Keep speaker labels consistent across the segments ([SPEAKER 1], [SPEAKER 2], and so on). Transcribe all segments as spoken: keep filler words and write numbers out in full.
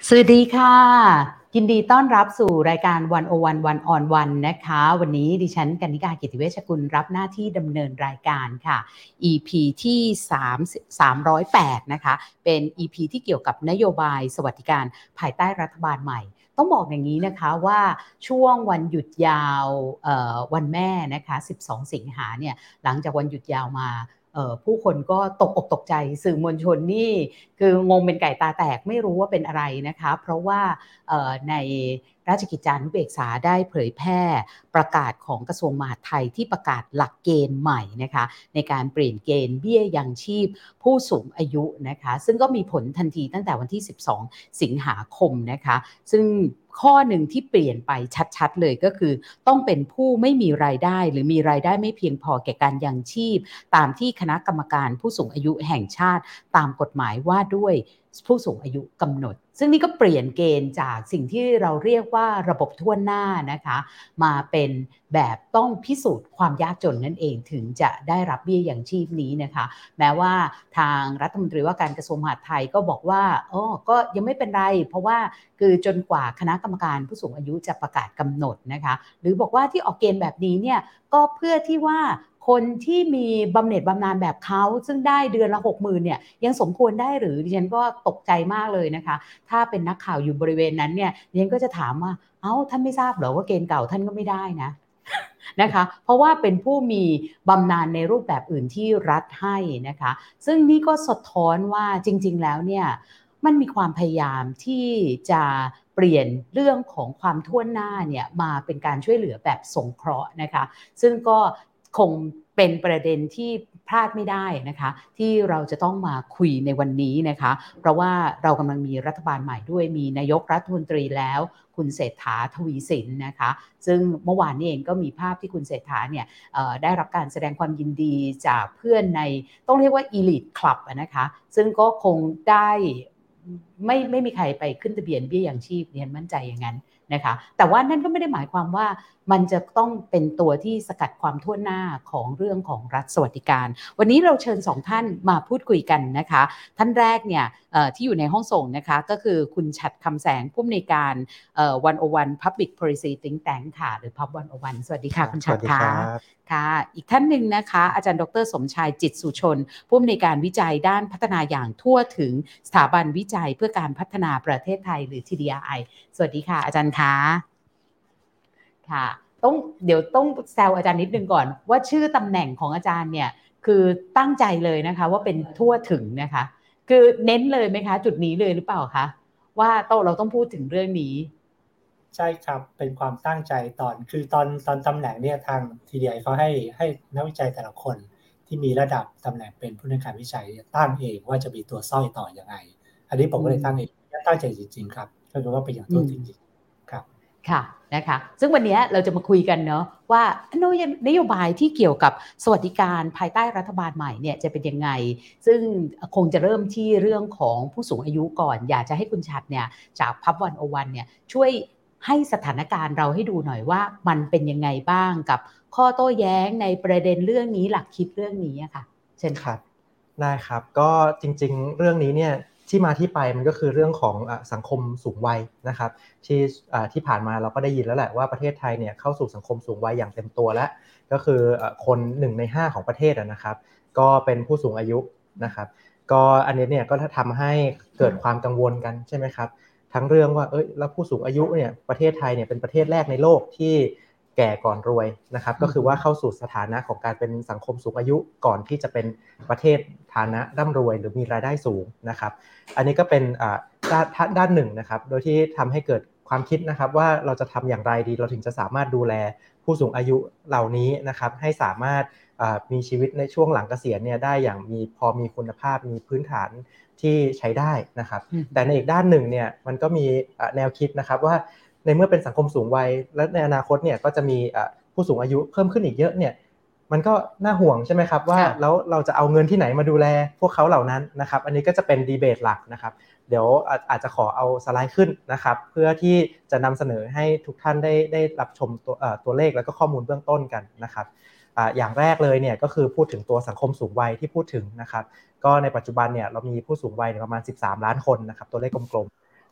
[SPEAKER 1] สวัสดีค่ะยินดีต้อนรับสู่รายการหนึ่งศูนย์หนึ่ง วัน on วันนะคะวันนี้ดิฉันกนิกา กิติเวชกุลรับหน้าที่ดำเนินรายการค่ะ อี พี ที่สามร้อยแปดนะคะเป็น อี พี ที่เกี่ยวกับนโยบายสวัสดิการภายใต้รัฐบาลใหม่ต้องบอกอย่างนี้นะคะว่าช่วงวันหยุดยาววันแม่นะคะสิบสองสิงหาเนี่ยหลังจากวันหยุดยาวมาผู้คนก็ตกอกตกใจสื่อมวลชนนี่คืองงเป็นไก่ตาแตกไม่รู้ว่าเป็นอะไรนะคะเพราะว่าในราชกิจจานุเบกษาได้เผยแพร่ประกาศของกระทรวงมหาดไทยที่ประกาศหลักเกณฑ์ใหม่นะคะในการเปลี่ยนเกณฑ์เบี้ยยังชีพผู้สูงอายุนะคะซึ่งก็มีผลทันทีตั้งแต่วันที่สิบสองสิงหาคมนะคะซึ่งข้อหนึ่งที่เปลี่ยนไปชัดๆเลยก็คือต้องเป็นผู้ไม่มีรายได้หรือมีรายได้ไม่เพียงพอแก่การยังชีพตามที่คณะกรรมการผู้สูงอายุแห่งชาติตามกฎหมายว่าด้วยผู้สูงอายุกำหนดซึ่งนี่ก็เปลี่ยนเกณฑ์จากสิ่งที่เราเรียกว่าระบบทั่วหน้านะคะมาเป็นแบบต้องพิสูจน์ความยากจนนั่นเองถึงจะได้รับเบี้ยยังชีพนี้นะคะแม้ว่าทางรัฐมนตรีว่าการกระทรวงมหาดไทยก็บอกว่าอ๋อก็ยังไม่เป็นไรเพราะว่าคือจนกว่าคณะกรรมการผู้สูงอายุจะประกาศกำหนดนะคะหรือบอกว่าที่ออกเกณฑ์แบบนี้เนี่ยก็เพื่อที่ว่าคนที่มีบำเหน็จบำนาญแบบเขาซึ่งได้เดือนละ หกหมื่น เนี่ยยังสมควรได้หรือดิฉันก็ตกใจมากเลยนะคะถ้าเป็นนักข่าวอยู่บริเวณนั้นเนี่ยดิฉันก็จะถามว่าเอ้าท่านไม่ทราบเหรอว่าเกณฑ์เก่าท่านก็ไม่ได้นะนะคะเพราะว่าเป็นผู้มีบำนาญในรูปแบบอื่นที่รัฐให้นะคะซึ่งนี่ก็สะท้อนว่าจริงๆแล้วเนี่ยมันมีความพยายามที่จะเปลี่ยนเรื่องของความทั่วหน้าเนี่ยมาเป็นการช่วยเหลือแบบสงเคราะห์นะคะซึ่งก็คงเป็นประเด็นที่พลาดไม่ได้นะคะที่เราจะต้องมาคุยในวันนี้นะคะเพราะว่าเรากำลังมีรัฐบาลใหม่ด้วยมีนายกรัฐมนตรีแล้วคุณเศรษฐาทวีสินนะคะซึ่งเมื่อวานนี้เองก็มีภาพที่คุณเศรษฐาเนี่ยได้รับการแสดงความยินดีจากเพื่อนในต้องเรียกว่า Elite Club นะคะซึ่งก็คงได้ไม่ไม่มีใครไปขึ้นทะเบียนเบี้ยยังชีพเนี่ยมั่นใจอย่างนั้นนะคะแต่ว่านั่นก็ไม่ได้หมายความว่ามันจะต้องเป็นตัวที่สกัดความทั่วหน้าของเรื่องของรัฐสวัสดิการวันนี้เราเชิญสองท่านมาพูดคุยกันนะคะท่านแรกเนี่ยที่อยู่ในห้องส่งนะคะก็คือคุณฉัตรคำแสงผู้อำนวยการหนึ่งศูนย์หนึ่ง Public Policy Think Tank ค่ะหรือ พับ หนึ่งศูนย์หนึ่ง สวัสดีค่ะคุณฉัตรค่ะค่ะอีกท่านหนึ่งนะคะอาจารย์ดรสมชายจิตสุชนผู้อำนวยการวิจัยด้านพัฒนาอย่างทั่วถึงสถาบันวิจัยเพื่อการพัฒนาประเทศไทยหรือ ที ดี อาร์ ไอ สวัสดีค่ะอาจารย์คะค่ะต้องเดี๋ยวต้องแซวอาจารย์นิดนึงก่อนว่าชื่อตำแหน่งของอาจารย์เนี่ยคือตั้งใจเลยนะคะว่าเป็นทั่วถึงนะคะคือเน้นเลยไหมคะจุดนี้เลยหรือเปล่าคะว่าต้องเราต้องพูดถึงเรื่องนี้
[SPEAKER 2] ใช่ครับเป็นความตั้งใจตอนคือตอนตอนตำแหน่งเนี่ยทาง ที ดี ไอ เขาให้ให้นักวิจัยแต่ละคนที่มีระดับตำแหน่งเป็นผู้ดำเนินการวิจัยตั้งเองว่าจะมีตัวสร้อยต่อยังไงอันนี้ผมก็เลยตั้งเองตั้งใจจริงๆครับก็คือว่าเป็นอย่างทั่วถึงจริงครับ
[SPEAKER 1] ค่ะนะคะซึ่งวันนี้เราจะมาคุยกันเนาะว่านโยบายที่เกี่ยวกับสวัสดิการภายใต้รัฐบาลใหม่เนี่ยจะเป็นยังไงซึ่งคงจะเริ่มที่เรื่องของผู้สูงอายุก่อนอยากจะให้คุณฉัตรเนี่ยจากพับวันโอวันเนี่ยช่วยให้สถานการณ์เราให้ดูหน่อยว่ามันเป็นยังไงบ้างกับข้อโต้แย้งในประเด็นเรื่องนี้หลักคิดเรื่องนี้อะค่ะเชิญ
[SPEAKER 3] ครับได้ครับก็จริงๆเรื่องนี้เนี่ยที่มาที่ไปมันก็คือเรื่องของสังคมสูงวัยนะครับที่ที่ผ่านมาเราก็ได้ยินแล้วแหละว่าประเทศไทยเนี่ยเข้าสู่สังคมสูงวัยอย่างเต็มตัวแล้วก็คือคนหนึ่งในห้าของประเทศนะครับก็เป็นผู้สูงอายุนะครับก็อันนี้เนี่ยก็ทำให้เกิดความกังวลกันใช่ไหมครับทั้งเรื่องว่าเอ้ยแล้วผู้สูงอายุเนี่ยประเทศไทยเนี่ยเป็นประเทศแรกในโลกที่แก่ก่อนรวยนะครับก็คือว่าเข้าสู่สถานะของการเป็นสังคมสูงอายุก่อนที่จะเป็นประเทศฐานะร่ำรวยหรือมีรายได้สูงนะครับอันนี้ก็เป็นด้านด้านหนึ่งนะครับโดยที่ทำให้เกิดความคิดนะครับว่าเราจะทำอย่างไรดีเราถึงจะสามารถดูแลผู้สูงอายุเหล่านี้นะครับให้สามารถมีชีวิตในช่วงหลังเกษียณเนี่ยได้อย่างมีพอมีคุณภาพมีพื้นฐานที่ใช้ได้นะครับแต่ในอีกด้านหนึ่งเนี่ยมันก็มีแนวคิดนะครับว่าในเมื่อเป็นสังคมสูงวัยและในอนาคตเนี่ยก็จะมีผู้สูงอายุเพิ่มขึ้นอีกเยอะเนี่ยมันก็น่าห่วงใช่ไหมครับว่าแล้วเราจะเอาเงินที่ไหนมาดูแลพวกเขาเหล่านั้นนะครับอันนี้ก็จะเป็นดีเบตหลักนะครับเดี๋ยวอาจจะขอเอาสไลด์ขึ้นนะครับเพื่อที่จะนำเสนอให้ทุกท่านได้ได้รับชมตัวตัวเลขแล้วก็ข้อมูลเบื้องต้นกันนะครับอย่างแรกเลยเนี่ยก็คือพูดถึงตัวสังคมสูงวัยที่พูดถึงนะครับก็ในปัจจุบันเนี่ยเรามีผู้สูงวัยประมาณสิบสามล้านคนนะครับตัวเลขกลมๆ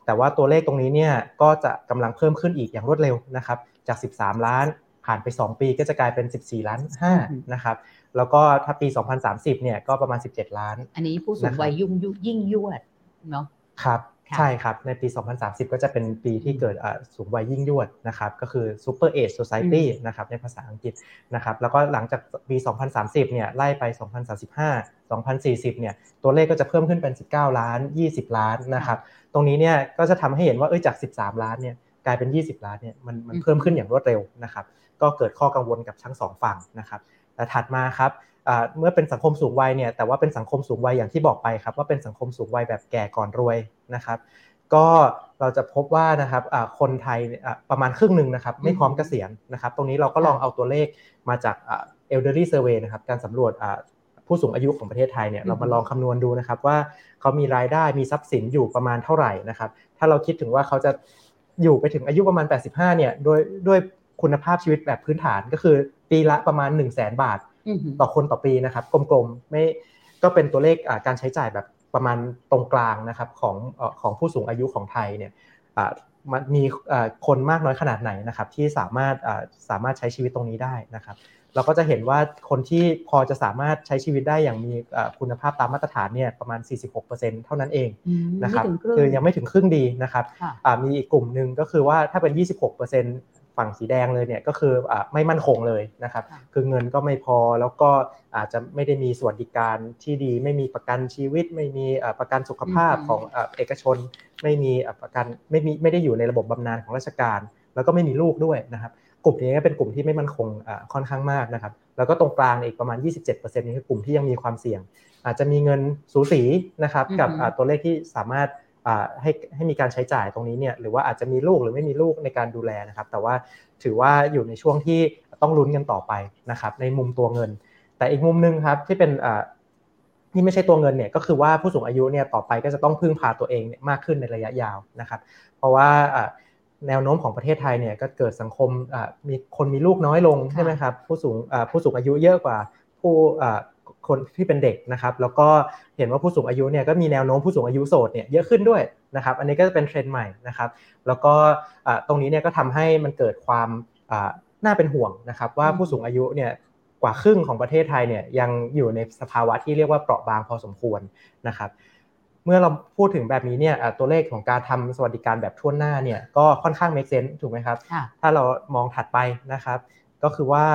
[SPEAKER 3] แต่ว่าตัวเลขตรงนี้เนี่ยก็จะกำลังเพิ่มขึ้นอีกอย่างรวดเร็วนะครับจากสิบสามล้านผ่านไปสองปีก็จะกลายเป็นสิบสี่ล้านห้านะครับแล้วก็ถ้าปีสองพันสามสิบเนี่ยก็ประมาณสิบเจ็ดล้าน
[SPEAKER 1] อันนี้ผู้สูงวัยยุ่งยิ่งยวดเนาะ
[SPEAKER 3] ครับใช่ครับในปีสองพันสามสิบก็จะเป็นปีที่เกิดสูงวัยยิ่งยวดนะครับก็คือ Super Age Society นะครับในภาษาอังกฤษนะครับแล้วก็หลังจากปีสองพันสามสิบเนี่ยไล่ไปสองพันสามสิบห้า สองพันสี่สิบเนี่ยตัวเลขก็จะเพิ่มขึ้นเป็นสิบเก้าล้านยี่สิบล้านนะครับตรงนี้เนี่ยก็จะทำให้เห็นว่าเอ้ยจากสิบสามล้านเนี่ยกลายเป็นยี่สิบล้านเนี่ยมันมันเพิ่มขึ้นอย่างรวดเร็วนะครับก็เกิดข้อกังวลกับทั้งสองฝั่งนะครับแต่ถัดมาครับเมื่อเป็นสังคมสูงวัยเนี่ยแต่ว่าเป็นสังคมสูงวัยอย่างที่บอกไปครับว่าเป็นสังคมสูงวัยแบบแก่ก่อนรวยนะครับก็เราจะพบว่านะครับคนไทยประมาณครึ่งนึงนะครับไม่พร้อมเกษียณนะครับตรงนี้เราก็ลองเอาตัวเลขมาจาก Elderly Survey นะครับการสำรวจผู้สูงอายุของประเทศไทยเนี่ยเรามาลองคำนวณดูนะครับว่าเขามีรายได้มีทรัพย์สินอยู่ประมาณเท่าไหร่นะครับถ้าเราคิดถึงว่าเขาจะอยู่ไปถึงอายุประมาณแปดสิบห้าเนี่ยโดยด้วยคุณภาพชีวิตแบบพื้นฐานก็คือปีละประมาณ หนึ่งแสน บาทต่อคนต่อปีนะครับกลมๆไม่ก็เป็นตัวเลขการใช้จ่ายแบบประมาณตรงกลางนะครับของของผู้สูงอายุของไทยเนี่ยมันมีคนมากน้อยขนาดไหนนะครับที่สามารถสามารถใช้ชีวิตตรงนี้ได้นะครับเราก็จะเห็นว่าคนที่พอจะสามารถใช้ชีวิตได้อย่างมีคุณภาพตามมาตรฐานเนี่ยประมาณ สี่สิบหกเปอร์เซ็นต์ เท่านั้นเองนะครับคือยังไม่ถึงครึ่งดีนะครับมีอีกกลุ่มนึงก็คือว่าถ้าเป็น ยี่สิบหกเปอร์เซ็นต์ ฝั่งสีแดงเลยเนี่ยก็คือไม่มั่นคงเลยนะครับคือเงินก็ไม่พอแล้วก็อาจจะไม่ได้มีสวัสดิการที่ดีไม่มีประกันชีวิตไม่มีประกันสุขภาพของเอกชนไม่มีประกันไม่มีไม่ได้อยู่ในระบบบำนาญของราชการแล้วก็ไม่มีลูกด้วยนะครับกลุ่มนี้เป็นกลุ่มที่ไม่มั่นคงค่อนข้างมากนะครับแล้วก็ตรงกลางอีกประมาณ ยี่สิบเจ็ดเปอร์เซ็นต์ นี่คือกลุ่มที่ยังมีความเสี่ยงอาจจะมีเงินสูสีนะครับกับตัวเลขที่สามารถให้ให้มีการใช้จ่ายตรงนี้เนี่ยหรือว่าอาจจะมีลูกหรือไม่มีลูกในการดูแลนะครับแต่ว่าถือว่าอยู่ในช่วงที่ต้องลุ้นกันต่อไปนะครับในมุมตัวเงินแต่อีกมุมนึงครับที่เป็นที่ไม่ใช่ตัวเงินเนี่ยก็คือว่าผู้สูงอายุเนี่ยต่อไปก็จะต้องพึ่งพาตัวเองมากขึ้นในระยะยาวนะครับเพราะว่าแนวโน้มของประเทศไทยเนี่ยก็เกิดสังคมมีคนมีลูกน้อยลงใช่ไหมครับผู้สูงผู้สูงอายุเยอะกว่าผู้คนที่เป็นเด็กนะครับแล้วก็เห็นว่าผู้สูงอายุเนี่ยก็มีแนวโน้มผู้สูงอายุโสดเนี่ยเยอะขึ้นด้วยนะครับอันนี้ก็จะเป็นเทรนด์ใหม่นะครับแล้วก็ตรงนี้เนี่ยก็ทำให้มันเกิดความน่าเป็นห่วงนะครับว่าผู้สูงอายุเนี่ยกว่าครึ่งของประเทศไทยเนี่ยยังอยู่ในสภาวะที่เรียกว่าเปราะบางพอสมควรนะครับเมื่อเราพูดถึงแบบนี้เนี่ยตัวเลขของการทำสวัสดิการแบบทั่วหน้าเนี่ยก็ค่อนข้าง make sense ถูกไหมครับถ้าเรามองถัดไปนะครับก็คือว่า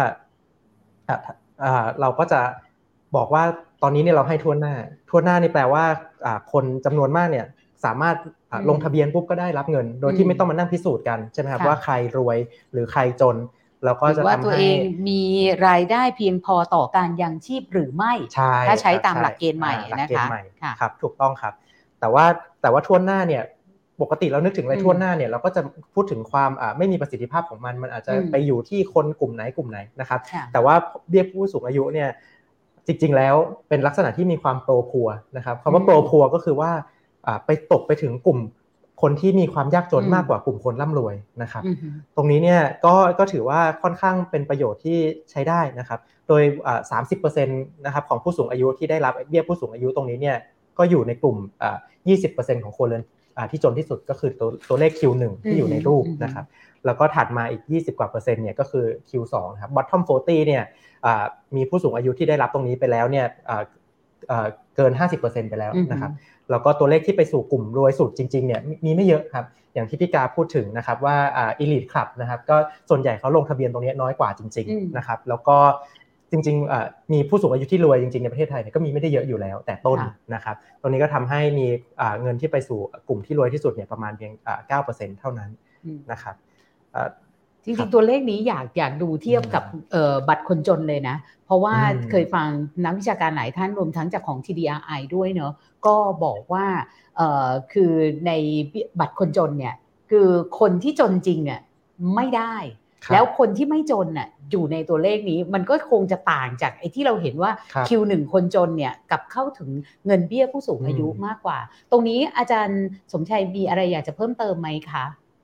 [SPEAKER 3] เราก็จะบอกว่าตอนนี้เนี่ยเราให้ทั่วหน้าทั่วหน้านี่แปลว่าคนจำนวนมากเนี่ยสามารถลงทะเบียนปุ๊บก็ได้รับเงินโดยที่ไม่ต้องมานั่งพิสูจน์กันใช่ไหมครับว่าใครรวยหรือใครจนเราก็จะทำให้ว่า
[SPEAKER 1] ตัวเองมีรายได้เพียงพอต่อการยังชีพหรือไม่ถ้าใช้ตามหลักเกณฑ์ใหม่นะคะ
[SPEAKER 3] ครับถูกต้องครับแต่ว่าแต่ว่าทั่วหน้าเนี่ยปกติเรานึกถึงอะไรทั่วหน้าเนี่ยเราก็จะพูดถึงความไม่มีประสิทธิภาพของมันมันอาจจะไปอยู่ที่คนกลุ่มไหนกลุ่มไหนนะครับแต่ว่าเบี้ยผู้สูงอายุเนี่ยจริงๆแล้วเป็นลักษณะที่มีความโปรพัวนะครับคำว่าโปรพัวก็คือว่าไปตกไปถึงกลุ่มคนที่มีความยากจนมากกว่ากลุ่มคนร่ำรวยนะครับตรงนี้เนี่ยก็ก็ถือว่าค่อนข้างเป็นประโยชน์ที่ใช้ได้นะครับโดย สามสิบเปอร์เซ็นต์ นะครับของผู้สูงอายุที่ได้รับเบี้ยผู้สูงอายุตรงนี้เนี่ยก็อยู่ในกลุ่ม ยี่สิบเปอร์เซ็นต์ ของครัวเรือนที่จนที่สุดก็คือตัวตัวเลข คิว หนึ่ง ที่อยู่ในรูปนะครับแล้วก็ถัดมาอีกยี่สิบกว่าเปอร์เซ็นต์เนี่ยก็คือ คิว สอง ครับ bottom สี่สิบเนี่ยมีผู้สูงอายุที่ได้รับตรงนี้ไปแล้วเนี่ยเกิน ห้าสิบเปอร์เซ็นต์ ไปแล้วนะครับแล้วก็ตัวเลขที่ไปสู่กลุ่มรวยสุดจริงๆเนี่ยมีไม่เยอะครับอย่างที่พี่กาพูดถึงนะครับว่าอ่า Elite Club นะครับก็ส่วนใหญ่เขาลงทะเบียนตรงนี้น้อยกว่าจริงๆนะครับแล้วก็จริงๆมีผู้สูงอายุที่รวยจริงๆในประเทศไทยเนี่ยก็มีไม่ได้เยอะอยู่แล้วแต่ต้นนะครับตรงนี้ก็ทำให้มีเงินที่ไปสู่กลุ่มที่รวยที่สุดเนี่ยประมาณเพียง เก้าเปอร์เซ็นต์ เท่านั้นนะครับ
[SPEAKER 1] จริงๆตัวเลขนี้อยากอยากดูเทียบกับบัตรคนจนเลยนะเพราะว่าเคยฟังนักวิชาการหลายท่านรวมทั้งจากของ ที ดี อาร์ ไอ ด้วยเนอะก็บอกว่าคือในบัตรคนจนเนี่ยคือคนที่จนจริงเนี่ยไม่ได้แล้วคนที่ไม่จนน่ะอยู่ในตัวเลขนี้มันก็คงจะต่างจากไอ้ที่เราเห็นว่า คิว หนึ่ง คนจนเนี่ยกับเข้าถึงเงินเบี้ยผู้สูงอายุมากกว่าตรงนี้อาจารย์สมชัยมีอะไรอยากจะเพิ่มเติมไหมคะ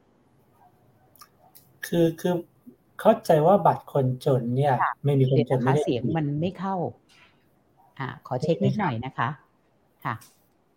[SPEAKER 2] คือคือเข้าใจว่าบัตรคนจนเนี่ยไม่มีคนจนไม่ได้
[SPEAKER 1] เสียงมันไม่เข้าอ่าขอเช็คนิดหน่อยนะคะค่ะ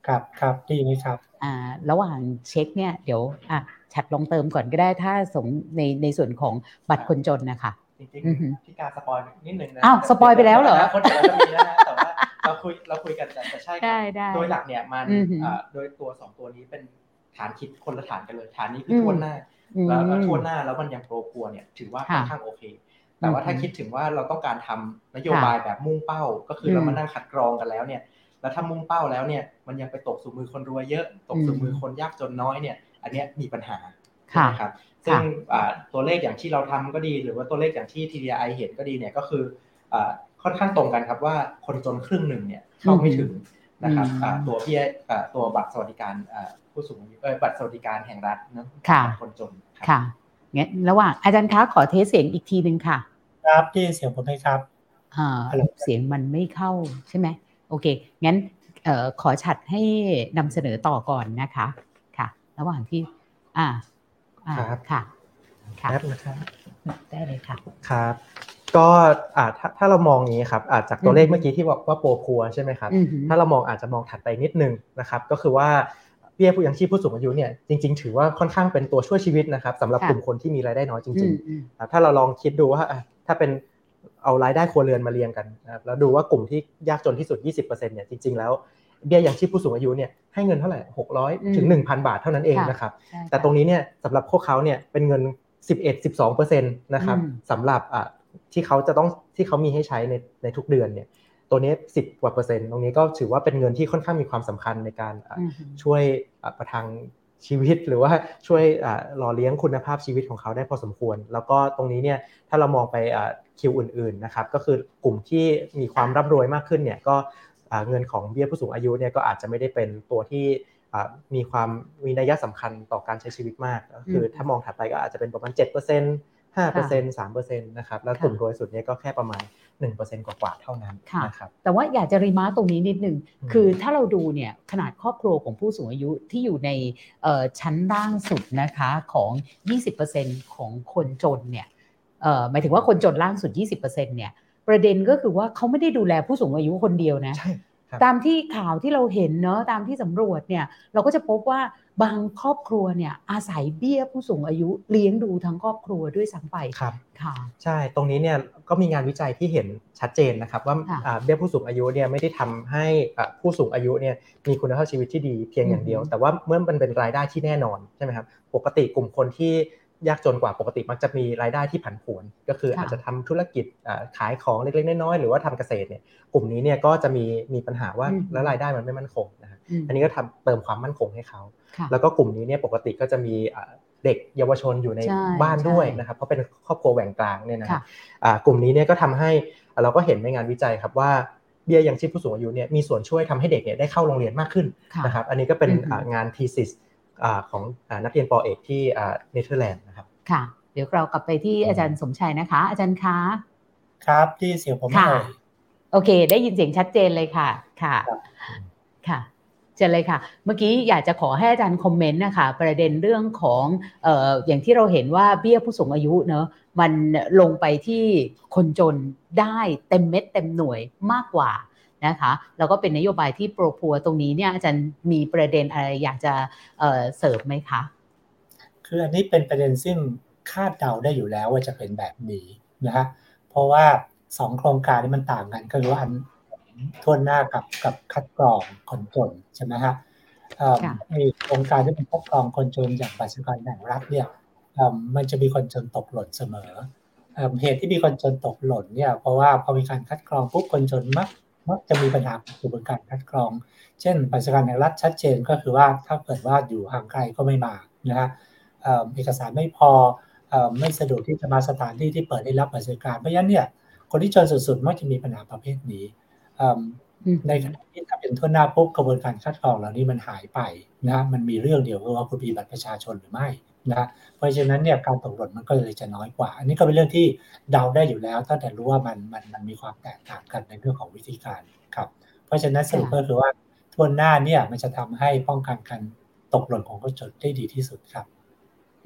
[SPEAKER 2] ครับครับดีไหมครับ
[SPEAKER 1] อ่าระหว่างเช็คเนี่ยเดี๋ยวอ่ะฉัดลองเติมก่อนก็ได้ถ้าสมในในส่วนของบัตรคนจนนะคะ
[SPEAKER 3] จริงๆพี่การสปอยนิดนึงนะ
[SPEAKER 1] อ้าวสปอยไปแล้วเหรอ
[SPEAKER 3] คนเดียวจะมีนะฮะแต่ว่าเราคุยเราคุยกันแต่ใช่ครับโดยหลักเนี่ยมันโดยตัวสองตัวนี้เป็นฐานคิดคนละฐานกันเลยฐานนี้คือทั่วหน้าแล้วทั่วหน้าแล้วมันยังโปรครัวเนี่ยถือว่าค่อนข้างโอเคแต่ว่าถ้าคิดถึงว่าเราต้องการทำนโยบายแบบมุ่งเป้าก็คือเรามานั่งคัดกรองกันแล้วเนี่ยแล้วถ้ามุ่งเป้าแล้วเนี่ยมันยังไปตกสู่มือคนรวยเยอะตกสู่มือคนยากจนน้อยเนี่ยอันนี้มีปัญหาใช่ไหมครับซึ่งตัวเลขอย่างที่เราทำก็ดีหรือว่าตัวเลขอย่างที่ ที ดี ไอ เห็นก็ดีเนี่ยก็คือค่อนข้างตรงกันครับว่าคนจนครึ่งหนึ่งเนี่ยเข้าไม่ถึงนะครับตัวเบี้ยตัวบัตรสวัสดิการผู้สูงอายุบัตรสวัสดิการแห่งรัฐนะคนจน
[SPEAKER 1] ค่ะงั้นระหว่างอาจารย์คะขอเทสเสียงอีกทีนึงค่ะ
[SPEAKER 2] ครับที่เสียงผมไหมครับ
[SPEAKER 1] อ่าเสียงมันไม่เข้าใช่ไหมโอเคงั้นเอ่อขอฉัดให้นำเสนอต่อก่อนนะคะค่ะระหว่างที่อ่า
[SPEAKER 3] ครับ
[SPEAKER 1] ค่ะ
[SPEAKER 3] ค่ะนะครับ
[SPEAKER 1] ได้เลยค่ะ
[SPEAKER 3] ครับก็อ่าถ้าถ้าเรามองอย่างนี้ครับอาจจากตัวเลขเมื่อกี้ที่บอกว่าโปรครัวใช่ไหมครับถ้าเรามองอาจจะมองถัดไปนิดนึงนะครับก็คือว่าเบี้ยผู้ยังชีพผู้สูงอายุเนี่ยจริงๆถือว่าค่อนข้างเป็นตัวช่วยชีวิตนะครับสำหรับกลุ่มคนที่มีรายได้น้อยจริงๆถ้าเราลองคิดดูว่าถ้าเป็นเอารายได้ครัวเรือนมาเรียงกันนะครับแล้วดูว่ากลุ่มที่ยากจนที่สุด ยี่สิบเปอร์เซ็นต์ เนี่ยจริงๆแล้วเบี้ยยังชีพผู้สูงอายุเนี่ยให้เงินเท่าไหร่หกร้อยถึง หนึ่งพัน บาทเท่านั้นเองนะครับแต่ตรงนี้เนี่ยสำหรับพวกเขาเนี่ยเป็นเงิน สิบเอ็ดถึงสิบสองเปอร์เซ็นต์ นะครับสำหรับอ่ะที่เขาจะต้องที่เขามีให้ใช้ในในทุกเดือนเนี่ยตัวนี้สิบกว่าเปอร์เซ็นต์ตรงนี้ก็ถือว่าเป็นเงินที่ค่อนข้างมีความสำคัญในการช่วยประทังชีวิตหรือว่าช่วยหล่อเลี้ยงคุณภาพชีวิตของเขาได้พอสมควรแล้วก็ตรงนี้เนี่ยถ้าเรามองไปคิวอื่นๆนะครับก็คือกลุ่มที่มีความร่ำรวยมากขึ้นเนี่ยก็เงินของเบี้ยผู้สูงอายุเนี่ยก็อาจจะไม่ได้เป็นตัวที่มีความมีนัยสำคัญต่อการใช้ชีวิตมากก็คือถ้ามองถัดไปก็อาจจะเป็นประมาณ เจ็ดเปอร์เซ็นต์ ห้าเปอร์เซ็นต์ สามเปอร์เซ็นต์ นะครับแล้วกลุ่มรวยสุดเนี่ยก็แค่ประมาณ หนึ่งเปอร์เซ็นต์ กว่าๆเท่านั้นนะครับ
[SPEAKER 1] แต่ว่าอยากจะรีมาร์คตรงนี้นิดนึงคือถ้าเราดูเนี่ยขนาดครอบครัวของผู้สูงอายุที่อยู่ในชั้นล่างสุดนะคะของ ยี่สิบเปอร์เซ็นต์ ของคนจนเนี่ยหมายถึงว่าคนจนล่างสุด ยี่สิบเปอร์เซ็นต์ เนี่ยประเด็นก็คือว่าเขาไม่ได้ดูแลผู้สูงอายุคนเดียวนะตามที่ข่าวที่เราเห็นเนาะตามที่สำรวจเนี่ยเราก็จะพบว่าบางครอบครัวเนี่ยอาศัยเบี้ยผู้สูงอายุเลี้ยงดูทั้งครอบครัวด้วยซ้ำไป
[SPEAKER 3] ครับ
[SPEAKER 1] ค่ะ
[SPEAKER 3] ใช่ตรงนี้เนี่ยก็มีงานวิจัยที่เห็นชัดเจนนะครับว่าเบี้ยผู้สูงอายุเนี่ยไม่ได้ทำให้ผู้สูงอายุเนี่ยมีคุณภาพชีวิตที่ดีเพียงอย่างเดียวแต่ว่าเมื่อมันเป็นรายได้ที่แน่นอนใช่ไหมครับปกติกลุ่มคนที่ยากจนกว่าปกติมักจะมีรายได้ที่ผันผวนก็คืออาจจะทำธุรกิจขายของเล็กๆน้อยๆหรือว่าทำเกษตรเนี่ยกลุ่มนี้เนี่ยก็จะมีมีปัญหาว่าแล้วรายได้มันไม่มั่นคงนะครับอันนี้ก็ทำเติมความมั่นคงให้เขาแล้วก็กลุ่มนี้เนี่ยปกติก็จะมีเด็กเยาวชนอยู่ในบ้านด้วยนะครับเพราะเป็นครอบครัวแหว่งกลางเนี่ยนะครับกลุ่มนี้เนี่ยก็ทำให้เราก็เห็นในงานวิจัยครับว่าเบี้ยยังชีพผู้สูงอายุเนี่ยมีส่วนช่วยทำให้เด็กเนี่ยได้เข้าโรงเรียนมากขึ้นนะครับอันนี้ก็เป็นงาน thesis ของนักเรียนป.เอกที่เนเธอร์แลนด์นะครับ
[SPEAKER 1] ค่ะเดี๋ยวเรากลับไปที่อาจารย์สมชัยนะคะอาจารย์คะ
[SPEAKER 2] ครับที่เสียงผมหน่อย
[SPEAKER 1] โอเคได้ยินเสียงชัดเจนเลยค่ะค่ะค่ะเจนเลยค่ะเมื่อกี้อยากจะขอให้อาจารย์คอมเมนต์นะคะประเด็นเรื่องของเอ่ออย่างที่เราเห็นว่าเบี้ยผู้สูงอายุเนอะมันลงไปที่คนจนได้เต็มเม็ดเต็มหน่วยมากกว่านะคะแล้วก็เป็นนโยบายที่โปรพัวตรงนี้เนี่ยอาจารย์มีประเด็นอะไรอยากจะเอ่อเสริมไหมคะ
[SPEAKER 2] คืออันนี้เป็นประเด็นซึ่งคาดเดาได้อยู่แล้วว่าจะเป็นแบบนี้นะฮะเพราะว่าสองโครงการนี้มันต่างกันก็คือว่าอันทั่วหน้ากับกับคัดกรองคนจนใช่ไหมฮะในโครงการที่เป็นคัดกรองคนจนอย่างบัตรสวัสดิการแห่งรัฐเนี่ยมันจะมีคนจนตกหล่นเสมอเหตุที่มีคนจนตกหล่นเนี่ยเพราะว่าพอมีการคัดกรองปุ๊บคนจนมักมักจะมีปัญหากระบวนการคัดกรองเช่นบัตรสวัสดิการแห่งรัฐชัดเจนก็คือว่าถ้าเกิดว่าอยู่ห่างไกลก็ไม่มานะฮะเอกสารไม่พอไม่สะดวกที่จะมาสถานที่ที่เปิดให้รับบัตรสวัสดิการเพราะฉะนั้นเนี่ยคนที่จนสุดๆมักจะมีปัญหาประเภทนี้ในขณะที่ถ้าเป็นทั่วหน้าปุ๊บกระบวนการคัดกรองเหล่านี้มันหายไปนะมันมีเรื่องเดียวก็ว่าคุณมีบัตรประชาชนหรือไม่นะเพราะฉะนั้นเนี่ยการตกหล่นมันก็เลยจะน้อยกว่าอันนี้ก็เป็นเรื่องที่เดาได้อยู่แล้วตั้งแต่รู้ว่ามันมันมันมีความแตกต่างกันในเรื่องของวิธีการครับเพราะฉะนั้นสรุปก็คือว่าทั่วหน้าเนี่ยมันจะทำให้ป้องกันการตกหล่นของคนจนได้ดีที่สุดครับ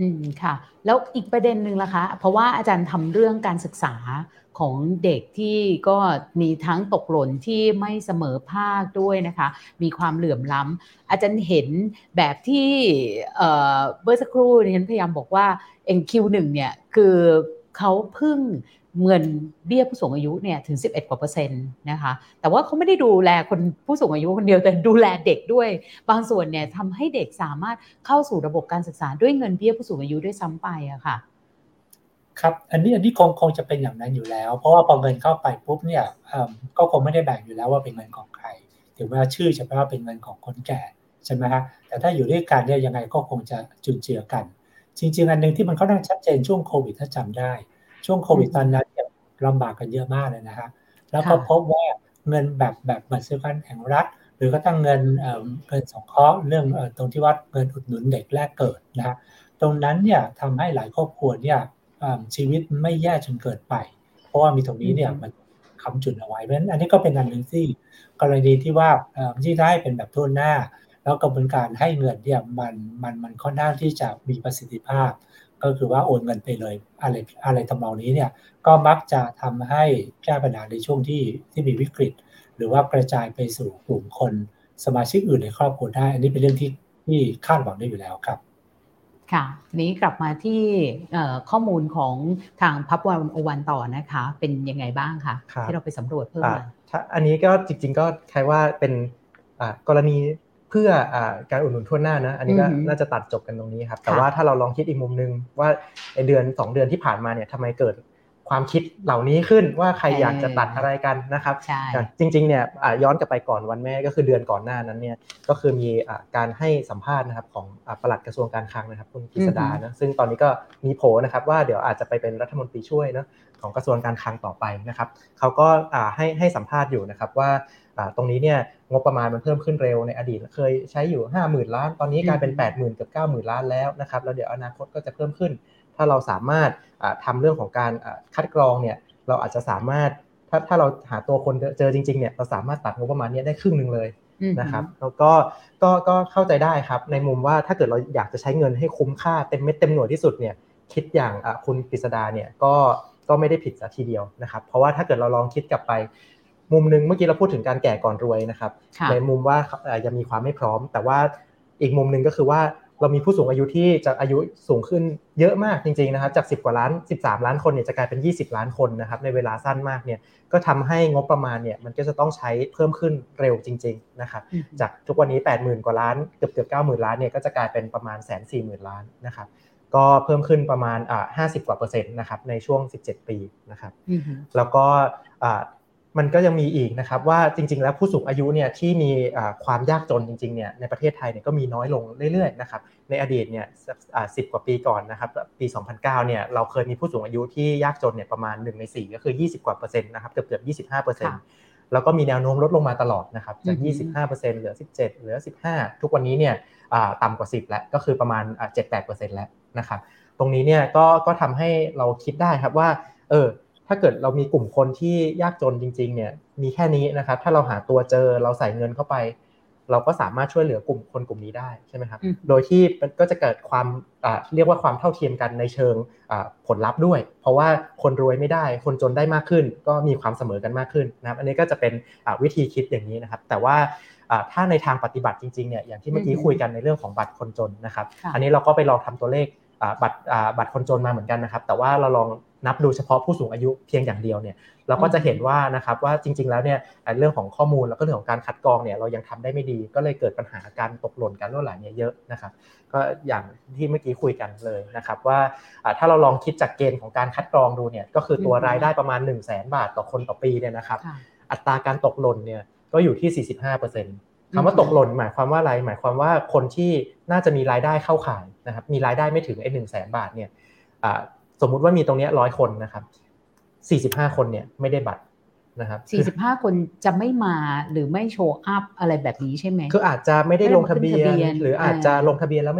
[SPEAKER 1] อืมค่ะแล้วอีกประเด็นหนึ่งล่ะคะเพราะว่าอาจารย์ทำเรื่องการศึกษาของเด็กที่ก็มีทั้งตกหล่นที่ไม่เสมอภาคด้วยนะคะมีความเหลื่อมล้ำอาจารย์เห็นแบบที่เอ่อเมื่อสักครู่ดิฉันพยายามบอกว่า เอ็น คิว หนึ่ง เนี่ยคือเขาพึ่งเงินเบี้ยผู้สูงอายุเนี่ยถึงสิบเอ็ดกว่าเปอร์เซ็นต์นะคะแต่ว่าเขาไม่ได้ดูแลคนผู้สูงอายุคนเดียวแต่ดูแลเด็กด้วยบางส่วนเนี่ยทำให้เด็กสามารถเข้าสู่ระบบการศึกษาด้วยเงินเบี้ยผู้สูงอายุด้วยซ้ำไปอะค่ะ
[SPEAKER 2] ครับอันนี้อันนี้คงคงจะเป็นอย่างนั้นอยู่แล้วเพราะว่าพอเงินเข้าไปปุ๊บเนี่ยก็คงไม่ได้แบ่งอยู่แล้วว่าเป็นเงินของใครถึงแม้ชื่อจะแปลว่าเป็นเงินของคนแก่ใช่ไหมฮะแต่ถ้าอยู่ด้วยกันเนี่ยยังไงก็คงจะจุนเจือกันจริงๆอันนึงที่มันค่อนข้างชัดเจนช่วงโควิดถ้าจำได้ช่วงโควิดตอนนั้นเนี่ยลำบากกันเยอะมากเลยนะฮะแล้วก็พบว่าเงินแบบแบบบัตรสวัสดิการแห่งรัฐหรือก็ตั้งเงินเงินสงเคราะห์เรื่องตรงที่ว่าเงินอุดหนุนเด็กแรกเกิดนะฮะตรงนั้นเนี่ยทำให้หลายครอบครัวเนี่ยชีวิตไม่แย่จนเกินไปเพราะว่ามีตรงนี้เนี่ยมันค้ำจุนเอาไว้เพราะฉะนั้นอันนี้ก็เป็นอันหนึ่งที่กรณีที่ว่าที่ได้เป็นแบบทั่วหน้าแล้วกระบวนการให้เงินเนี่ยมันมันมันค่อนข้างที่จะมีประสิทธิภาพก็คือว่าโอนเงินไปเลยอะไรอะไรทำนองนี้เนี่ยก็มักจะทำให้แก้ปัญหาในช่วงที่ที่มีวิกฤตหรือว่ากระจายไปสู่กลุ่มคนสมาชิกอื่นในครอบครัวได้อันนี้เป็นเรื่องที่ที่คาดหวังได้อยู่แล้วครับ
[SPEAKER 1] ค่ะนี้กลับมาที่ข้อมูลของทางพับวันโอวันต่อนะคะเป็นยังไงบ้างคะที่เราไปสำรวจเพิ่มมา
[SPEAKER 3] อันนี้ก็จริงๆก็คล้ายว่าเป็นกรณีเพื่อการอุดหนุนทั่วหน้านะอันนี้ก็น่าจะตัดจบกันตรงนี้ครับแต่ว่าถ้าเราลองคิดอีกมุมนึงว่าในเดือนสองเดือนที่ผ่านมาเนี่ยทำไมเกิดความคิดเหล่านี้ขึ้นว่าใครอยากจะตัดอะไรกันนะครับจริงๆเนี่ยย้อนกลับไปก่อนวันแม่ก็คือเดือนก่อนหน้านั้นเนี่ยก็คือมีการให้สัมภาษณ์นะครับของปลัดกระทรวงการคลังนะครับคุณกฤษดานะซึ่งตอนนี้ก็มีโผนะครับว่าเดี๋ยวอาจจะไปเป็นรัฐมนตรีช่วยเนาะของกระทรวงการคลังต่อไปนะครับเขาก็ให้ให้สัมภาษณ์อยู่นะครับว่าตรงนี้เนี่ยงบประมาณมันเพิ่มขึ้นเร็วในอดีตเคยใช้อยู่ ห้าหมื่น ล้านตอนนี้กลายเป็น แปดหมื่น เกือบ เก้าหมื่น ล้านแล้วนะครับแล้วเดี๋ยวอนาคตก็จะเพิ่มขึ้นถ้าเราสามารถทำเรื่องของการคัดกรองเนี่ยเราอาจจะสามารถถ้าถ้าเราหาตัวคนเจอจริงๆเนี่ยเราสามารถตัดงบประมาณนี้ได้ครึ่งนึงเลยนะครับแล้วก็ก็ก็เข้าใจได้ครับในมุมว่าถ้าเกิดเราอยากจะใช้เงินให้คุ้มค่าเต็มเม็ดเต็มหน่วยที่สุดเนี่ยคิดอย่างคุณกฤษดาเนี่ยก็ก็ไม่ได้ผิดซะทีเดียวนะครับเพราะว่าถ้าเกิดเราลองคิดกลับไปมุมนึงเมื่อกี้เราพูดถึงการแก่ก่อนรวยนะครับในมุมว่ายังมีความไม่พร้อมแต่ว่าอีกมุมนึงก็คือว่าเรามีผู้สูงอายุที่จะอายุสูงขึ้นเยอะมากจริงๆนะครับจากสิบกว่าล้านสิบสามล้านคนเนี่ยจะกลายเป็นยี่สิบล้านคนนะครับในเวลาสั้นมากเนี่ยก็ทำให้งบประมาณเนี่ยมันก็จะต้องใช้เพิ่มขึ้นเร็วจริงๆนะครับจากทุกวันนี้ แปดหมื่น กว่าล้านเกือบๆ เก้าหมื่น ล้านเนี่ยก็จะกลายเป็นประมาณ หนึ่งแสนสี่หมื่น ล้านนะครับก็เพิ่มขึ้นประมาณอ่าห้าสิบกว่าเปอร์เซ็นต์นะครับในช่วงสิบเจ็ดปีนะครับแล้วก็อ่ามันก็ยังมีอีกนะครับว่าจริงๆแล้วผู้สูงอายุเนี่ยที่มีความยากจนจริงๆเนี่ยในประเทศไทยเนี่ยก็มีน้อยลงเรื่อยๆนะครับในอดีตเนี่ยสิบกว่าปีก่อนนะครับปีสองพันเก้าเนี่ยเราเคยมีผู้สูงอายุที่ยากจนเนี่ยประมาณหนึ่งในสี่ก็คือยี่สิบกว่าเปอร์เซ็นต์นะครับเกือบๆ ยี่สิบห้าเปอร์เซ็นต์ แล้วก็มีแนวโน้มลดลงมาตลอดนะครับจาก ยี่สิบห้าเปอร์เซ็นต์ เหลือสิบเจ็ดเหลือสิบห้าทุกวันนี้เนี่ยต่ำกว่าสิบแล้วก็คือประมาณ เจ็ดถึงแปดเปอร์เซ็นต์ แล้วนะครับตรงนี้เนี่ยก็ก็ทำให้เราคิดได้ครับว่าเออถ้าเกิดเรามีกลุ่มคนที่ยากจนจริงๆเนี่ยมีแค่นี้นะครับถ้าเราหาตัวเจอเราใส่เงินเข้าไปเราก็สามารถช่วยเหลือกลุ่มคนกลุ่มนี้ได้ใช่ไหมครับโดยที่ก็จะเกิดความเรียกว่าความเท่าเทียมกันในเชิงผลลัพธ์ด้วยเพราะว่าคนรวยไม่ได้คนจนได้มากขึ้นก็มีความเสมอกันมากขึ้นนะครับอันนี้ก็จะเป็นวิธีคิดอย่างนี้นะครับแต่ว่าถ้าในทางปฏิบัติจริงๆเนี่ยอย่างที่เมื่อกี้คุยกันในเรื่องของบัตรคนจนนะครับอันนี้เราก็ไปลองทำตัวเลขบัตรบัตรคนจนมาเหมือนกันนะครับแต่ว่าเราลองนับดูเฉพาะผู้สูงอายุเพียงอย่างเดียวเนี่ยเราก็จะเห็นว่านะครับว่าจริงๆแล้วเนี่ยเรื่องของข้อมูลแล้วก็เรื่องของการคัดกรองเนี่ยเรายังทำได้ไม่ดีก็เลยเกิดปัญหาการตกหล่นการล่วงไหลเนี่ยเยอะนะครับก็อย่างที่เมื่อกี้คุยกันเลยนะครับว่าถ้าเราลองคิดจากเกณฑ์ของการคัดกรองดูเนี่ยก็คือตัวรายได้ประมาณ หนึ่งแสน บาทต่อคนต่อปีเนี่ยนะครับอัตราการตกหล่นเนี่ยก็อยู่ที่ สี่สิบห้าเปอร์เซ็นต์ คำว่าตกหล่นหมายความว่าอะไรหมายความว่าคนที่น่าจะมีรายได้เข้าข่ายนะครับมีรายได้ไม่ถึงไอ้ หนึ่งแสน บาทเนี่ยสมมุติว่ามีตรงนี้หนึ่งร้อยคนนะครับสี่สิบห้าคนเนี่ยไม่ได้บัตรนะครับ
[SPEAKER 1] สี่สิบห้าคนจะไม่มาหรือไม่โชว์อัพอะไรแบบนี้ใช่ไหม
[SPEAKER 3] คืออาจจะไม่ได้ลงทะเบียนหรืออาจจะลงทะเบียนแล้วไม่ผ่านนะ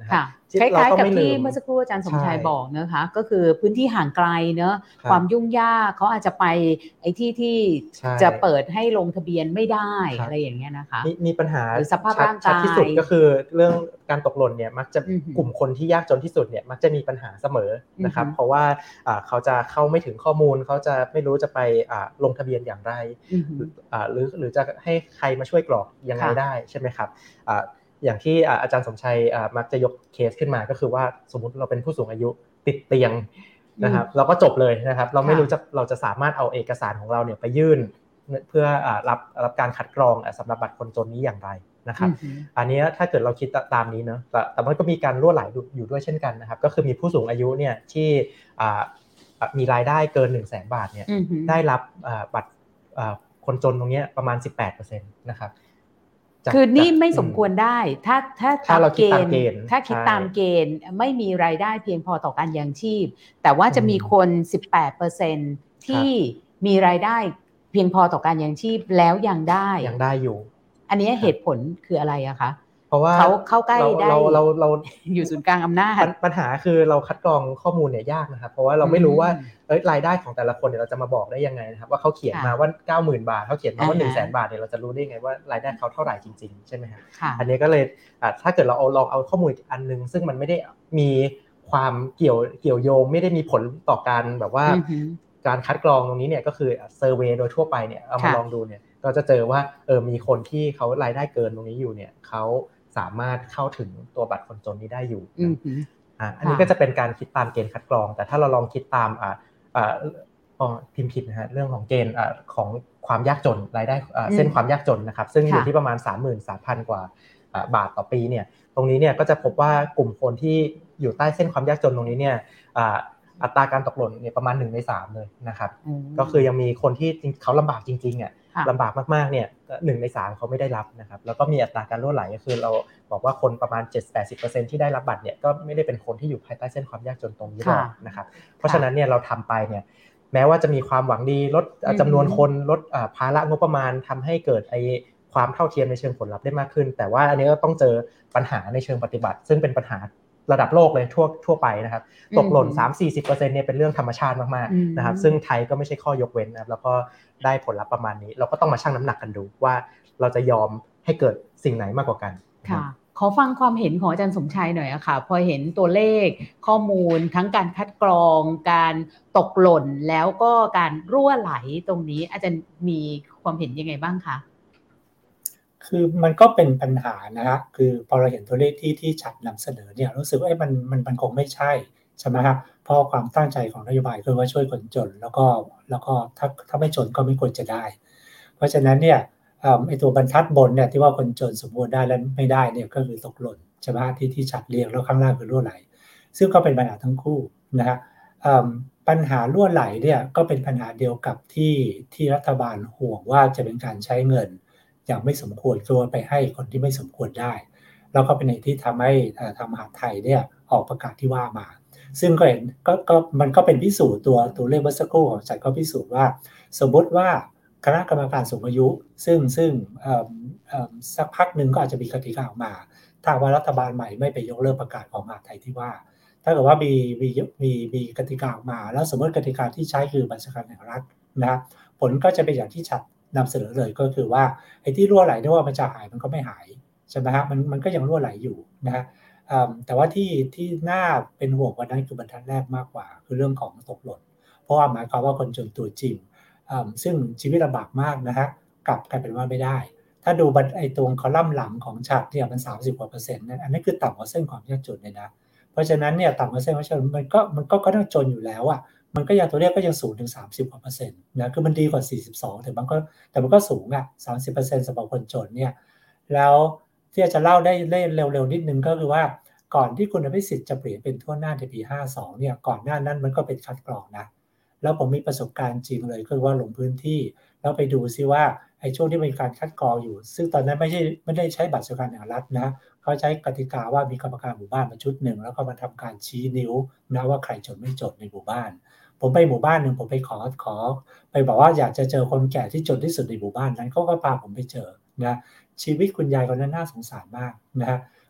[SPEAKER 3] นะครับ
[SPEAKER 1] คล้ายๆกับที่เมื่อสักครู่อาจารย์สมชายบอกนะคะก็คือพื้นที่ห่างไกลเนอะความยุ่งยากเขาอาจจะไปไอ้ที่ที่จะเปิดให้ลงทะเบียนไม่ได้อะไรอย่างเงี้ยนะคะ
[SPEAKER 3] มีปัญหา
[SPEAKER 1] หรือสภาพร่างกาย
[SPEAKER 3] ที่สุดก็คือเรื่องการตกหล่นเนี่ยมักจะกลุ่มคนที่ยากจนที่สุดเนี่ยมักจะมีปัญหาเสมอนะครับเพราะว่าเขาจะเข้าไม่ถึงข้อมูลเขาจะไม่รู้จะไปลงทะเบียนอย่างไรหรือหรือจะให้ใครมาช่วยกรอกยังไงได้ใช่ไหมครับอย่างที่อาจารย์สมชัยมักจะยกเคสขึ้นมาก็คือว่าสมมุติเราเป็นผู้สูงอายุติดเตียงนะครับเราก็จบเลยนะครับเราไม่รู้จะเราจะสามารถเอาเอกสารของเราเนี่ยไปยื่นเพื่อรับรับการคัดกรองสำหรับบัตรคนจนนี้อย่างไรนะครับอันนี้ถ้าเกิดเราคิดตามนี้เนาะแต่แต่มันก็มีการรั่วไหลอยู่ด้วยเช่นกันนะครับก็คือมีผู้สูงอายุเนี่ยที่มีรายได้เกิน หนึ่งแสน บาทเนี่ยได้รับบัตรคนจนตรงนี้ประมาณ สิบแปดเปอร์เซ็นต์ นะครับ
[SPEAKER 1] คือนี่ไม่สมควรได้ถ้าถ้า
[SPEAKER 3] ถ้าเราคิดตามเกณฑ์
[SPEAKER 1] ถ้าคิดตามเกณฑ์ไม่มีรายได้เพียงพอต่อการยังชีพแต่ว่าจะมีคน สิบแปดเปอร์เซ็นต์ ที่มีรายได้เพียงพอต่อการยังชีพแล้วยังได้
[SPEAKER 3] ยังได้อยู่
[SPEAKER 1] อันนี้เหตุผลคืออะไรอะคะ
[SPEAKER 3] เพราะว่า
[SPEAKER 1] เขาเข้าใกล้ได้
[SPEAKER 3] เราเราเรา
[SPEAKER 1] อยู่ศูนย์กลางอำนาจ
[SPEAKER 3] ปัญหาคือเราคัดกรองข้อมูลเนี่ยยากนะครับเพราะว่าเราไม่รู้ว่าเอ้ยรายได้ของแต่ละคนเนี่ยเราจะมาบอกได้ยังไงนะครับว่าเขาเขียนมาว่า เก้าหมื่น บาทเขาเขียนมาว่า หนึ่งแสน บาทเนี่ยเราจะรู้ได้ไงว่ารายได้เขาเท่าไหร่จริงๆใช่ไหมครับอันนี้ก็เลยถ้าเกิดเราเอาลองเอาข้อมูลอีกอันนึงซึ่งมันไม่ได้มีความเกี่ยวเกี่ยวโยงไม่ได้มีผลต่อการแบบว่าการคัดกรองตรงนี้เนี่ยก็คือเซอร์เวย์โดยทั่วไปเนี่ยเอามาลองดูเนี่ยก็จะเจอว่าเออมีคนที่เขารายได้เกินตรงนี้อยู่เนี่ยเขาสามารถเข้าถึงตัวบัตรคนจนนี้ได้อยู่อ่าอันนี้ก็จะเป็นการคิดตามเกณฑ์คัดกรองแต่ถ้าเราลองคิดตามอ่าอ่าอ๋อพิมพ์ผิดนะฮะเรื่องของเกณฑ์อ่าของความยากจนรายได้อ่าเส้นความยากจนนะครับซึ่งอยู่ที่ประมาณ สามหมื่นสามพัน กว่าอ่าบาทต่อปีเนี่ยตรงนี้เนี่ยก็จะพบว่ากลุ่มคนที่อยู่ใต้เส้นความยากจนตรงนี้เนี่ยอ่าอัตราการตกหล่นเนี่ยประมาณหนึ่งในสามเลยนะครับก็คือยังมีคนที่เขาลำบากจริงๆอ่ะลำบากมากๆเนี่ยหนึ่งในสามเขาไม่ได้รับนะครับแล้วก็มีอัตราการรั่วไหลก็คือเราบอกว่าคนประมาณ เจ็ดสิบถึงแปดสิบเปอร์เซ็นต์ ที่ได้รับบัตรเนี่ยก็ไม่ได้เป็นคนที่อยู่ภายใต้เส้นความยากจนตรงนี้หรอกนะครับเพราะฉะนั้นเนี่ยเราทำไปเนี่ยแม้ว่าจะมีความหวังดีลดจำนวนคนลดภาระงบประมาณทำให้เกิดไอ้ความเท่าเทียมในเชิงผลลัพธ์ได้มากขึ้นแต่ว่าอันนี้ก็ต้องเจอปัญหาในเชิงปฏิบัติซึ่งเป็นปัญหาระดับโลกเลยทั่วทั่วไปนะครับตกหล่น สามถึงสี่สิบเปอร์เซ็นต์ เนี่ยเป็นเรื่องธรรมชาติมากๆนะครับซึ่งไทยก็ไม่ใช่ข้อยกเว้นนะครับแล้วก็ได้ผลลัพธ์ประมาณนี้เราก็ต้องมาชั่งน้ำหนักกันดูว่าเราจะยอมให้เกิดสิ่งไหนมากกว่ากัน
[SPEAKER 1] ค่ะขอฟังความเห็นของอาจารย์สมชัยหน่อยอะค่ะพอเห็นตัวเลขข้อมูลทั้งการคัดกรองการตกหล่นแล้วก็การรั่วไหลตรงนี้อาจารย์มีความเห็นยังไงบ้างคะ
[SPEAKER 2] คือมันก็เป็นปัญหานะฮะคือพอเราเห็นตัวเลขที่ที่ชัดนำเสนอเนี่ยรู้สึกว่ามันมันมันคงไม่ใช่ใช่ไหมครับเพราะความตั้งใจของนโยบายคือว่าช่วยคนจนแล้วก็แล้วก็ถ้าถ้าไม่จนก็ไม่ควรจะได้เพราะฉะนั้นเนี่ยไอตัวบรรทัดบนเนี่ยที่ว่าคนจนสมบูรณ์ได้และไม่ได้เนี่ยก็คือตกหล่นใช่ไหมที่ที่ชัดเรียงแล้วข้างล่างคือรั่วไหลซึ่งก็เป็นปัญหาทั้งคู่นะฮะปัญหารั่วไหลเนี่ยก็เป็นปัญหาเดียวกับที่ที่รัฐบาลห่วงว่าจะเป็นการใช้เงินอย่างไม่สมควรตัวไปให้คนที่ไม่สมควรได้แล้วก็เป็นเหตุที่ทำให้ทางมหาดไทยเนี่ยออกประกาศที่ว่ามาซึ่งก็เห็นก็ก็มันก็เป็นพิสูจน์ตัวตัวเลขเมื่อสักครู่ของจัดก็พิสูจน์ว่าสมมติว่าคณะกรรมการสูงอายุซึ่งซึ่งสักพักหนึ่งก็อาจจะมีกติกาออกมาถ้าว่ารัฐบาลใหม่ไม่ไปยกเลิกประกาศของมหาดไทยที่ว่าถ้าเกิดว่ามีมีมีมีกติกาออกมาแล้วสมมติกติกาที่ใช้คือบัตรสวัสดิการแห่งรัฐนะผลก็จะเป็นอย่างที่ชัดนำเสนอเลยก็คือว่าไอ้ที่รั่วไหลที่ว่ามันจะหายมันก็ไม่หายใช่ไหมฮะมันมันก็ยังรั่วไหลอยู่นะฮะแต่ว่าที่ที่น่าเป็นห่วงกว่านั้นคือบรรทัดแรกมากกว่าคือเรื่องของตกหล่นเพราะว่าหมายความว่าคนจนตัวจริงซึ่งชีวิตลำบากมากนะฮะกลับกลายเป็นว่าไม่ได้ถ้าดูบันไอ้ตรงคอลัมน์หลังของชาร์ตเนี่ยมันสามสิบกว่าเปอร์เซ็นต์นั่นอันนี้คือต่ำกว่าเส้นความยากจนเลยนะเพราะฉะนั้นเนี่ยต่ำกว่าเส้นความยากจนมันก็มันก็ก็ต้องจนอยู่แล้วอ่ะมันก็ยังตัวเลขก็ยังสูงถึงสามสิบกว่าเปอร์เซ็นต์นะคือมันดีกว่าสี่สิบสองแต่มันก็แต่มันก็สูงอ่ะ สามสิบเปอร์เซ็นต์ สำหรับคนจนเนี่ยแล้วที่จะเล่าได้เร็วๆนิดนึงก็คือว่าก่อนที่คุณอภิสิทธิ์จะเปลี่ยนเป็นทั่วหน้าในปีห้าสิบสองเนี่ยก่อนหน้านั้นมันก็เป็นคัดกรองนะแล้วผมมีประสบการณ์จริงเลยคือว่าลงพื้นที่แล้วไปดูซิว่าไอ้ช่วงที่มีการคัดกรองอยู่ซึ่งตอนนั้นไม่ใช่ไม่ได้ใช้บัตรสวัสดิการแห่งรัฐนะเขาใช้กติกาว่ามีกรรมการหมู่บ้านมาชุดหนึ่งแล้วก็มาทำการชี้นิ้วนะว่าใครจนไม่จนในหมู่บ้านผมไปหมู่บ้านหนึ่งผมไปขอขอไปบอกว่าอยากจะเจอคนแก่ที่จนที่สุดในหมู่บ้านนั้นเขาก็พาผมไปเจอนะชีวิตคุณยายคนนั้นน่าสงสารมากนะ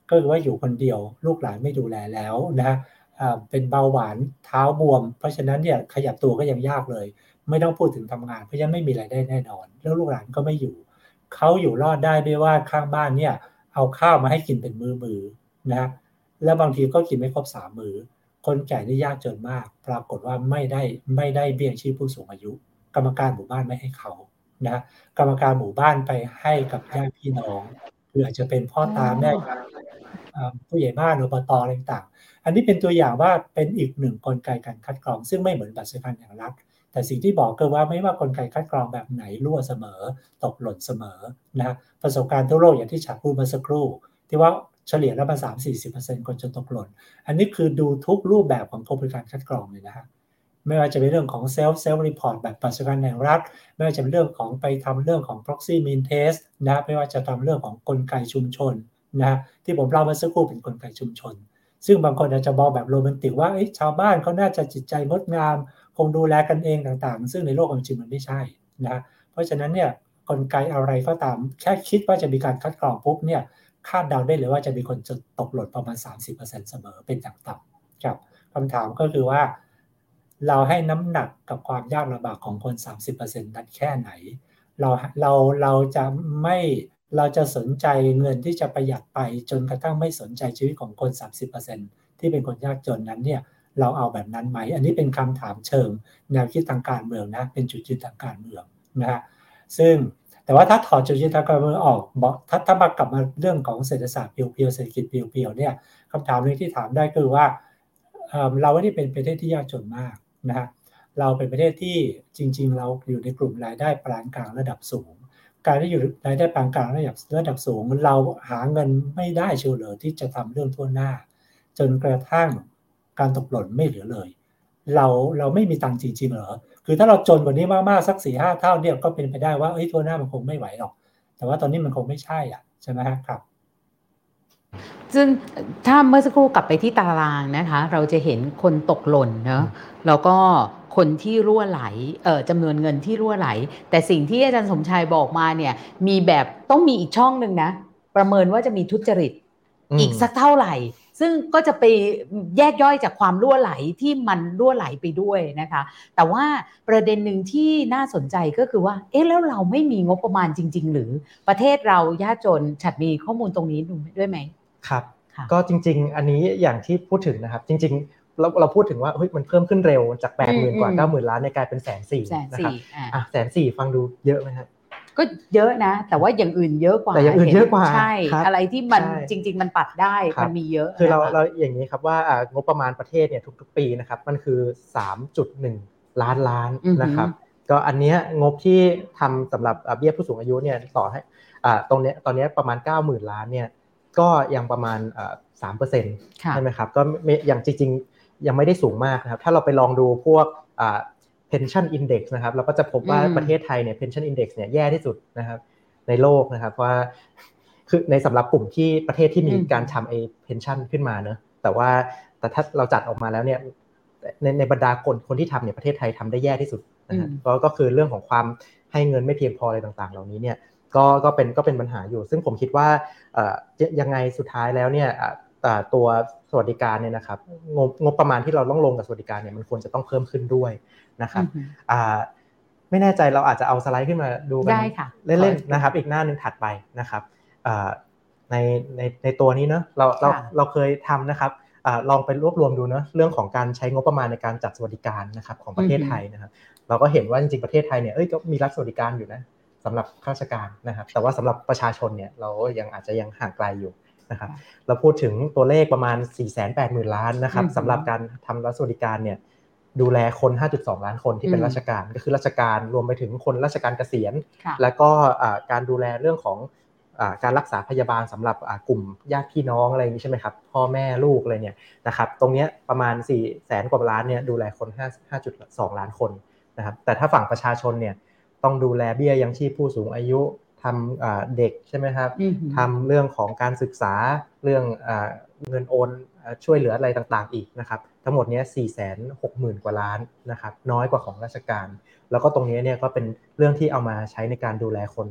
[SPEAKER 2] ก็คือว่าอยู่คนเดียวลูกหลานไม่ดูแลแล้วนะเป็นเบาหวานเท้าบวมเพราะฉะนั้นเนี่ยขยับตัวก็ยังยากเลยไม่ต้องพูดถึงทำงานเพราะฉะนั้นไม่มีรายได้แน่นอนแล้วลูกหลานก็ไม่อยู่เขาอยู่รอดได้ด้วยว่าข้างบ้านเนี่ยเอาข้าวมาให้กินเป็นมื้อๆนะแล้วบางทีก็กินไม่ครบสามมื้อคนแก่นี่ยากจนมากปรากฏว่าไม่ได้ไม่ได้เบี้ยชีพผู้สูงอายุกรรมการหมู่บ้านไม่ให้เขานะกรรมการหมู่บ้านไปให้กับญาติพี่น้องคืออาจจะเป็นพ่อตาแม่ยายผู้ใหญ่บ้านอบตอะไรต่างๆอันนี้เป็นตัวอย่างว่าเป็นอีกหนึ่งกลไกการคัดกรองซึ่งไม่เหมือนบัตรสวัสดิการแห่งรัฐแต่สิ่งที่บอกก็ว่าไม่ว่ากลไกคัดกรองแบบไหนรั่วเสมอตกหล่นเสมอนะประสบการณ์ทั่วโลกอย่างที่ฉันพูดเมื่อสักครู่ที่ว่าเฉลี่ยแล้วมา สามถึงสี่สิบเปอร์เซ็นต์ คนจะตกหล่นอันนี้คือดูทุกรูปแบบของกระบวนการคัดกรองเลยนะฮะไม่ว่าจะเป็นเรื่องของ self self report แบบบัตรสวัสดิการแห่งรัฐไม่ว่าจะเป็นเรื่องของไปทำเรื่องของ proxy mean test นะไม่ว่าจะทำเรื่องของกลไกชุมชนนะที่ผมเล่าเมื่อสักครู่เป็นกลไกชุมชนซึ่งบางคนอาจจะมองแบบโรแมนติกว่าชาวบ้านเขาน่าจะจิตใจงดงามคงดูแลกันเองต่างๆซึ่งในโลกจริงมันไม่ใช่นะเพราะฉะนั้นเนี่ยกลไกอะไรก็ตามแค่คิดว่าจะมีการคัดกรองปุ๊บเนี่ยคาดเดาได้เลยว่าจะมีคนจะตกหล่นประมาณ สามสิบเปอร์เซ็นต์ เสมอเป็นอย่างต่ำครับคำถามก็คือว่าเราให้น้ำหนักกับความยากลำบากของคน สามสิบเปอร์เซ็นต์ นั้นแค่ไหนเราเราเราจะไม่เราจะสนใจเงินที่จะประหยัดไปจนกระทั่งไม่สนใจชีวิตของคน สามสิบเปอร์เซ็นต์ ที่เป็นคนยากจนนั้นเนี่ยเราเอาแบบนั้นไหมอันนี้เป็นคำถามเชิงแนวคิดทางการเมืองนะเป็นจุดยืนทางการเมืองนะฮะซึ่งแต่ว่าถ้าถอดจุดยืนทางการเมืองออกบอกถ้าถ้ามากลับมาเรื่องของเศรษฐศาสตร์เพียวๆเศรษฐกิจเพียวๆเนี่ยคำถามนึงที่ถามได้คือว่า เอ่อเราไม่ได้เป็นประเทศที่ยากจนมากนะฮะเราเป็นประเทศที่จริงๆเราอยู่ในกลุ่มรายได้ปานกลางระดับสูงการที่อยู่รายได้ปานกลางระดับระดับสูงเราหาเงินไม่ได้เชียวเหรอที่จะทำเรื่องทั่วหน้าจนกระทั่งการตกหล่นไม่เหลือเลยเราเราไม่มีตังค์จริงๆเหรอคือถ้าเราจนกว่านี้มากๆสัก สี่ห้า เท่าเนี่ยก็เป็นไปได้ว่าเอ้ยทั่วหน้ามันคงไม่ไหวหรอกแต่ว่าตอนนี้มันคงไม่ใช่อ่ะใช่ไหมครับ
[SPEAKER 1] ซึ่งถ้าเมื่อสักครู่กลับไปที่ตารางนะคะเราจะเห็นคนตกหล่นเนาะแล้วก็คนที่รั่วไหลเอ่อจำนวนเงินที่รั่วไหลแต่สิ่งที่อาจารย์สมชายบอกมาเนี่ยมีแบบต้องมีอีกช่องหนึ่งนะประเมินว่าจะมีทุจริตอีกสักเท่าไหร่ซึ่งก็จะไปแยกย่อยจากความรั่วไหลที่มันรั่วไหลไปด้วยนะคะแต่ว่าประเด็นหนึ่งที่น่าสนใจก็คือว่าเอ๊ะแล้วเราไม่มีงบประมาณจริงๆหรือประเทศเรายากจนฉันมีข้อมูลตรงนี้ด้วยไหม
[SPEAKER 3] ครับก็จริงๆอันนี้อย่างที่พูดถึงนะครับจริงๆเราเราพูดถึงว่าเฮ้ยมันเพิ่มขึ้นเร็วจาก แปดหมื่น กว่า เก้าหมื่น ล้านในกลายเป็น หนึ่งแสนสี่หมื่น นะครับอ่ะ หนึ่งแสนสี่หมื่น ฟังดูเยอะมั้ยครับ
[SPEAKER 1] ก็เยอะนะแต่ว่าอย่างอื่นเยอะกว่า
[SPEAKER 3] แต่อย่างอื่นเยอะกว่า
[SPEAKER 1] ใช่อะไรที่มันจริงๆมันปัดได้มันมีเยอะ
[SPEAKER 3] คือเราเราอย่างนี้ครับว่างบประมาณประเทศเนี่ยทุกๆปีนะครับมันคือ สามจุดหนึ่ง ล้านล้านนะครับก็อันเนี้ยงบที่ทำสำหรับเบี้ยผู้สูงอายุเนี่ยต่อให้อ่าตรงเนี้ยตอนนี้ประมาณ เก้าหมื่น ล้านเนี่ยก็ยังประมาณเอ่อ สามเปอร์เซ็นต์ ใช่มั้ยครับก็อย่างจริงๆยังไม่ได้สูงมากนะครับถ้าเราไปลองดูพวกอ่า pension index นะครับเราก็จะพบว่าประเทศไทยเนี่ย pension index เนี่ยแย่ที่สุดนะครับในโลกนะครับว่าคือในสำหรับกลุ่มที่ประเทศที่มีการทำไอ้ pension ขึ้นมาเนอะแต่ว่าแต่ถ้าเราจัดออกมาแล้วเนี่ยในในบรรดาคนคนที่ทำเนี่ยประเทศไทยทำได้แย่ที่สุดนะครับก็ก็คือเรื่องของความให้เงินไม่เพียงพออะไรต่างๆเหล่านี้เนี่ยก็ก็เป็นก็เป็นปัญหาอยู่ซึ่งผมคิดว่าเอ่อยังไงสุดท้ายแล้วเนี่ยตัวสวัสดิการเนี่ยนะครับงบงบประมาณที่เราต้องลงกับสวัสดิการเนี่ยมันควรจะต้องเพิ่มขึ้นด้วยนะครับอ่าไม่แน่ใจเราอาจจะเอาสไลด์ขึ้นมาดูกันเล่นๆนะครับอีกหน้านึงถัดไปนะครับอ่าในในในตัวนี้เนาะเราเราเราเคยทำนะครับอ่าลองไปรวบรวมดูเนาะเรื่องของการใช้งบประมาณในการจัดสวัสดิการนะครับของประเทศไทยนะครับเราก็เห็นว่าจริงๆประเทศไทยเนี่ยเอ้ยก็มีรัฐสวัสดิการอยู่นะสำหรับข้าราชการนะครับแต่ว่าสำหรับประชาชนเนี่ยเรายังอาจจะยังห่างไกลอยู่นะครับเราพูดถึงตัวเลขประมาณ สี่แสนแปดหมื่น ล้านนะครับสำหรับการทำรัฐสวัสดิการเนี่ยดูแลคน ห้าจุดสอง ล้านคนที่เป็นราชการก็คือราชการรวมไปถึงคนราชการเกษียณแล้วก็การดูแลเรื่องของการรักษาพยาบาลสำหรับกลุ่มญาติพี่น้องอะไรอย่างนี้ใช่ไหมครับพ่อแม่ลูกอะไรเนี่ยนะครับตรงนี้ประมาณสี่แสนกว่าล้านเนี่ยดูแลคน ห้าจุดสอง ล้านคนนะครับแต่ถ้าฝั่งประชาชนเนี่ยต้องดูแลเบี้ยยังชีพผู้สูงอายุทำเด็กใช่ไหมครับทำเรื่องของการศึกษาเรื่องเงินโอนช่วยเหลืออะไรต่างๆอีกนะครับทั้งหมดนี้ สี่แสนหกหมื่น กว่าล้านนะครับน้อยกว่าของราชการแล้วก็ตรงนี้เนี่ยก็เป็นเรื่องที่เอามาใช้ในการดูแลคน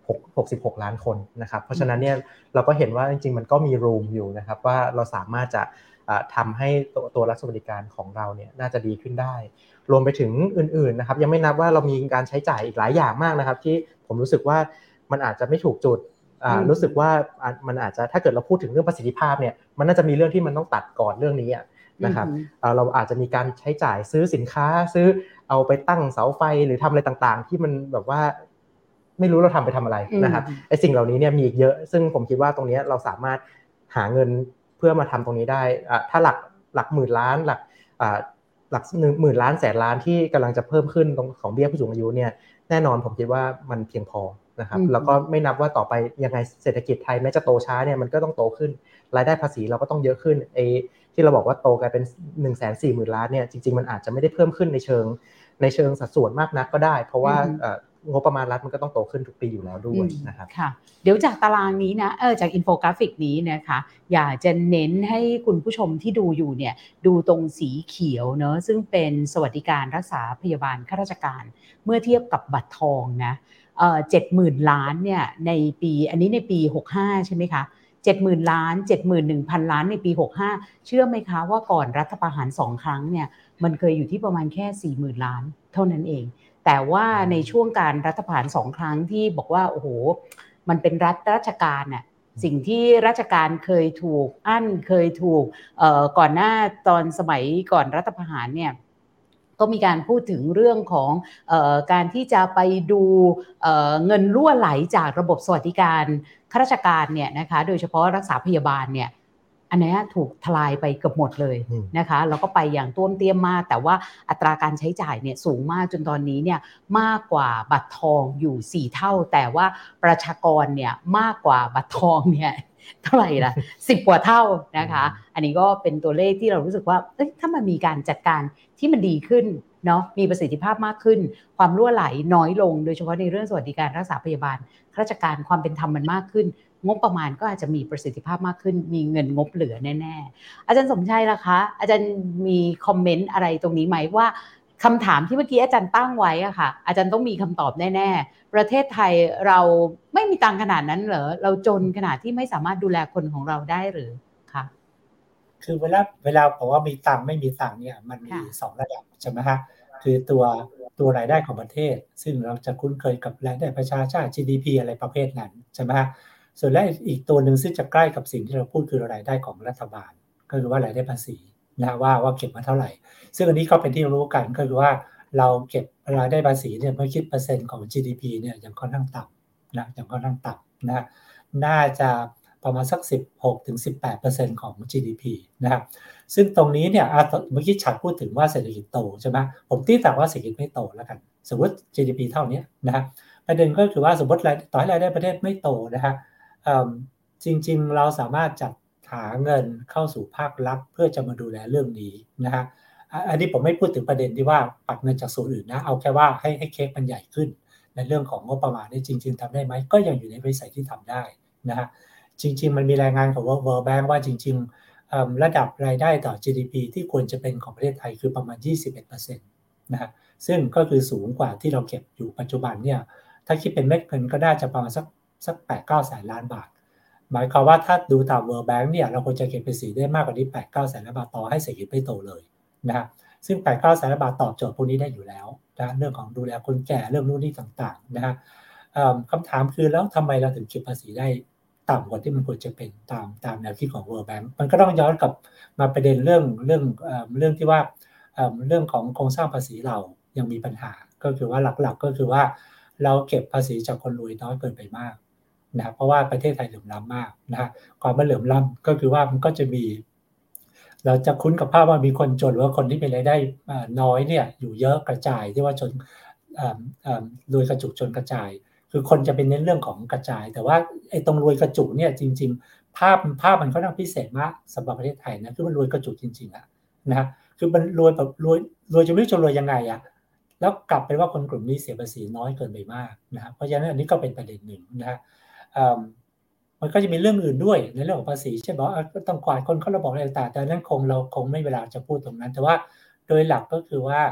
[SPEAKER 3] หกสิบหกล้านคนนะครับเพราะฉะนั้นเนี่ยเราก็เห็นว่าจริงๆมันก็มี room อยู่นะครับว่าเราสามารถจะทำให้ตัวตัวรัฐสวัสดิการของเราเนี่ยน่าจะดีขึ้นได้รวมไปถึงอื่นๆนะครับยังไม่นับว่าเรามีการใช้จ่ายอีกหลายอย่างมากนะครับที่ผมรู้สึกว่ามันอาจจะไม่ถูกจุดรู้สึกว่ามันอาจจะถ้าเกิดเราพูดถึงเรื่องประสิทธิภาพเนี่ยมันน่าจะมีเรื่องที่มันต้องตัดก่อนเรื่องนี้นะครับเราอาจจะมีการใช้จ่ายซื้อสินค้าซื้อเอาไปตั้งเสาไฟหรือทำอะไรต่างๆที่มันแบบว่าไม่รู้เราทำไปทำอะไรนะครับไอ้สิ่งเหล่านี้เนี่ยมีอีกเยอะซึ่งผมคิดว่าตรงนี้เราสามารถหาเงินเพื่อมาทำตรงนี้ได้ถ้าหลักหลักหมื่นล้านหลักหลักหนึ่งหมื่นล้านแสนล้านที่กำลังจะเพิ่มขึ้นตรงของเบี้ยผู้สูงอายุเนี่ยแน่นอนผมคิดว่ามันเพียงพอนะครับแล้วก็ไม่นับว่าต่อไปยังไงเศรษฐกิจไทยแม้จะโตช้าเนี่ยมันก็ต้องโตขึ้นรายได้ภาษีเราก็ต้องเยอะขึ้นไอ้ที่เราบอกว่าโตกลายเป็น หนึ่งแสนสี่หมื่น ล้านเนี่ยจริงๆมันอาจจะไม่ได้เพิ่มขึ้นในเชิงในเชิงสัดส่วนมากนักก็ได้เพราะว่างบประมาณรัฐมันก็ต้องโตขึ้นทุกปีอยู่แล้วด้วยนะครับ
[SPEAKER 1] ค่ะเดี๋ยวจากตารางนี้นะเออจากอินโฟกราฟิกนี้นะคะอยากจะเน้นให้คุณผู้ชมที่ดูอยู่เนี่ยดูตรงสีเขียวเนอะซึ่งเป็นสวัสดิการรักษาพยาบาลข้าราชการเมื่อเทียบกับบัตรทองนะเอ่อ เจ็ดหมื่น ล้านเนี่ยในปีอันนี้ในปีหกสิบห้าใช่ไหมคะเจ็ดหมื่น ล้าน เจ็ดหมื่นหนึ่งพัน ล้านในปีหกสิบห้าเชื่อไหมคะว่าก่อนรัฐประหารสองครั้งเนี่ยมันเคยอยู่ที่ประมาณแค่ สี่หมื่น ล้านเท่านั้นเองแต่ว่าในช่วงการรัฐประหารสองครั้งที่บอกว่าโอ้โหมันเป็นรัฐราชการน่ะสิ่งที่ราชการเคยถูกอั้นเคยถูกเอ่อก่อนหน้าตอนสมัยก่อนรัฐประหารเนี่ยก็มีการพูดถึงเรื่องของเอ่อการที่จะไปดูเอ่อเงินรั่วไหลจากระบบสวัสดิการข้าราชการเนี่ยนะคะโดยเฉพาะรักษาพยาบาลเนี่ยอันนี้ถูกทลายไปเกือบหมดเลยนะคะแล้วก็ไปอย่างต้วมเตี้ยมมากแต่ว่าอัตราการใช้จ่ายเนี่ยสูงมากจนตอนนี้เนี่ยมากกว่าบัตรทองอยู่สี่เท่าแต่ว่าประชากรเนี่ยมากกว่าบัตรทองเนี่ยเท่าไหร่ล่ะสิบกว่าเท่านะคะอันนี้ก็เป็นตัวเลขที่เรารู้สึกว่าเอ้ยถ้ามันมีการจัดการที่มันดีขึ้นเนาะมีประสิทธิภาพมากขึ้นความรั่วไหลน้อยลงโดยเฉพาะในเรื่องสวัสดิการรักษาพยาบาลข้าราชการความเป็นธรรมมันมากขึ้นงบประมาณก็อาจจะมีประสิทธิภาพมากขึ้นมีเงินงบเหลือแน่ๆอาจารย์สมชัยล่ะคะอาจารย์มีคอมเมนต์อะไรตรงนี้ไหมว่าคำถามที่เมื่อกี้อาจารย์ตั้งไว้อะค่ะอาจารย์ต้องมีคำตอบแน่ๆประเทศไทยเราไม่มีตังค์ขนาดนั้นเหรอเราจนขนาดที่ไม่สามารถดูแลคนของเราได้หรือคะ
[SPEAKER 2] คือเวลาเวลาบอกว่ามีตังค์ไม่มีตังค์เนี่ยมันมีสองระดับใช่ไหมฮะคือตัวตัวรายได้ของประเทศซึ่งเราจะคุ้นเคยกับรายได้ประชาชาติ จี ดี พี อะไรประเภทนั้นใช่ไหมฮะส่วนแรกอีกตัวหนึ่งซึ่งจะใกล้กับสิ่งที่เราพูดคือรายได้ของรัฐบาลก็คือว่ารายได้ภาษีนะว่าว่าเก็บมาเท่าไหร่ซึ่งอันนี้ก็เป็นที่รู้กันก็คือว่าเราเก็บรายได้ภาษีเนี่ยเมื่อคิดเปอร์เซ็นต์ของ จี ดี พี เนี่ยยังค่อนข้างต่ำนะยังค่อนข้างต่ำนะน่าจะประมาณสัก สิบหกถึงสิบแปดเปอร์เซ็นต์ ของ จี ดี พี นะครับซึ่งตรงนี้เนี่ยเมื่อกี้ฉัดพูดถึงว่าเศรษฐกิจโตใช่ไหมผมตีต่างว่าเศรษฐกิจไม่โตแล้วกันสมมติ จี ดี พี เท่านี้นะฮะประเด็นก็คือว่าสมมติต่อให้รายได้ประเทศไม่โตนะฮะจริงๆเราสามารถจัดหาเงินเข้าสู่ภาครัฐเพื่อจะมาดูแลเรื่องนี้นะฮะอันนี้ผมไม่พูดถึงประเด็นที่ว่าปักเงินจากส่วนอื่นนะเอาแค่ว่าให้ให้เค้กมันใหญ่ขึ้นในเรื่องของงบประมาณนี่จริงๆทำได้ไหมก็ยังอยู่ในวิสัยที่ทำได้นะฮะจริงๆมันมีรายงานของ World Bank ว่าจริงๆระดับรายได้ต่อ จี ดี พี ที่ควรจะเป็นของประเทศไทยคือประมาณ ยี่สิบเอ็ดเปอร์เซ็นต์ นะฮะซึ่งก็คือสูงกว่าที่เราเก็บอยู่ปัจจุบันเนี่ยถ้าคิดเป็นเม็ดเงินก็น่าจะประมาณสักสัก แปดถึงเก้า แสนล้านบาทหมายความว่าถ้าดูตาม World Bank เนี่ยเราควรจะเก็บภาษีได้มากกว่านี้ แปดถึงเก้า แสนล้านบาทต่อให้เศรษฐกิจไม่โตเลยนะฮะซึ่ง แปดถึงเก้า แสนล้านบาทตอบโจทย์พวกนี้ได้อยู่แล้วนะเรื่องของดูแลคนแก่เรื่องนู่นนี่ต่างๆนะฮะคำถามคือแล้วทำไมเราถึงเก็บภาษีได้ต่ำกว่าที่มันควรจะเป็นตามตามแนวคิดของ World Bank มันก็ต้องย้อนกลับมาประเด็นเรื่องเรื่องเอ่อเรื่องที่ว่าเอ่อเรื่องของโครงสร้างภาษีเรายังมีปัญหาก็คือว่าหลักๆก็คือว่าเราเก็บภาษีจากคนรวยน้อยเกินไปมากนะเพราะว่าประเทศไทยเหลื่อมล้ำมากนะฮะความเหลื่อมล้ำก็คือว่ามันก็จะมีเราจะคุ้นกับภาพว่ามีคนจนหรือว่าคนที่มีรายได้น้อยเนี่ยอยู่เยอะกระจายที่ว่าจนรวยกระจุกจนกระจายคือคนจะเป็นเน้นเรื่องของกระจายแต่ว่าไอ้ตรงรวยกระจุกเนี่ยจริงๆภาพภาพมันค่อนข้างพิเศษมากสำหรับประเทศไทยนะคือมันรวยกระจุกจริงๆอะนะฮะคือมันรวยแบบรวยรวยจะไม่รู้จะรวยยังไงอะแล้วกลับไปว่าคนกลุ่มนี้เสียภาษีน้อยเกินไปมากนะเพราะฉะนั้นอันนี้ก็เป็นประเด็นหนึ่งนะฮะมันก็จะมีเรื่องอื่นด้วยในเรื่องของภาษีใช่ไหมว่าต้องกวาดคนเข้าระบบอะไรต่างๆแต่นั้นคงเราคงไม่เวลาจะพูดตรงนั้นแต่ว่าโดยหลักก็คือว่า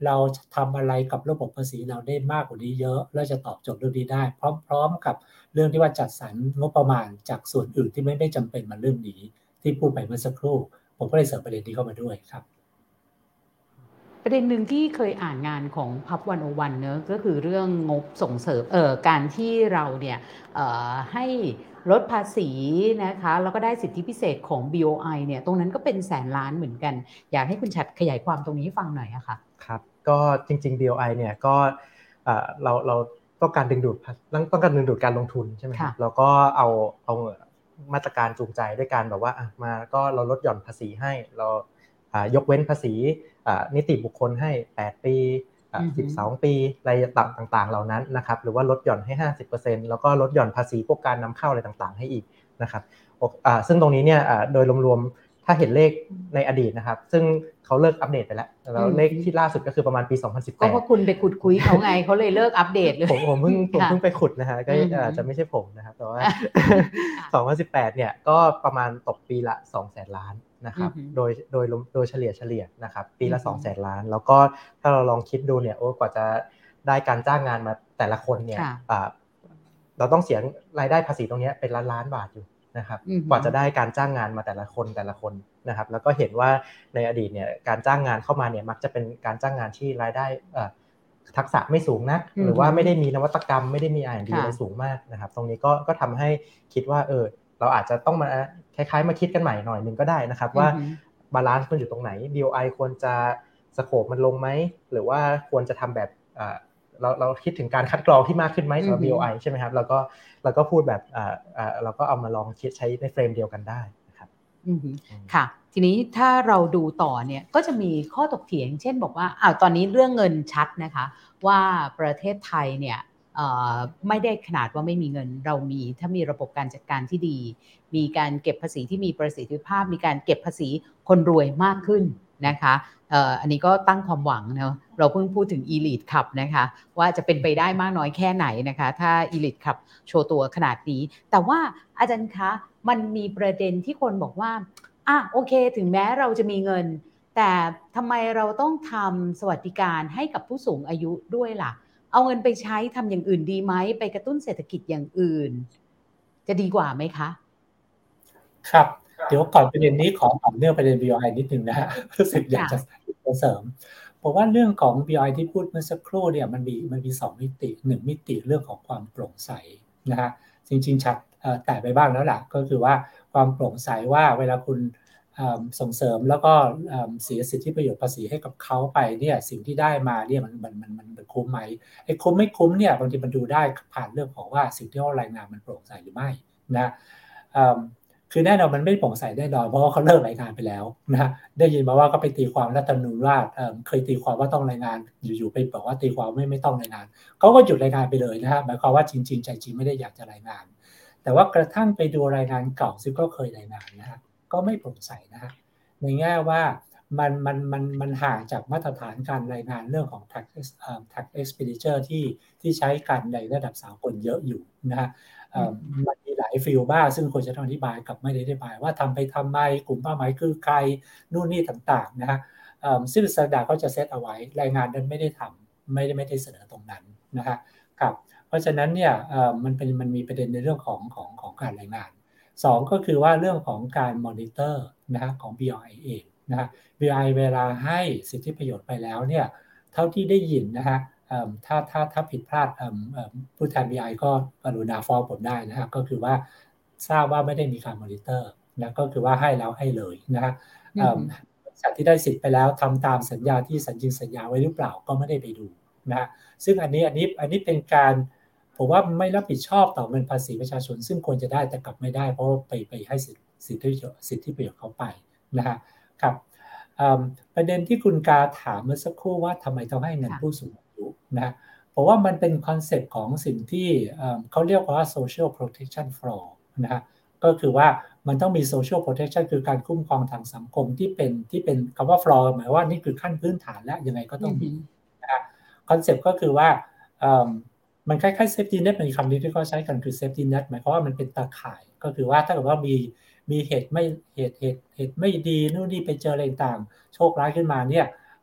[SPEAKER 2] เราทำอะไรกับระบบภาษีเราได้มากกว่านี้เยอะแล้วจะตอบโจทย์เรื่องนี้ได้พร้อมๆกับเรื่องที่ว่าจัดสรรงบประมาณจากส่วนอื่นที่ไม่ไม่จำเป็นมาเรื่องนี้ที่พูดไปเมื่อสักครู่ผมก็เลยเสริมประเด็นนี้เข้ามาด้วยครับ
[SPEAKER 1] ประเด็นหนึ่งที่เคยอ่านงานของพับวันโอวันเนอะก็คือเรื่องงบส่งเสริมเอ่อการที่เราเนี่ยเอ่อให้ลดภาษีนะคะแล้วก็ได้สิทธิพิเศษของ บี โอ ไอ เนี่ยตรงนั้นก็เป็นแสนล้านเหมือนกันอยากให้คุณชัดขยายความตรงนี้ให้ฟังหน่อยอะค่ะ
[SPEAKER 3] ครับก็จริงๆ บี โอ ไอ เนี่ยก็เอ่อเราเราต้องการดึงดูดต้องการดึงดูดการลงทุนใช่ไหมครับแล้วก็เอาเอามาตรการจูงใจด้วยการแบบว่าอ่ะมาก็เราลดหย่อนภาษีให้เราอ่ายกเว้นภาษีอ่านิติบุคคลให้แปดปีอ่าสิบสองปีอะไรต่างๆเหล่านั้นนะครับหรือว่าลดหย่อนให้ ห้าสิบเปอร์เซ็นต์ แล้วก็ลดหย่อนภาษีพวกการนำเข้าอะไรต่างๆให้อีกนะครับอ่าซึ่งตรงนี้เนี่ยอ่าโดยรวมๆถ้าเห็นเลขในอดีตนะครับซึ่งเขาเลิกอัปเดตไปแล้วแล้วเลขที่ล่าสุดก็คือประมาณปีสองพันสิบแปด
[SPEAKER 1] ก็เพราะคุณไปขุดคุยเขาไงเขาเลยเลิกอัปเดตเลย
[SPEAKER 3] ผมผมเพิ่งผมเพิ่งไปขุดนะฮะก็อาจจะไม่ใช่ผมนะครับแต่ว่าสองพันสิบแปดเนี่ยก็ประมาณตกปีละ สองแสน ล้านนะครับโดยโดยโดยเฉลี่ยเฉลี่ยนะครับปีละ สองแสน ล้านแล้วก็ถ้าเราลองคิดดูเนี่ยโอ้กว่าจะได้การจ้างงานมาแต่ละคนเนี่ยเราต้องเสียรายได้ภาษีตรงนี้เป็นล้านล้านบาทอยู่นะครับกว่าจะได้การจ้างงานมาแต่ละคนแต่ละคนนะครับแล้วก็เห็นว่าในอดีตเนี่ยการจ้างงานเข้ามาเนี่ยมักจะเป็นการจ้างงานที่รายได้ทักษะไม่สูงนักหรือว่าไม่ได้มีนวัตกรรมไม่ได้มี อาร์ แอนด์ ดี อะไรสูงมากนะครับตรงนี้ก็ก็ทำให้คิดว่าเออเราอาจจะต้องมาคล้ายๆมาคิดกันใหม่หน่อยนึงก็ได้นะครับว่าบาลานซ์มันอยู่ตรงไหน บี โอ ไอ ควรจะสโคปมันลงไหมหรือว่าควรจะทำแบบเราเราคิดถึงการคัดกรองที่มากขึ้นไหมสำหรับ บี โอ ไอ ใช่ไหมครับแล้วก็เราก็พูดแบบอ่าอ่าเราก็เอามาลองคิดใช้ในเฟรมเดียวกันได้นะครับ
[SPEAKER 1] ค่ะทีนี้ถ้าเราดูต่อเนี่ยก็จะมีข้อถกเถียงเช่นบอกว่าอ้าวตอนนี้เรื่องเงินชัดนะคะว่าประเทศไทยเนี่ยไม่ได้ขนาดว่าไม่มีเงินเรามีถ้ามีระบบการจัดการที่ดีมีการเก็บภาษีที่มีประสิทธิภาพมีการเก็บภาษีคนรวยมากขึ้นนะคะอันนี้ก็ตั้งความหวังเนาะเราเพิ่งพูดถึง Elite Club นะคะว่าจะเป็นไปได้มากน้อยแค่ไหนนะคะถ้า Elite Club โชว์ตัวขนาดนี้แต่ว่าอาจารย์คะมันมีประเด็นที่คนบอกว่าอ่ะโอเคถึงแม้เราจะมีเงินแต่ทำไมเราต้องทำสวัสดิการให้กับผู้สูงอายุด้วยล่ะเอาเงินไปใช้ทำอย่างอื่นดีไหมไปกระตุ้นเศรษฐกิจอย่างอื่นจะดีกว่าไหมคะ
[SPEAKER 2] ครับเดี๋ยวก่อนประเด็นนี้ขอต่อเนื่องประเด็น บี โอ ไอ นิดนึงนะฮะรู้สึกอยากจะเสริมผมว่าเรื่องของ บี โอ ไอ ที่พูดเมื่อสักครู่เนี่ยมันมีมันมีสองมิติหนึ่งมิติเรื่องของความโปร่งใสนะฮะจริงๆชัดแต่ไปบ้างแล้วล่ะก็คือว่าความโปร่งใสว่าเวลาคุณส่งเสริมแล้วก็เสียสิทธิประโยชน์ภาษีให้กับเขาไปเนี่ยสิ่งที่ได้มาเนี่ยมันมันมันมันคุ้มไหมไอ้คุ้มไม่คุ้มเนี่ยบางทีมันดูได้ผ่านเรื่องของว่าสิ่งที่เขารายงานมันโปร่งใสหรือไม่นะคือแน่นอนมันไม่โปร่งใสแน่นอนเพราะว่าเขาเลิกรายงานไปแล้วนะได้ยินมาว่าก็ไปตีความรัฐธรรมนูญว่าเคยตีความว่าต้องรายงานอยู่ๆไปบอกว่าตีความไม่ไม่ต้องรายงานเขาก็หยุดรายงานไปเลยนะฮะหมายความว่าจริงๆใจจริงไม่ได้อยากจะรายงานแต่ว่ากระทั่งไปดูรายงานเก่าซึ่งก็เคยรายงานนะฮะก็ไม่โปร่งใสนะฮะในแง่ว่ามันมันมันมันห่างจากมาตรฐานการรายงานเรื่องของ tax tax expenditure ที่ที่ใช้กันในระดับสากลเยอะอยู่นะฮะมันมีหลายฟิลบ้างซึ่งควรจะต้องอธิบายกับไม่ได้อธิบายว่าทำไปทำไมกลุ่มเป้าหมายคือใครนู่นนี่ต่างๆนะฮะซึ่งสแตนดาร์ดก็จะเซตเอาไว้รายงานนั้นไม่ได้ทำไม่ได้ไม่ได้เสนอตรงนั้นนะฮะครับเพราะฉะนั้นเนี่ยมันเป็นมันมีประเด็นในเรื่องของของของการรายงานสองก็คือว่าเรื่องของการมอนิเตอร์นะฮะของ บี โอ ไอ เองนะฮะ บี โอ ไอ เวลาให้สิทธิประโยชน์ไปแล้วเนี่ยเท่าที่ได้ยินนะฮะถ้าถ้าถ้าผิดพลาดผู้แทน บี โอ ไอ ก็กรุณาฟ้องผมได้นะฮะก็คือว่าทราบว่าไม่ได้มีการมอนิเตอร์นะก็คือว่าให้แล้วให้เลยนะฮะบริษัทที่ได้สิทธิ์ไปแล้วทำตามสัญญาที่สัญญิงสัญญาไว้หรือเปล่าก็ไม่ได้ไปดูนะฮะซึ่งอันนี้อันนี้อันนี้เป็นการผมว่าไม่รับผิดชอบต่อเงินภาษีประชาชนซึ่งควรจะได้แต่กลับไม่ได้เพราะไปไปให้สิทธิสิทธิสิทธิประโยชน์เขาไปนะฮะครับประเด็นที่คุณกาถามเมื่อสักครู่ว่าทำไมต้องให้เงินผู้สูงอายุนะเพราะว่ามันเป็นคอนเซ็ปต์ของสิ่งที่เขาเรียกว่า social protection floor นะฮะก็คือว่ามันต้องมี social protection คือการคุ้มครองทางสังคมที่เป็นที่เป็นคำว่า floor หมายว่านี่คือขั้นพื้นฐานแล้วยังไงก็ต้องมีนะฮะคอนเซ็ปต์ก็คือว่ามันคล้ายๆ safety net เป็นคำนี้ที่เขาใช้กันคือ safety net หมายความว่ามันเป็นตาข่ายก็คือว่าถ้าเกิดว่ามีมีเหตุไม่เหตุเหตุเหตุไม่ดีนู่นนี่ไปเจออะไรต่างโชคร้ายขึ้นมาเนี่ย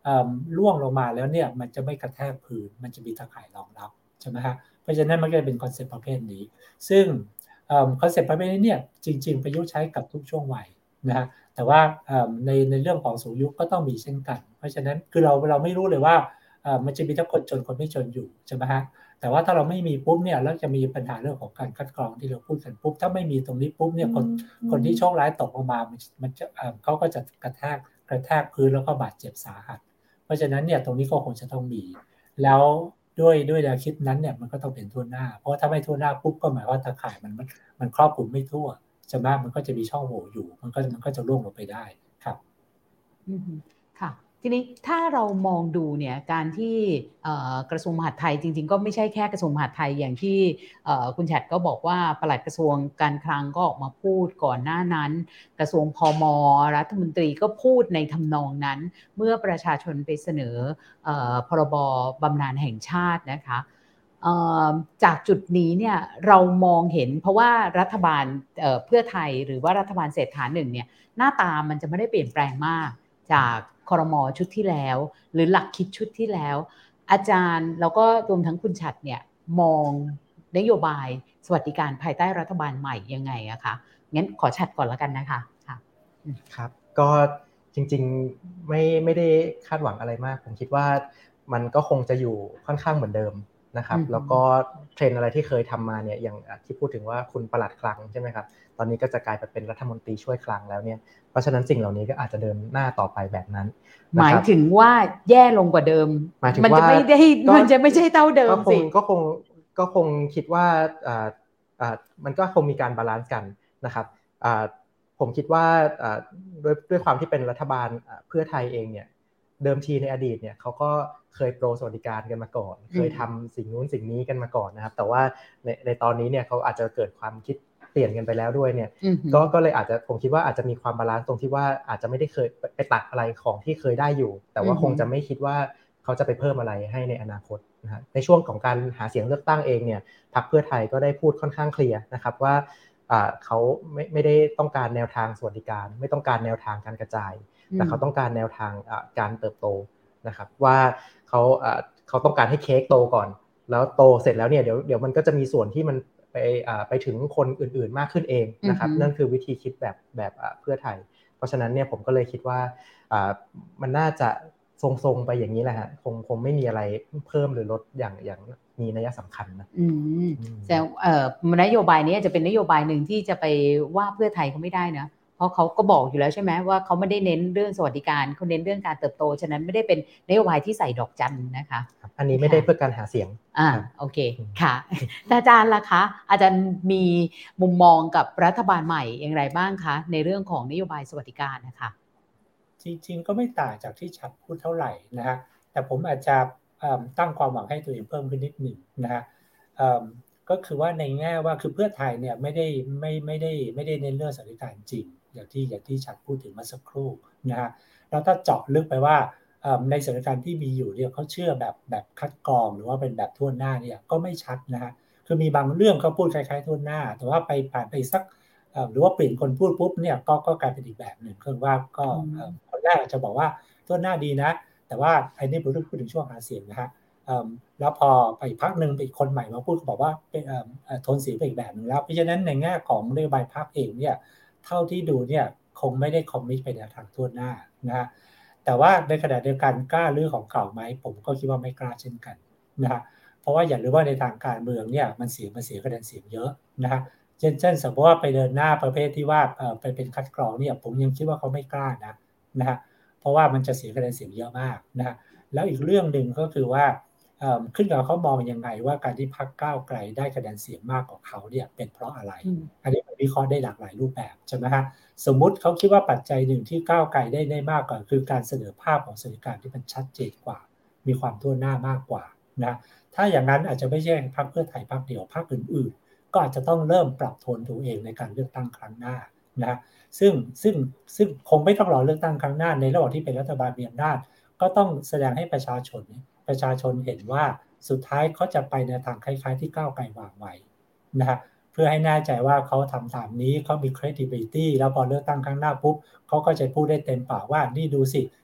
[SPEAKER 2] ล่วงลงมาแล้วเนี่ยมันจะไม่กระแทกพื้นมันจะมีตะข่ายรองรับใช่ไหมฮะเพราะฉะนั้นมันก็จะเป็นคอนเซ็ปต์ประเภทนี้ซึ่งคอนเซ็ปต์ประเภทนี้เนี่ยจริงๆประยุกต์ใช้กับทุกช่วงวัยนะฮะแต่ว่าในในเรื่องของสูงอายุก็ต้องมีเช่นกันเพราะฉะนั้นคือเราเราไม่รู้เลยว่ามันจะมีทั้งคนจนคนไม่จนอยู่ใช่ไหมฮะแต่ว่าถ้าเราไม่มีปุ๊บเนี่ยแล้วจะมีปัญหาเรื่องของการคัดกรองที่เราพูดกันปุ๊บถ้าไม่มีตรงนี้ปุ๊บเนี่ยคนคนที่โชคร้ายตกลงมามันจะเขาก็จะกระแทกกระแทกพื้นแล้วก็บาดเจ็บสาหัสเพราะฉะนั้นเนี่ยตรงนี้ก็คงจะต้องมีแล้วด้วยด้วยแนวคิดนั้นเนี่ยมันก็ต้องเป็นทั่วหน้าเพราะถ้าไม่ทั่วหน้าปุ๊บก็หมายว่าตาข่ายมันมันครอบคลุมไม่ทั่วใช่ไหมมันก็จะมีช่องโหว่อยู่มันก็มันก็จะร่วงลงไปได้ครับ
[SPEAKER 1] อืมค่ะทีนี้ถ้าเรามองดูเนี่ยการที่กระทรวงมหาดไทยจริงๆก็ไม่ใช่แค่กระทรวงมหาดไทยอย่างที่คุณฉัตรก็บอกว่าปลัดกระทรวงการคลังก็ออกมาพูดก่อนหน้านั้นกระทรวงพม.รัฐมนตรีก็พูดในทำนองนั้นเมื่อประชาชนไปเสนอพรบบำนาญแห่งชาตินะคะจากจุดนี้เนี่ยเรามองเห็นเพราะว่ารัฐบาลเพื่อไทยหรือว่ารัฐบาลเศรษฐาหนึ่งเนี่ยหน้าตามันจะไม่ได้เปลี่ยนแปลงมากจากครม.ชุดที่แล้วหรือหลักคิดชุดที่แล้วอาจารย์แล้วก็รวมทั้งคุณฉัตรเนี่ยมองนโยบายสวัสดิการภายใต้รัฐบาลใหม่ยังไงอะคะงั้นขอฉัตรก่อนแล้วกันนะคะค่ะ
[SPEAKER 3] ครับก็จริงๆไม่ไม่ได้คาดหวังอะไรมากผมคิดว่ามันก็คงจะอยู่ค่อนข้างเหมือนเดิมนะครับแล้วก็เทรนด์อะไรที่เคยทำมาเนี่ยอย่างที่พูดถึงว่าคุณปลัดคลังใช่ไหมครับตอนนี้ก็จะกลายไปเป็นรัฐมนตรีช่วยคลังแล้วเนี่ยเพราะฉะนั้นสิ่งเหล่านี้ก็อาจจะเดินหน้าต่อไปแบบนั้น
[SPEAKER 1] หมายถึงว่าแย่ลงกว่าเดิมมันจะไม่ได้มันจะไม่ใช่เท่าเดิมสิ
[SPEAKER 3] ก็คงก็คงคิดว่าอ่าอ่ามันก็คงมีการบาลานซ์กันนะครับอ่าผมคิดว่าด้วยด้วยความที่เป็นรัฐบาลเพื่อไทยเองเนี่ยเดิมทีในอดีตเนี่ยเขาก็เคยโปรสวัสดิการกันมาก่อนเคยทำสิ่งนู้นสิ่งนี้กันมาก่อนนะครับแต่ว่าในในตอนนี้เนี่ยเขาอาจจะเกิดความคิดเปลี่ยนกันไปแล้วด้วยเนี่ยก็ก็เลยอาจจะผมคิดว่าอาจจะมีความบาลานซ์ตรงที่ว่าอาจจะไม่ได้เคยไปตัดอะไรของที่เคยได้อยู่แต่ว่าคงจะไม่คิดว่าเขาจะไปเพิ่มอะไรให้ในอนาคตนะฮะในช่วงของการหาเสียงเลือกตั้งเองเนี่ยพรรคเพื่อไทยก็ได้พูดค่อนข้างเคลียร์นะครับว่าเขาไม่ไม่ได้ต้องการแนวทางสวัสดิการไม่ต้องการแนวทางการกระจายแต่เขาต้องการแนวทางการเติบโตนะครับว่าเขาเขาต้องการให้เค้กโตก่อนแล้วโตเสร็จแล้วเนี่ยเดี๋ยวเดี๋ยวมันก็จะมีส่วนที่มันไปไปถึงคนอื่นๆมากขึ้นเองนะครับนั่นคือวิธีคิดแบบแบบเพื่อไทยเพราะฉะนั้นเนี่ยผมก็เลยคิดว่ามันน่าจะทรงๆไปอย่างนี้แหละฮะคงคงไม่มีอะไรเพิ่มหรือลดอย่างอย่างมีนัยสำคัญนะ
[SPEAKER 1] อืมแต่เอ่อนโยบายนี้จะเป็นนโยบายหนึ่งที่จะไปว่าเพื่อไทยเขาไม่ได้นะเพราะเขาก็บอกอยู่แล้วใช่ไหมว่าเขาไม่ได้เน้นเรื่องสวัสดิการเขาเน้นเรื่องการเติบโตฉะนั้นไม่ได้เป็นนโยบายที่ใส่ดอกจันนะคะ
[SPEAKER 3] อันนี้ไม่ได้เพื่อการหาเสียง
[SPEAKER 1] อ่าโอเคค่ะอาจารย์ล่ะคะอาจารย์มีมุมมองกับรัฐบาลใหม่อย่างไรบ้างคะในเรื่องของนโยบายสวัสดิการนะคะ
[SPEAKER 2] จริงๆก็ไม่ต่างจากที่ฉัตรพูดเท่าไหร่นะฮะแต่ผมอาจจะตั้งความหวังให้ตัวเองเพิ่มขึ้นนิดหนึ่งนะฮะก็คือว่าในแง่ว่าคือเพื่อไทยเนี่ยไม่ได้ไม่ไม่ได้ไม่ได้เน้นเรื่องสวัสดิการจริงอย่างที่อย่างที่ฉัตรพูดถึงเมื่อสักครู่นะฮะแล้วถ้าเจาะลึกไปว่าในสถานการณ์ที่มีอยู่เนี่ยเขาเชื่อแบบแบบคัดกรองหรือว่าเป็นแบบทั่วหน้าเนี่ยก็ไม่ชัดนะฮะคือมีบางเรื่องเขาพูดคล้ายๆทั่วหน้าแต่ว่าไปผ่านไปสักหรือว่าเปลี่ยนคนพูดปุ๊บเนี่ยก็ก็กลายเป็นอีกแบบหนึ่งคือว่าก็คนแรกอาจจะบอกว่าทั่วหน้าดีนะแต่ว่าไอ้นี่ผมพูดถึงช่วงหาเสียงนะฮะแล้วพอไปพักหนึ่งไปคนใหม่มาพูดบอกว่าเป็นโทนสีเป็นอีกแบบนึงแล้วเพราะฉะนั้นในแง่ของนโยบายพรรคเองเนี่ยเท่าที่ดูเนี่ยคงไม่ได้คอมมิตไปในทางทั่วหน้านะฮะแต่ว่าในขณะเดียวกันกล้าลื้อของเก่าไหมผมก็คิดว่าไม่กล้าเช่นกันนะฮะเพราะว่าอย่าลืมว่าในทางการเมืองเนี่ยมันเสียมันเสียคะแนนเสียงเยอะนะฮะเช่นเช่นสมมติว่าไปเดินหน้าประเภทที่ว่าไปเป็นคัดกรองเนี่ยผมยังคิดว่าเขาไม่กล้านะนะฮะเพราะว่ามันจะเสียคะแนนเสียงเยอะมากนะฮะแล้วอีกเรื่องหนึ่งก็คือว่าขึ้นกับเขามองยังไงว่าการที่พรรคก้าวไกลได้คะแนนเสียงมากกว่าเขาเนี่ยเป็นเพราะอะไรอันนี้วิเคราะห์ได้หลากหลายรูปแบบใช่ไหมฮะสมมุติเขาคิดว่าปัจจัยหนึ่งที่ก้าวไกลได้ได้มากกว่าคือการเสนอภาพของสวัสดิการที่มันชัดเจนกว่ามีความทั่วหน้ามากกว่านะถ้าอย่างนั้นอาจจะไม่ใช่พรรคเพื่อไทยพรรคเดียวพรรคอื่นๆก็อาจจะต้องเริ่มปรับโทนตัวเองในการเลือกตั้งครั้งหน้านะซึ่งซึ่งซึ่งคงไม่ต้องรอเลือกตั้งครั้งหน้าในระหว่างที่เป็นรัฐบาลมีอำนาจก็ต้องแสดงให้ประชาชนประชาชนเห็นว่าสุดท้ายเขาจะไปในทางคล้ายๆที่ก้าวไกลวางไว้นะฮะเพื่อให้แน่ใจว่าเขาทำตามนี้เขามี credibility แล้วพอเลือกตั้งครั้งหน้าปุ๊บเขาก็จะพูดได้เต็มปากว่านี่ดูสิ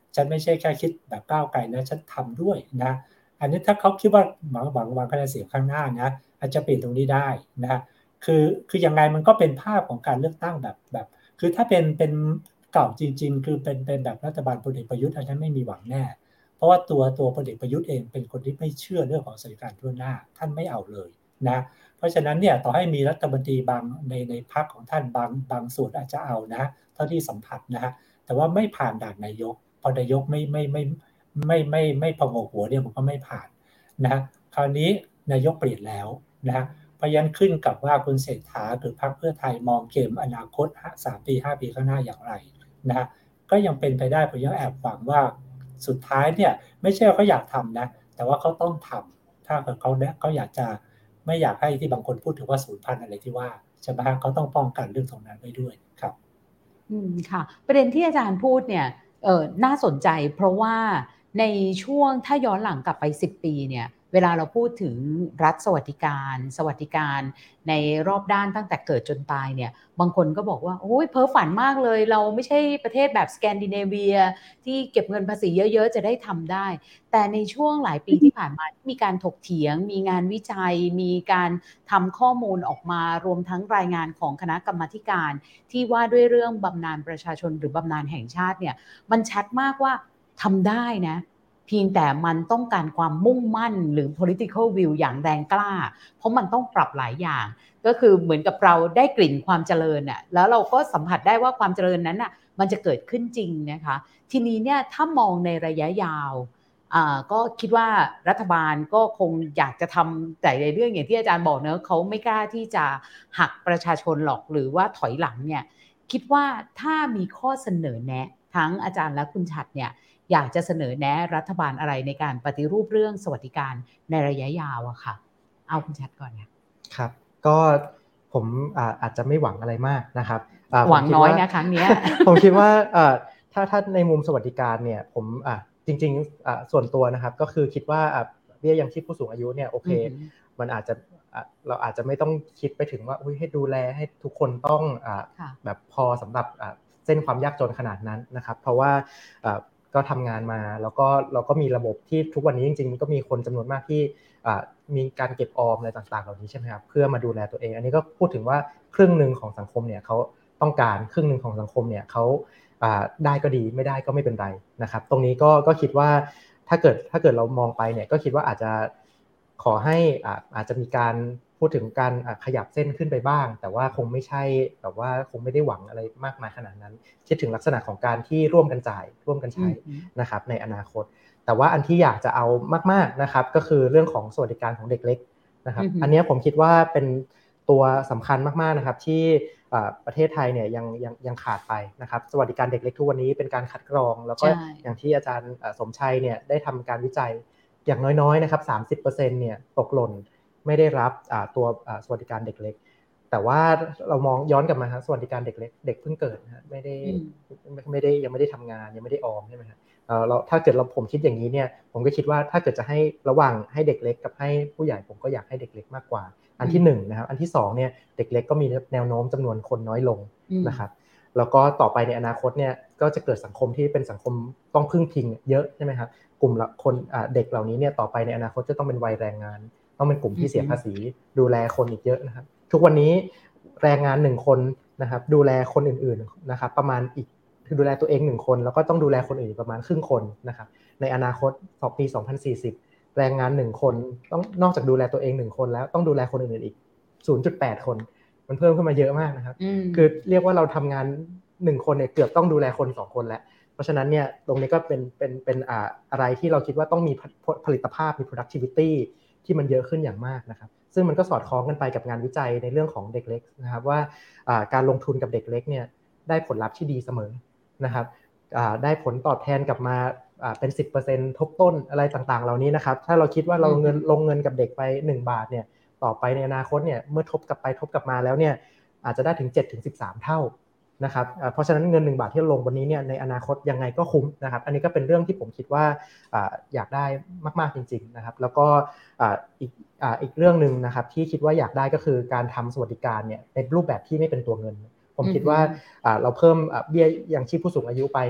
[SPEAKER 2] ฉันไม่ใช่แค่คิดแบบก้าวไกลนะฉันทำด้วยนะอันนี้ถ้าเขาคิดว่าหวังหวังหวังคะแนนเสียงข้างหน้านะอาจจะเปลี่ยนตรงนี้ได้นะคือคือยังไงมันก็เป็นภาพของการเลือกตั้งแบบแบบคือถ้าเป็นเป็นเก่าจริงๆคือเป็นเป็นแบบรัฐบาลพลเอกประยุทธ์อันนั้นไม่มีหวังแน่เพราะว่าตัวตัวพลเอกประยุทธ์เองเป็นคนที่ไม่เชื่อเรื่องของสวัสดิการทั่วหน้าท่านไม่เอาเลยนะเพราะฉะนั้นเนี่ยต่อให้มีรัฐมนตรีบางในในพรรคของท่านบางบางส่วนอาจจะเอานะเท่าที่สัมผัสนะฮะแต่ว่าไม่ผ่านด่านนายกพอนายกไม่ไม่ไม่ไม่ไม่ไม่พองหัวเนี่ยมันก็ไม่ผ่านนะคราวนี้นายกเปลี่ยนแล้วนะเพราะฉะนั้นขึ้นกับว่าคุณเศรษฐาหรือพรรคเพื่อไทยมองเกมอนาคตสามปีห้าปีข้างหน้าอย่างไรนะก็ยังเป็นไปได้ผมยังแอบหวังว่าสุดท้ายเนี่ยไม่ใช่ว่าเขาอยากทำนะแต่ว่าเขาต้องทำถ้าเขาเนี่ยเขาอยากจะไม่อยากให้ที่บางคนพูดถึงว่าศูนย์พันอะไรที่ว่าใช่ไหมฮะเขาต้องป้องกันเรื่องตรงนั้นไว้ด้วยครับ
[SPEAKER 1] อืมค่ะประเด็นที่อาจารย์พูดเนี่ยเออน่าสนใจเพราะว่าในช่วงถ้าย้อนหลังกลับไปสิบปีเนี่ยเวลาเราพูดถึงรัฐสวัสดิการสวัสดิการในรอบด้านตั้งแต่เกิดจนตายเนี่ยบางคนก็บอกว่าโอ้ยเพ้อฝันมากเลยเราไม่ใช่ประเทศแบบสแกนดิเนเวียที่เก็บเงินภาษีเยอะๆจะได้ทำได้แต่ในช่วงหลายปีที่ผ่านมาที่มีการถกเถียงมีงานวิจัยมีการทำข้อมูลออกมารวมทั้งรายงานของคณะกรรมาธิการที่ว่าด้วยเรื่องบำนาญประชาชนหรือบำนาญแห่งชาติเนี่ยมันชัดมากว่าทำได้นะเพียงแต่มันต้องการความมุ่งมั่นหรือ political will อย่างแรงกล้าเพราะมันต้องปรับหลายอย่างก็คือเหมือนกับเราได้กลิ่นความเจริญน่ะแล้วเราก็สัมผัสได้ว่าความเจริญนั้นน่ะมันจะเกิดขึ้นจริงนะคะทีนี้เนี่ยถ้ามองในระยะยาวอ่าก็คิดว่ารัฐบาลก็คงอยากจะทำแต่ในเรื่องอย่างที่อาจารย์บอกเนอะเขาไม่กล้าที่จะหักประชาชนหรอกหรือว่าถอยหลังเนี่ยคิดว่าถ้ามีข้อเสนอแนะทั้งอาจารย์และคุณฉัตรเนี่ยอยากจะเสนอแนะรัฐบาลอะไรในการปฏิรูปเรื่องสวัสดิการในระยะยาวอะค่ะเอาคุณชัตรก่อนค่ะ
[SPEAKER 3] ครับก็ผมอาจจะไม่หวังอะไรมากนะครับ
[SPEAKER 1] หวังน้อยนะครั้งนี้
[SPEAKER 3] ผมคิดว่าถ้าถ้าในมุมสวัสดิการเนี่ยผมจริงๆส่วนตัวนะครับก็คือคิดว่าเบี้ยยังชีพผู้สูงอายุเนี่ยโอเคมันอาจจะเราอาจจะไม่ต้องคิดไปถึงว่าให้ดูแลให้ทุกคนต้องแบบพอสำหรับเส้นความยากจนขนาดนั้นนะครับเพราะว่าก็ทำงานมาแล้วก็เราก็มีระบบที่ทุกวันนี้จริงๆมันก็มีคนจำนวนมากที่มีการเก็บออมอะไรต่างๆเหล่านี้ใช่ไหมครับเพื่อมาดูแลตัวเองอันนี้ก็พูดถึงว่าครึ่งนึงของสังคมเนี่ยเขาต้องการครึ่งนึงของสังคมเนี่ยเขาได้ก็ดีไม่ได้ก็ไม่เป็นไรนะครับตรงนี้ก็ก็คิดว่าถ้าเกิดถ้าเกิดเรามองไปเนี่ยก็คิดว่าอาจจะขอให้อาจจะมีการพูดถึงการขยับเส้นขึ้นไปบ้างแต่ว่าคงไม่ใช่แบบว่าคงไม่ได้หวังอะไรมากมายขนาดนั้นคิดถึงลักษณะของการที่ร่วมกันจ่ายร่วมกันใช้นะครับในอนาคตแต่ว่าอันที่อยากจะเอามากๆนะครับก็คือเรื่องของสวัสดิการของเด็กเล็กนะครับอันนี้ผมคิดว่าเป็นตัวสำคัญมากๆนะครับที่ประเทศไทยเนี่ยยังยังยังขาดไปนะครับสวัสดิการเด็กเล็กทุกวันนี้เป็นการคัดกรองแล้วก็อย่างที่อาจารย์สมชัยเนี่ยได้ทำการวิจัยอย่างน้อยๆนะครับ สามสิบเปอร์เซ็นต์ เนี่ยตกหล่นไม่ได้รับตัวสวัสดิการเด็กเล็กแต่ว่าเรามองย้อนกลับมาครับสวัสดิการเด็กเล็กเด็กเพิ่งเกิดนะไม่ได้ไม่ได้ยังไม่ได้ทำงานยังไม่ได้ออมใช่ไหมครับเราถ้าเกิดเราผมคิดอย่างนี้เนี่ยผมก็คิดว่าถ้าเกิดจะให้ระหว่างให้เด็กเล็กกับให้ผู้ใหญ่ผมก็อยากให้เด็กเล็กมากกว่าอันที่หนึ่งนะครับอันที่สองเนี่ยเด็กเล็กก็มีแนวโน้มจำนวนคนน้อยลงนะครับแล้วก็ต่อไปในอนาคตเนี่ยก็จะเกิดสังคมที่เป็นสังคมต้องพึ่งพิงเยอะใช่ไหมครับกลุ่มคนเด็กเหล่านี้เนี่ยต่อไปในอนาคตจะต้องเป็นวัยแรงงานต้องเป็นกลุ่มที่เสียภาษีดูแลคนอีกเยอะนะครับทุกวันนี้แรงงานหนึ่งคนนะครับดูแลคนอื่นๆนะครับประมาณอีกคือดูแลตัวเองหนึ่งคนแล้วก็ต้องดูแลคนอื่นประมาณครึ่งคนนะครับในอนาคตปีสองพันสี่สิบแรงงานหนึ่งคนต้องนอกจากดูแลตัวเองหนึ่งคนแล้วต้องดูแลคนอื่นอีก ศูนย์จุดแปด คนมันเพิ่มขึ้นมาเยอะมากนะครับคือเรียกว่าเราทำงานหนึ่งคนเนี่ยเกือบต้องดูแลคนสองคนแล้วเพราะฉะนั้นเนี่ยตรงนี้ก็เป็นเป็นเป็นอ่าอะไรที่เราคิดว่าต้องมีผลิตภาพมี productivity ที่มันเยอะขึ้นอย่างมากนะครับซึ่งมันก็สอดคล้องกันไปกับงานวิจัยในเรื่องของเด็กเล็กนะครับว่าการลงทุนกับเด็กเล็กเนี่ยได้ผลลัพธ์ที่ดีเสมอนะครับได้ผลตอบแทนกลับมาเป็น สิบเปอร์เซ็นต์ ทบต้นอะไรต่างๆเหล่านี้นะครับถ้าเราคิดว่าเราเงินลงเงินกับเด็กไปหนึ่งบาทเนี่ยต่อไปในอนาคตเนี่ยเมื่อทบกลับไปทบกลับมาแล้วเนี่ยอาจจะได้ถึง เจ็ดถึงสิบสาม เท่านะครับเพราะฉะนั้นเงินหนึ่งบาทที่ลงวันนี้เนี่ยในอนาคตยังไงก็คุ้มนะครับอันนี้ก็เป็นเรื่องที่ผมคิดว่าอยากได้มากๆจริงๆนะครับแล้วก็อีกอีกเรื่องนึงนะครับที่คิดว่าอยากได้ก็คือการทำสวัสดิการเนี่ยในรูปแบบที่ไม่เป็นตัวเงินผมคิดว่าเราเพิ่มเบี้ยยังชีพผู้สูงอายุไปเนี่ย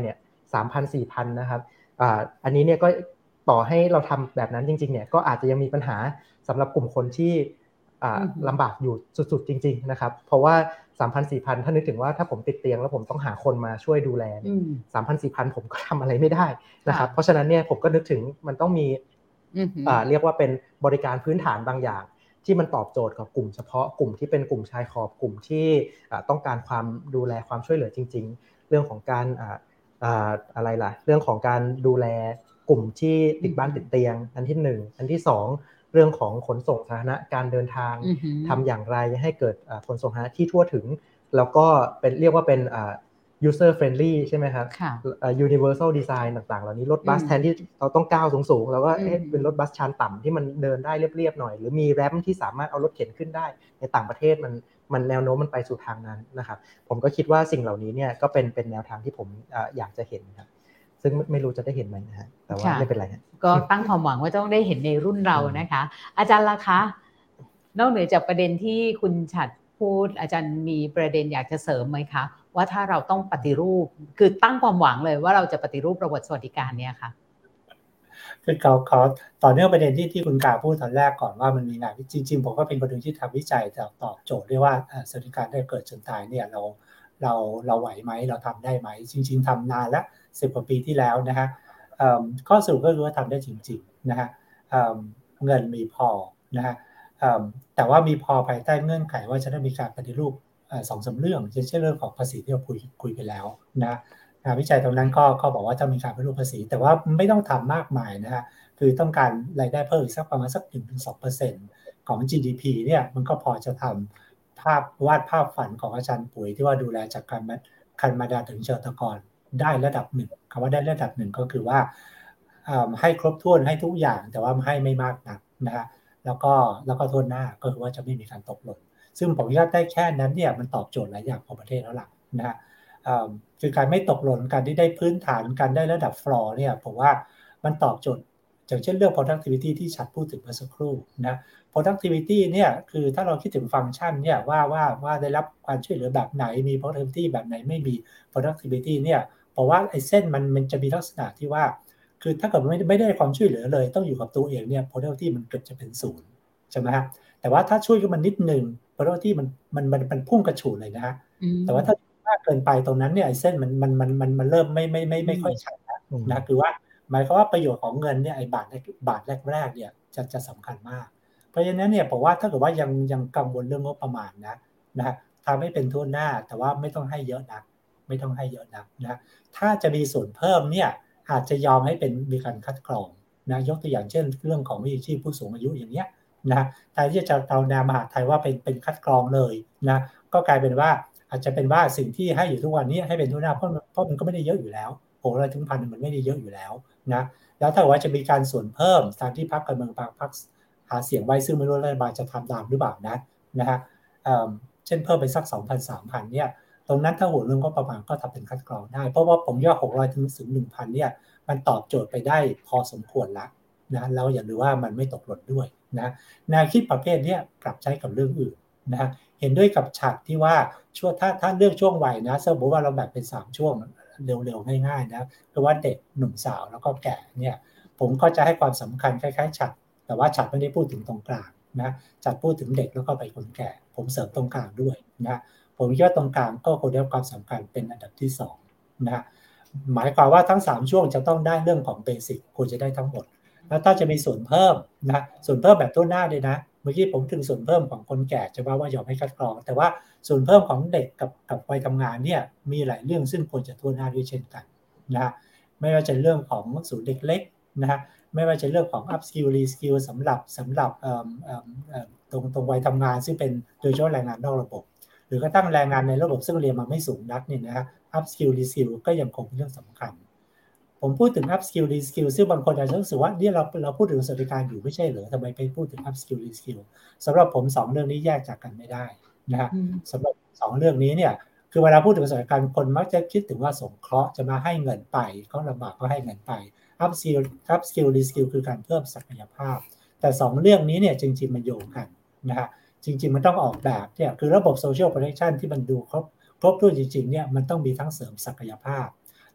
[SPEAKER 3] สามพัน สี่พัน นะครับอ่าอันนี้เนี่ยก็ต่อให้เราทำแบบนั้นจริงๆเนี่ยก็อาจจะยังมีปัญหาสำหรับกลุ่มคนที่อ่าลำบากอยู่สุดๆจริงๆนะครับเพราะว่า สามพัน สี่พัน ถ้านึกถึงว่าถ้าผมติดเตียงแล้วผมต้องหาคนมาช่วยดูแล สามพัน สี่พัน ผมก็ทำอะไรไม่ได้นะครับเพราะฉะนั้นเนี่ยผมก็นึกถึงมันต้องมีอ่าเรียกว่าเป็นบริการพื้นฐานบางอย่างที่มันตอบโจทย์กับกลุ่มเฉพาะกลุ่มที่เป็นกลุ่มชายขอบกลุ่มที่ต้องการความดูแลความช่วยเหลือจริงๆเรื่องของการอ่าอ่าอะไรล่ะเรื่องของการดูแลกลุ่มที่ติดบ้านติดเตียงอันที่หนึ่งอันที่สองเรื่องของขนส่งสาธารณะการเดินทางทำอย่างไรให้เกิดขนส่งสาธารณะที่ทั่วถึงแล้วก็เป็นเรียกว่าเป็นuser friendly ใช่ไหมครับ universal design ต่างๆเหล่านี้รถบัสแทนที่เราต้องก้าวสูงๆแล้วก็เป็นรถบัสชานต่ำที่มันเดินได้เรียบๆหน่อยหรือมีแรมที่สามารถเอารถเข็นขึ้นได้ในต่างประเทศมันมันแนวโน้มมันไปสู่ทางนั้นนะครับผมก็คิดว่าสิ่งเหล่านี้เนี่ยก็เป็นเป็นแนวทางที่ผมอยากจะเห็นครับซึ่งไม่รู้จะได้เห็นไหมนะฮะแต่ว่าไม่เป็นไร
[SPEAKER 1] ก็ตั้งความหวังว่าต้องได้เห็นในรุ่นเรานะคะอาจารย์ล่ะคะนอกเหนือจากประเด็นที่คุณฉัตรพูดอาจารย์มีประเด็นอยากจะเสริมไหมคะว่าถ้าเราต้องปฏิรูปคือตั้งความหวังเลยว่าเราจะปฏิรูประบบสวัสดิการเนี่ยค่ะ
[SPEAKER 2] คือเขาเขาต่อเนื่องประเด็นที่ที่คุณกาพูดตอนแรกก่อนว่ามันมีงานจริงๆผมก็เป็นคนหนึ่งที่ทำวิจัยจะตอบโจทย์ด้วยว่าสวัสดิการได้เกิดจนตายเนี่ยเราเราเราไหวไหมเราทำได้ไหมจริงๆทำนานแล้วสิบกว่าปีที่แล้วนะฮะข้อสรุปก็คือว่าทำได้จริงๆนะฮะเงินมีพอนะฮะแต่ว่ามีพอภายใต้เงื่อนไขว่าจะได้มีการปฏิรูปสองสามเรื่องเช่นเรื่องของภาษีที่เราคุยคุยไปแล้วนะงานวิจัยตรงนั้นก็เขาบอกว่าจะมีการปฏิรูปภาษีแต่ว่าไม่ต้องทำมากมายนะฮะคือต้องการรายได้เพิ่มอีกสักประมาณสัก หนึ่งถึงสองเปอร์เซ็นต์ ของ จี ดี พี เนี่ยมันก็พอจะทำภาพวาดภาพฝันของอาจารย์ปุ๋ยที่ว่าดูแลจากการคันมาดาถึงเชิงตะกอนได้ระดับหนึ่งคำว่าได้ระดับหนึ่งก็คือว่าให้ครบถ้วนให้ทุกอย่างแต่ว่าให้ไม่มากนักนะฮะแล้วก็แล้วก็ทั่วหน้าก็คือว่าจะไม่มีการตกหล่นซึ่งผมว่าได้แค่นั้นเนี่ยมันตอบโจทย์หลายอย่างของประเทศแล้วล่ะนะฮะคือการไม่ตกหล่นการที่ได้พื้นฐานการได้ระดับฟลอร์เนี่ยผมว่ามันตอบโจทย์อย่างเช่นเรื่อง productivity ที่ชัดพูดถึงเมื่อสักครู่นะ productivity เนี่ยคือถ้าเราคิดถึงฟังก์ชันเนี่ยว่าว่าว่าได้รับการช่วยเหลือแบบไหนมี productivity แบบไหนไม่มี productivity เนี่ยเพราะว่าไอ้เส้นมันมันจะมีลักษณะที่ว่าคือถ้าเกิดไม่ไม่ได้ความช่วยเหลือเลยต้องอยู่กับตัวเองเนี่ย productivity มันเกือบจะเป็นศูนย์ใช่ไหมฮะแต่ว่าถ้าช่วยกันมันนิดนึง productivity มันมันมันมันพุ่งกระฉูดเลยนะฮะแต่ว่าถ้ามากเกินไปตรงนั้นเนี่ยไอ้เส้นมันมันมันมันมันเริ่มไม่ไม่ไม่ไม่ค่อยชัดนะนะคือว่าหมายความว่าประโยชน์ของเงินเนี่ยไอ้บาทบาทแรกๆเนี่ยจะจะสำคัญมากเพราะฉะนั้นเนี่ยผมว่าถ้าเกิดว่ายังยังกังวลเรื่องงบประมาณนะนะทำให้เป็นทั่วหน้าแต่ว่าไม่ต้องให้เยอะนักไม่ต้องให้เยอะนักนะถ้าจะมีส่วนเพิ่มเนี่ยอาจจะยอมให้เป็นมีการคัดกรองนะยกตัวอย่างเช่นเรื่องของวิถีชีพผู้สูงอายุอย่างเงี้ยนะแทนที่จะเอาแนวมหาไทยว่าเป็นเป็นคัดกรองเลยนะก็กลายเป็นว่าอาจจะเป็นว่าสิ่งที่ให้อยู่ทุกวันนี้ให้เป็นทั่วหน้าเพราะเพราะมันก็ไม่ได้เยอะอยู่แล้วโอ้เราถึงพันมันไม่ได้เยอะอยู่แล้วนะแล้วถ้าว่าจะมีการส่วนเพิ่มตามที่พรรคการเมืองบางพรรคหาเสียงไว้ซึ่งไม่รู้รัฐบาลจะทำตามหรือเปล่านะนะฮะเช่นเพิ่มไปสัก สองพัน สามพัน เนี่ยตรงนั้นถ้าหัวเรื่องก็ประมาณก็ทำเป็นคัดกรองได้เพราะว่าผมย่อหกร้อยถึง หนึ่งพัน เนี่ยมันตอบโจทย์ไปได้พอสมควรละนะแล้วอย่าลืมว่ามันไม่ตกหล่นด้วยนะแนวคิดประเภทนี้ปรับใช้กับเรื่องอื่นนะเห็นด้วยกับฉากที่ว่าช่วงถ้าถ้าเลือกช่วงวัยนะสมมติว่าเราแบ่งเป็นสามช่วงเร็วๆง่ายๆนะคือว่าเด็กหนุ่มสาวแล้วก็แก่เนี่ยผมก็จะให้ความสำคัญคล้ายๆฉัตรแต่ว่าฉัตรไม่ได้พูดถึงตรงกลางนะฉัตรพูดถึงเด็กแล้วก็ไปคนแก่ผมเสริมตรงกลางด้วยนะผมคิดว่าตรงกลางก็ควรได้รับความสำคัญเป็นอันดับที่สองนะหมายความว่าทั้งสามช่วงจะต้องได้เรื่องของเบสิกควรจะได้ทั้งหมดแล้วถ้าจะมีส่วนเพิ่มนะส่วนเพิ่มแบบทั่วหน้าเลยนะเมื่อกี้ผมถึงส่วนเพิ่มของคนแก่จะว่าว่ายอมให้คัดกรองแต่ว่าส่วนเพิ่มของเด็กกับกับวัยทำงานเนี่ยมีหลายเรื่องซึ่งควรจะทั่วหน้าด้วยเช่นกันนะไม่ว่าจะเรื่องของศูนย์เด็กเล็กนะฮะไม่ว่าจะเรื่องของ up skill re skill สำหรับสำหรับตรงตรงวัยทำงานซึ่งเป็นโดยเฉพาะแรงงานนอกระบบหรือกระทั่งแรงงานในระบบซึ่งเรียนมาไม่สูงนักเนี่ยนะฮะ up skill re skill ก็ยังคงเป็นเรื่องสำคัญผมพูดถึง up skill re skill ซึ่งบางคนอาจจะรู้สึกว่านี่เราเราพูดถึงสวัสดิการอยู่ไม่ใช่เหรอทำไมไปพูดถึง up skill re skill สำหรับผมสองเรื่องนี้แยกจากกันไม่ได้นะฮะสำหรับสองเรื่องนี้เนี่ยคือเวลาพูดถึงสวัสดิการคนมักจะคิดถึงว่าสงเคราะห์จะมาให้เงินไปเขาลำบากก็ให้เงินไป up skill up skill re skill คือการเพิ่มศักยภาพแต่สองเรื่องนี้เนี่ยจริงๆมันโยงกันนะฮะจริงๆมันต้องออกแบบเนี่ยคือระบบ social protection ที่มันดูครบครบถ้วนจริงๆเนี่ยมันต้องมีทั้งเสริมศักยภาพ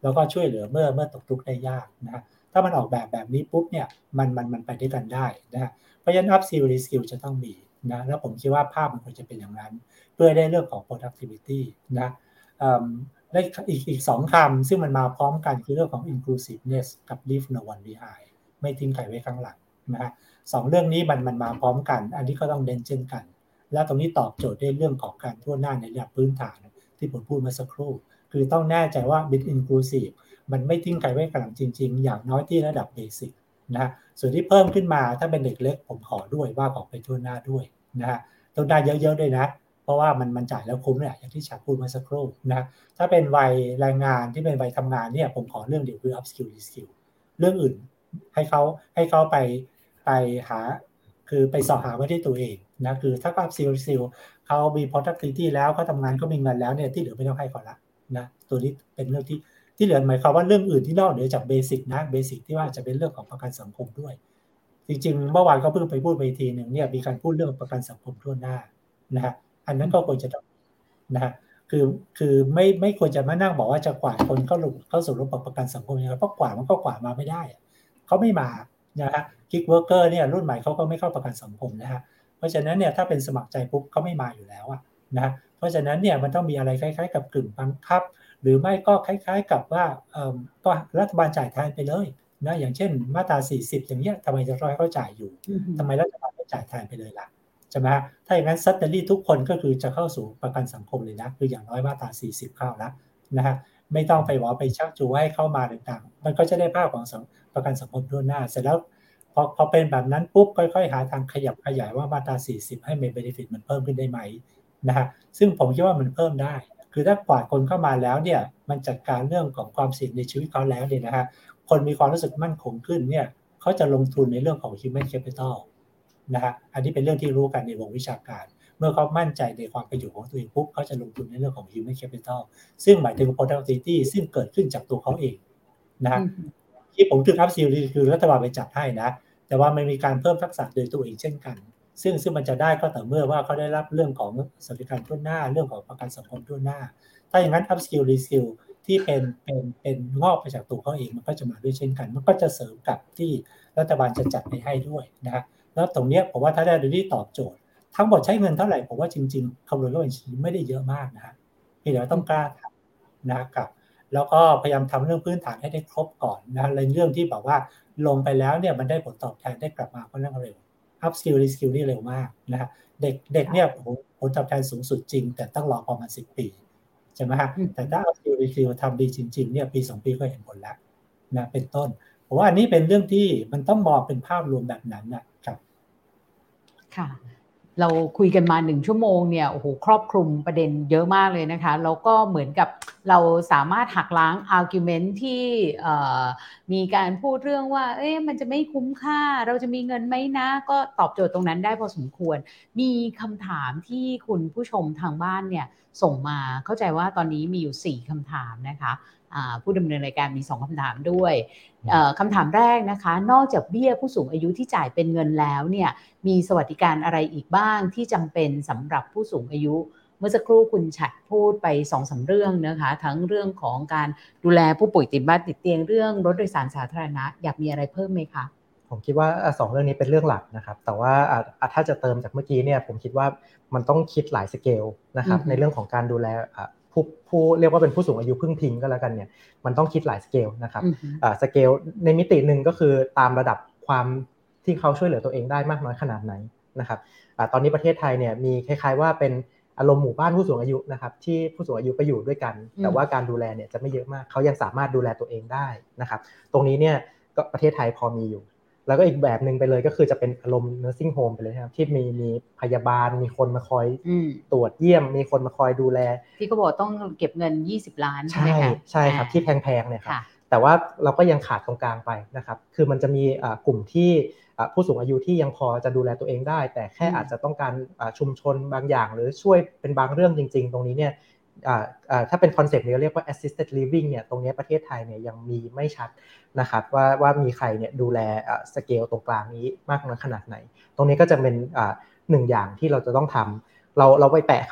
[SPEAKER 2] แล้วก็ช่วยเหลือเมื่อเมื่อตกทุกข์ได้ยากนะฮะถ้ามันออกแบบแบบนี้ปุ๊บเนี่ยมันมันมันไปด้วยกันได้นะฮะเพราะฉะนั้น up skill re skill จะต้องมีนะแล้วผมคิดว่าภาพมันควรจะเป็นอย่างนั้นเพื่อได้เรื่องของ productivity นะและอีกอีกสองคำซึ่งมันมาพร้อมกันคือเรื่องของ inclusiveness กับ leave no one behind ไม่ทิ้งใครไว้ข้างหลังนะฮะสองเรื่องนี้มันมันมาพร้อมกันอันนี้ก็ต้องเน้นเช่นกันแล้วตรงนี้ตอบโจทย์ได้เรื่องของการทั่วหน้าในระดับพื้นฐานที่ผมพูดเมื่อสักครู่คือต้องแน่ใจว่า bit inclusive มันไม่ทิ้งใครไว้ข้างหลังจริงๆอย่างน้อยที่ระดับเบสิกนะส่วนที่เพิ่มขึ้นมาถ้าเป็นเด็กเล็กผมขอด้วยว่าขอไปทั่วหน้าด้วยนะฮะทั่วหน้าเยอะๆด้วยนะเพราะว่ามันมันจ่ายแล้วคุ้มเนี่ยอย่างที่ฉันพูดเมื่อสักครู่นะถ้าเป็นวัยแรงงานที่เป็นวัยทำงานเนี่ยผมขอเรื่องเดียวคือ up skill re skill เรื่องอื่นให้เขาให้เขาไปไปหาคือไปสอบหาไว้ที่ตัวเองนะคือถ้า up skill re skill เขามี productivity แล้วเขาทำงานเขามีเงินแล้วเนี่ยที่เหลือไม่ต้องให้เขาละนะตัวนี้เป็นเรื่องที่ที่เหลือหมายความว่าเรื่องอื่นที่นอกเหนือจากเบสิกนะเบสิกที่ว่าจะเป็นเรื่องของประกันสังคมด้วยจริงๆเมื่อวานก็เพิ่งไปพูดไปทีหนึ่งเนี่ยมีการพูดเรื่องประกันสังคมทั่วหน้านะฮะอันนั้นก็ควรจะต้องนะฮะคือคือไม่ไม่ควรจะมานั่งบอกว่าจะกวาดคนเข้าเข้าสู่ระบบประกันสังคมอย่างไรเพราะกวาดมันก็กวาดมาไม่ได้เขาไม่มานะฮะกิ๊กเวิร์กเกอร์เนี่ยรุ่นใหม่เขาก็ไม่เข้าประกันสังคมนะฮะเพราะฉะนั้นเนี่ยถ้าเป็นสมัครใจปุ๊บเขาไม่มาอยู่แล้วอะนะเพราะฉะนั้นเนี่ยมันต้องมีอะไรคล้ายๆกับกึ่งบังคับหรือไม่ก็คล้ายๆกับว่าเอ่อก็รัฐบาลจ่ายแทนไปเลยนะอย่างเช่นมาตราสี่สิบอย่างเงี้ยทำไมจะรอให้เขาจ่ายอยู่ทำไมรัฐบาลไม่จ่ายแทนไปเลยล่ะใช่ไหมถ้าอย่างนั้นซัตเตอรี่ทุกคนก็คือจะเข้าสู่ประกันสังคมเลยนะคืออย่างน้อยมาตราสี่สิบเข้าแล้วนะฮะไม่ต้องไปหวอไปชักจูงให้เข้ามาต่างๆมันก็จะได้ภาพของประกันสังคมทั่วหน้าเสร็จแล้วพอพอเป็นแบบนั้นปุ๊บค่อยๆหาทางขยับขยายว่ามาตราสี่สิบให้เมเบเนฟิตมันเพิ่มขึ้นได้ไหมนะฮะซึ่งผมคิดว่ามันเพิ่มได้คือถ้ากวาดคนเข้ามาแล้วเนี่ยมันจัดการเรื่องของความเสี่ยงในชีวิตเขาแล้วเนี่ยนะฮะคนมีความรู้สึกมั่นคงขึ้นเนี่ยเขาจะลงทุนในเรื่องของ human capital นะฮะอันนี้เป็นเรื่องที่รู้กันในวงวิชาการเมื่อเขามั่นใจในความเป็นอยู่ของตัวเองปุ๊บเขาจะลงทุนในเรื่องของ human capital ซึ่งหมายถึง productivity ซึ่งเกิดขึ้นจากตัวเขาเองนะฮะที่ผมถึง up skill คือรัฐบาลไปจัดให้นะแต่ว่ามันมีการเพิ่มทักษะโดยตัวเองเช่นกันซึ่งซึ่งมันจะได้ก็ต่อเมื่อว่าเขาได้รับเรื่องของสวัสดิการทั่วหน้าเรื่องของประกันสังคมทั่วหน้าถ้าอย่างนั้น up skill re skill ที่เป็นเป็นเป็นงอกไปจากตัวเขาเองมันก็จะมาด้วยเช่นกันมันก็จะเสริมกับที่รัฐบาลจะจัดไปให้ด้วยนะฮะแล้วตรงนี้ผมว่าถ้าได้ดีตอบโจทย์ทั้งหมดใช้เงินเท่าไหร่ผมว่าจริงๆคำนวณก็เป็นไม่ได้เยอะมากนะฮะพี่เดี๋ยวต้องกล้าทำนะครับแล้วก็พยายามทำเรื่องพื้นฐานให้ได้ครบก่อนนะในเรื่องที่แบบว่าลงไปแล้วเนี่ยมันได้ผลตอบแทนได้กลับมาค่อนข้างเร็วup skill re skill นี่เร็วมากนะฮะเด็กเด็กเนี่ยผลตอบแทนสูงสุดจริงแต่ต้องรอประมาณสิบปีใช่ไหมฮะแต่ถ้า up skill re skill ทำดีจริงๆเนี่ยปีสองปีก็เห็นผลแล้วนะเป็นต้นผมว่าอันนี้เป็นเรื่องที่มันต้องมองเป็นภาพรวมแบบนั้นนะครับ
[SPEAKER 1] ค่ะเราคุยกันมาหนึ่งชั่วโมงเนี่ยโอ้โหครอบคลุมประเด็นเยอะมากเลยนะคะแล้วก็เหมือนกับเราสามารถหักล้าง argument ที่มีการพูดเรื่องว่าเอ๊ะมันจะไม่คุ้มค่าเราจะมีเงินไหมนะก็ตอบโจทย์ตรงนั้นได้พอสมควรมีคำถามที่คุณผู้ชมทางบ้านเนี่ยส่งมาเข้าใจว่าตอนนี้มีอยู่สี่คำถามนะคะผู้ดำเนินรายการมีสองคำถามด้วยคำถามแรกนะคะนอกจากเบี้ยผู้สูงอายุที่จ่ายเป็นเงินแล้วเนี่ยมีสวัสดิการอะไรอีกบ้างที่จำเป็นสำหรับผู้สูงอายุเมื่อสักครู่คุณฉัตรพูดไป สองสาม เรื่องนะคะทั้งเรื่องของการดูแลผู้ป่วยติดบ้านติดเตียงเรื่องรถโดยสารสาธารณะอยากมีอะไรเพิ่มไหมคะ
[SPEAKER 3] ผมคิดว่าสองเรื่องนี้เป็นเรื่องหลักนะครับแต่ว่าถ้าจะเติมจากเมื่อกี้เนี่ยผมคิดว่ามันต้องคิดหลายสเกลนะครับในเรื่องของการดูแลผู้ผู้เรียกว่าเป็นผู้สูงอายุพึ่งพิงก็แล้วกันเนี่ยมันต้องคิดหลายสเกลนะครับสเกลในมิติหนึ่งก็คือตามระดับความที่เขาช่วยเหลือตัวเองได้มากน้อยขนาดไหนนะครับตอนนี้ประเทศไทยเนี่ยมีคล้ายๆว่าเป็นอารมณ์หมู่บ้านผู้สูงอายุนะครับที่ผู้สูงอายุไปอยู่ด้วยกันแต่ว่าการดูแลเนี่ยจะไม่เยอะมากเขายังสามารถดูแลตัวเองได้นะครับตรงนี้เนี่ยก็ประเทศไทยพอมีอยู่แล้วก็อีกแบบนึงไปเลยก็คือจะเป็นอารมณ์ nursing home ไปเลยครับที่มีมีพยาบาลมีคนมาคอยตรวจเยี่ยมมีคนมาคอยดูแล
[SPEAKER 1] ที่เขาบอกต้องเก็บเงินยี่สิบล้านใช่ไหมคะ
[SPEAKER 3] ใช่ครับที่แพงๆเนี่ยครับแต่ว่าเราก็ยังขาดตรงกลางไปนะครับคือมันจะมีกลุ่มที่ผู้สูงอายุที่ยังพอจะดูแลตัวเองได้แต่แค่อาจจะต้องการชุมชนบางอย่างหรือช่วยเป็นบางเรื่องจริงๆตรงนี้เนี่ยถ้าเป็นคอนเซ็ปต์นี้เรียกว่า assisted living เนี่ยตรงนี้ประเทศไทยเนี่ยยังมีไม่ชัดนะครับว่าว่ามีใครเนี่ยดูแลสเกลตรงกลางนี้มากน้อยขนาดไหนตรงนี้ก็จะเป็นหนึ่งอย่างที่เราจะต้องทำเราเราไปแปะเขา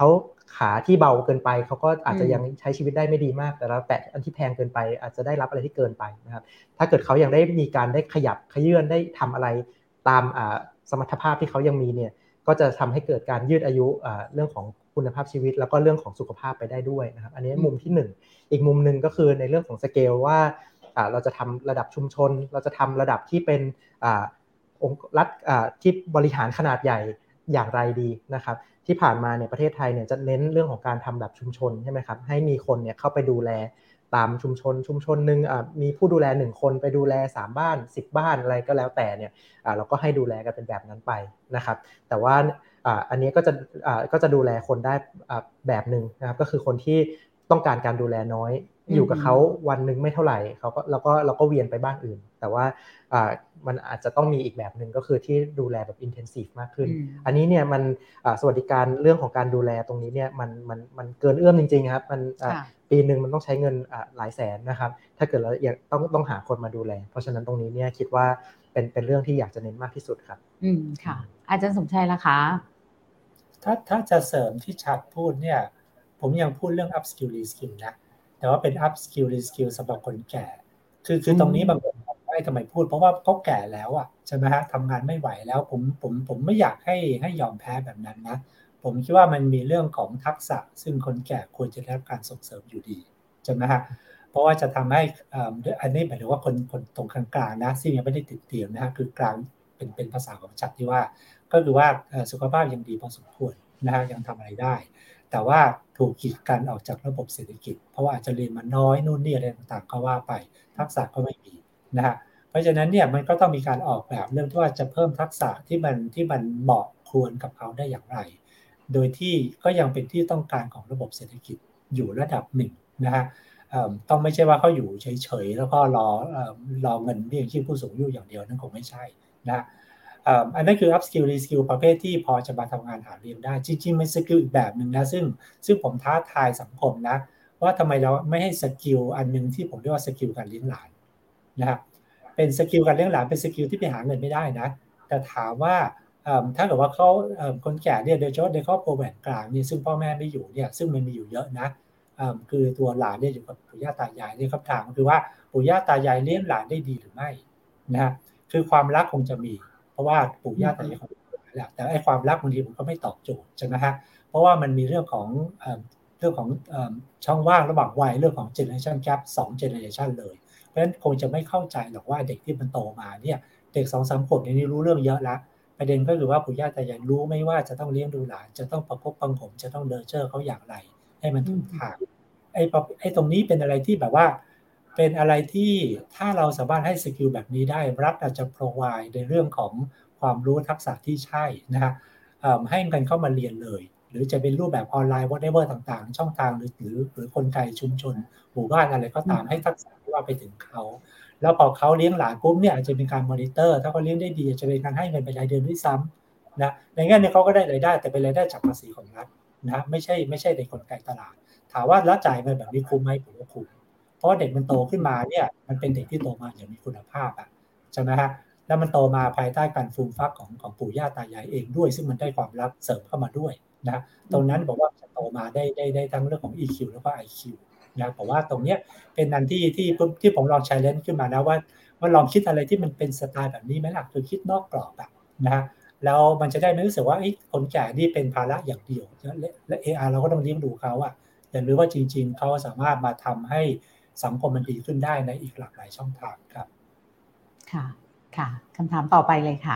[SPEAKER 3] ขาที่เบาเกินไปเขาก็อาจจะยังใช้ชีวิตได้ไม่ดีมากแต่เราแตะอันที่แพงเกินไปอาจจะได้รับอะไรที่เกินไปนะครับถ้าเกิดเขายังได้มีการได้ขยับขยื่นได้ทำอะไรตามสมรรถภาพที่เขายังมีเนี่ยก็จะทำให้เกิดการยืดอายุเรื่องของคุณภาพชีวิตแล้วก็เรื่องของสุขภาพไปได้ด้วยนะครับอันนี้มุมที่หนึ่งอีกมุมนึงก็คือในเรื่องของสเกลว่าเราจะทำระดับชุมชนเราจะทำระดับที่เป็นองค์รัฐที่บริหารขนาดใหญ่อย่างไรดีนะครับที่ผ่านมาเนี่ยประเทศไทยเนี่ยจะเน้นเรื่องของการทำแบบชุมชนใช่ไหมครับให้มีคนเนี่ยเข้าไปดูแลตามชุมชนชุมชนนึงมีผู้ดูแลหนึ่งคนไปดูแลสามบ้านสิบบ้านอะไรก็แล้วแต่เนี่ยเราก็ให้ดูแลกันเป็นแบบนั้นไปนะครับแต่ว่าอันนี้ก็จะก็จะดูแลคนได้แบบนึงนะครับก็คือคนที่ต้องการการดูแลน้อยอยู่กับเขาวันนึงไม่เท่าไหร่เขาก็เราก็เราก็เวียนไปบ้านอื่นแต่ว่ามันอาจจะต้องมีอีกแบบนึงก็คือที่ดูแลแบบ intensive มากขึ้นอันนี้เนี่ยมันสวัสดิการเรื่องของการดูแลตรงนี้เนี่ยมันมันมันเกินเอื้อมจริงๆครับมันปีนึงมันต้องใช้เงินหลายแสนนะครับถ้าเกิดเราอยากต้องต้องหาคนมาดูแลเพราะฉะนั้นตรงนี้เนี่ยคิดว่าเป็นเป็นเรื่องที่อยากจะเน้นมากที่สุดครับ
[SPEAKER 1] อืมค่ะอาจารย์สมชัยล่ะคะ
[SPEAKER 2] ถ้าถ้าจะเสริมที่ชัดพูดเนี่ยผมยังพูดเรื่อง up skill re skill นะแต่ว่าเป็น up skill re skill สำหรับคนแก่คือคือตรงนี้บางคนไม่ทำไมพูดเพราะว่าเขาแก่แล้วอ่ะใช่ไหมฮะทำงานไม่ไหวแล้วผมผมผมไม่อยากให้ให้ยอมแพ้แบบนั้นนะผมคิดว่ามันมีเรื่องของทักษะซึ่งคนแก่ควรจะได้รับการส่งเสริมอยู่ดีใช่ไหมฮะเพราะว่าจะทำให้อันนี้หมายถึงว่าคนคนตรงกลางๆนะซึ่งยังไม่ได้ติดเตียงนะฮะคือกลางเป็นเป็นภาษาของชัดที่ว่าก็คือว่าสุขภาพยังดีพอสมควรนะฮะยังทำอะไรได้แต่ว่าถูกกีดกันออกจากระบบเศรษฐกิจเพราะว่าอาจจะเรียนมาน้อยนู่นนี่อะไรต่างๆก็ว่าไปทักษะก็ไม่มีนะฮะเพราะฉะนั้นเนี่ยมันก็ต้องมีการออกแบบเรื่องที่ว่าจะเพิ่มทักษะที่มันที่มันเหมาะควรกับเขาได้อย่างไรโดยที่ก็ยังเป็นที่ต้องการของระบบเศรษฐกิจอยู่ระดับหนึ่งนะฮะต้องไม่ใช่ว่าเขาอยู่เฉยๆแล้วก็รอรอเงินเบี้ยยังชีพผู้สูงอายุอย่างเดียวนั่นคงไม่ใช่นะอันนั้นคือ up skill re skill ประเภทที่พอจะมาทำงานหาเลี้ยงได้จริงๆมันสกิลอีกแบบนึงนะซึ่งซึ่งผมท้าทายสังคมนะว่าทำไมเราไม่ให้สกิลอันนึงที่ผมเรียกว่าสกิลการเลี้ยงหลานนะครับเป็นสกิลการเลี้ยงหลานเป็นสกิลที่ไปหาเงินไม่ได้นะแต่ถามว่าถ้าเกิดว่าเขาคนแก่เนี่ยโดยเฉพาะในครอบครัวแบ่งกลางนี่ซึ่งพ่อแม่ไม่อยู่เนี่ยซึ่งมันมีอยู่เยอะนะคือตัวหลานเนี่ยอยู่กับปู่ย่าตายายเนี่ยคำถามคือว่าปู่ย่าตายายเลี้ยงหลานได้ดีหรือไม่นะคือความรักคงจะมีเพราะว่าปู่ย่าตายายเขาแหละแต่ไอ้ความรักบางทีมันก็ไม่ตอบโจทย์ใช่ไหมฮะเพราะว่ามันมีเรื่องของเรื่องของช่องว่างระหว่างวัยเรื่องของ generation gap สอง generation เลยเพราะฉะนั้นคงจะไม่เข้าใจหรอกว่าเด็กที่มันโตมาเนี่ยเด็ก สองสาม ขวบนี่รู้เรื่องเยอะแล้วประเด็นก็คือว่าปู่ย่าตายายรู้ไม่ว่าจะต้องเลี้ยงดูหลานจะต้องประคบประหงมจะต้องเนอร์เจอร์เขาอย่างไรให้มันถูกทางไอ้ไอ้ตรงนี้เป็นอะไรที่แบบว่าเป็นอะไรที่ถ้าเราสามารถให้สกิลแบบนี้ได้รัฐอาจจะ provide ในเรื่องของความรู้ทักษะที่ใช่นะฮะให้กันเข้ามาเรียนเลยหรือจะเป็นรูปแบบออนไลน์ whatever ต่างๆช่องทางหรือหรือหรือคนไกลชุมชนหมู่บ้านอะไรก็ตามให้ทักษะที่ว่าไปถึงเขาแล้วพอเขาเลี้ยงหลานปุ๊บเนี่ยอาจจะเป็นการมอนิเตอร์ถ้าเขาเลี้ยงได้ดีอาจจะเป็นการให้เงินเป็นรายเดือนด้วยซ้ำนะในแง่นี้เขาก็ได้รายได้แต่เป็นรายได้จากภาษีของรัฐนะไม่ใช่ไม่ใช่ในกลไกตลาดถามว่ารัฐจ่ายเงินแบบนี้คุ้มไหมผมว่าคุ้มเพราะเด็กมันโตขึ้นมาเนี่ยมันเป็นเด็กที่โตมาอย่างมีคุณภาพอ่ะใช่ไหมฮะแล้วมันโตมาภายใต้การฟูมฟักของของปู่ย่าตายายเองด้วยซึ่งมันได้ความรักเสริมเข้ามาด้วยนะตรงนั้นบอกว่าจะโตมาได้ได้ได้ทั้งเรื่องของ อี คิว แล้วก็ ไอ คิว นะผมว่าตรงเนี้ยเป็นอันที่ที่ที่ผมลองใช้เลนส์ขึ้นมานะว่าว่าลองคิดอะไรที่มันเป็นสไตล์แบบนี้ไหมล่ะคือคิดนอกกรอบแบบนะฮะแล้วมันจะได้ไม่รู้สึกว่าคนแก่นี่เป็นภาระอย่างเดียวและ เอ อาร์ เราก็ต้องเลี้ยงดูเขาอ่ะแต่หรือว่าจริงๆเขาสามารถมาทำให้สังคมมันดีขึ้นได้ในอีกหลากหลายช่องทางครับ
[SPEAKER 1] ค่ะค่ะคำถามต่อไปเลยค่ะ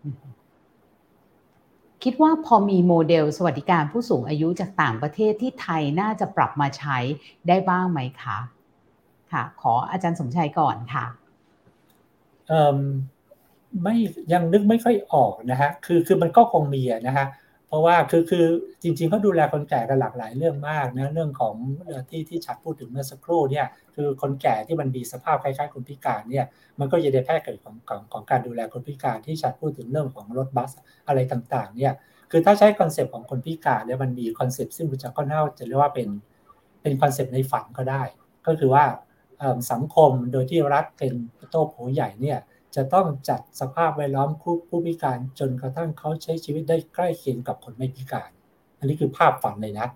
[SPEAKER 1] คิดว่าพอมีโมเดลสวัสดิการผู้สูงอายุจากต่างประเทศที่ไทยน่าจะปรับมาใช้ได้บ้างไหมคะค่ะขออาจารย์สมชัยก่อนค่ะ
[SPEAKER 2] เอ่อไม่ยังนึกไม่ค่อยออกนะฮะคือคือมันก็คงมีนะฮะเพราะว่าคือคือจริงๆเขาดูแลคนแก่กันหลากหลายเรื่องมากนะเรื่องของที่ที่ชัดพูดถึงเมื่อสักครู่เนี่ยคือคนแก่ที่มันมีสภาพคล้ายๆคนพิการเนี่ยมันก็จะได้แพร่เกิดของของของการดูแลคนพิการที่ชัดพูดถึงเรื่องของรถบัสอะไรต่างๆเนี่ยคือถ้าใช้คอนเซปต์ของคนพิการเนี่ยมันมีคอนเซปต์ซึ่งจะค่อนข้างจะเรียกว่าเป็นเป็นคอนเซปต์ในฝันก็ได้ก็คือว่าสังคมโดยที่รัฐเป็นโต้โผใหญ่เนี่ยจะต้องจัดสภาพแวดล้อมผู้พิการจนกระทั่งเขาใช้ชีวิตได้ใกล้เคียงกับคนไม่พิการอันนี้คือภาพฝันเลยนะ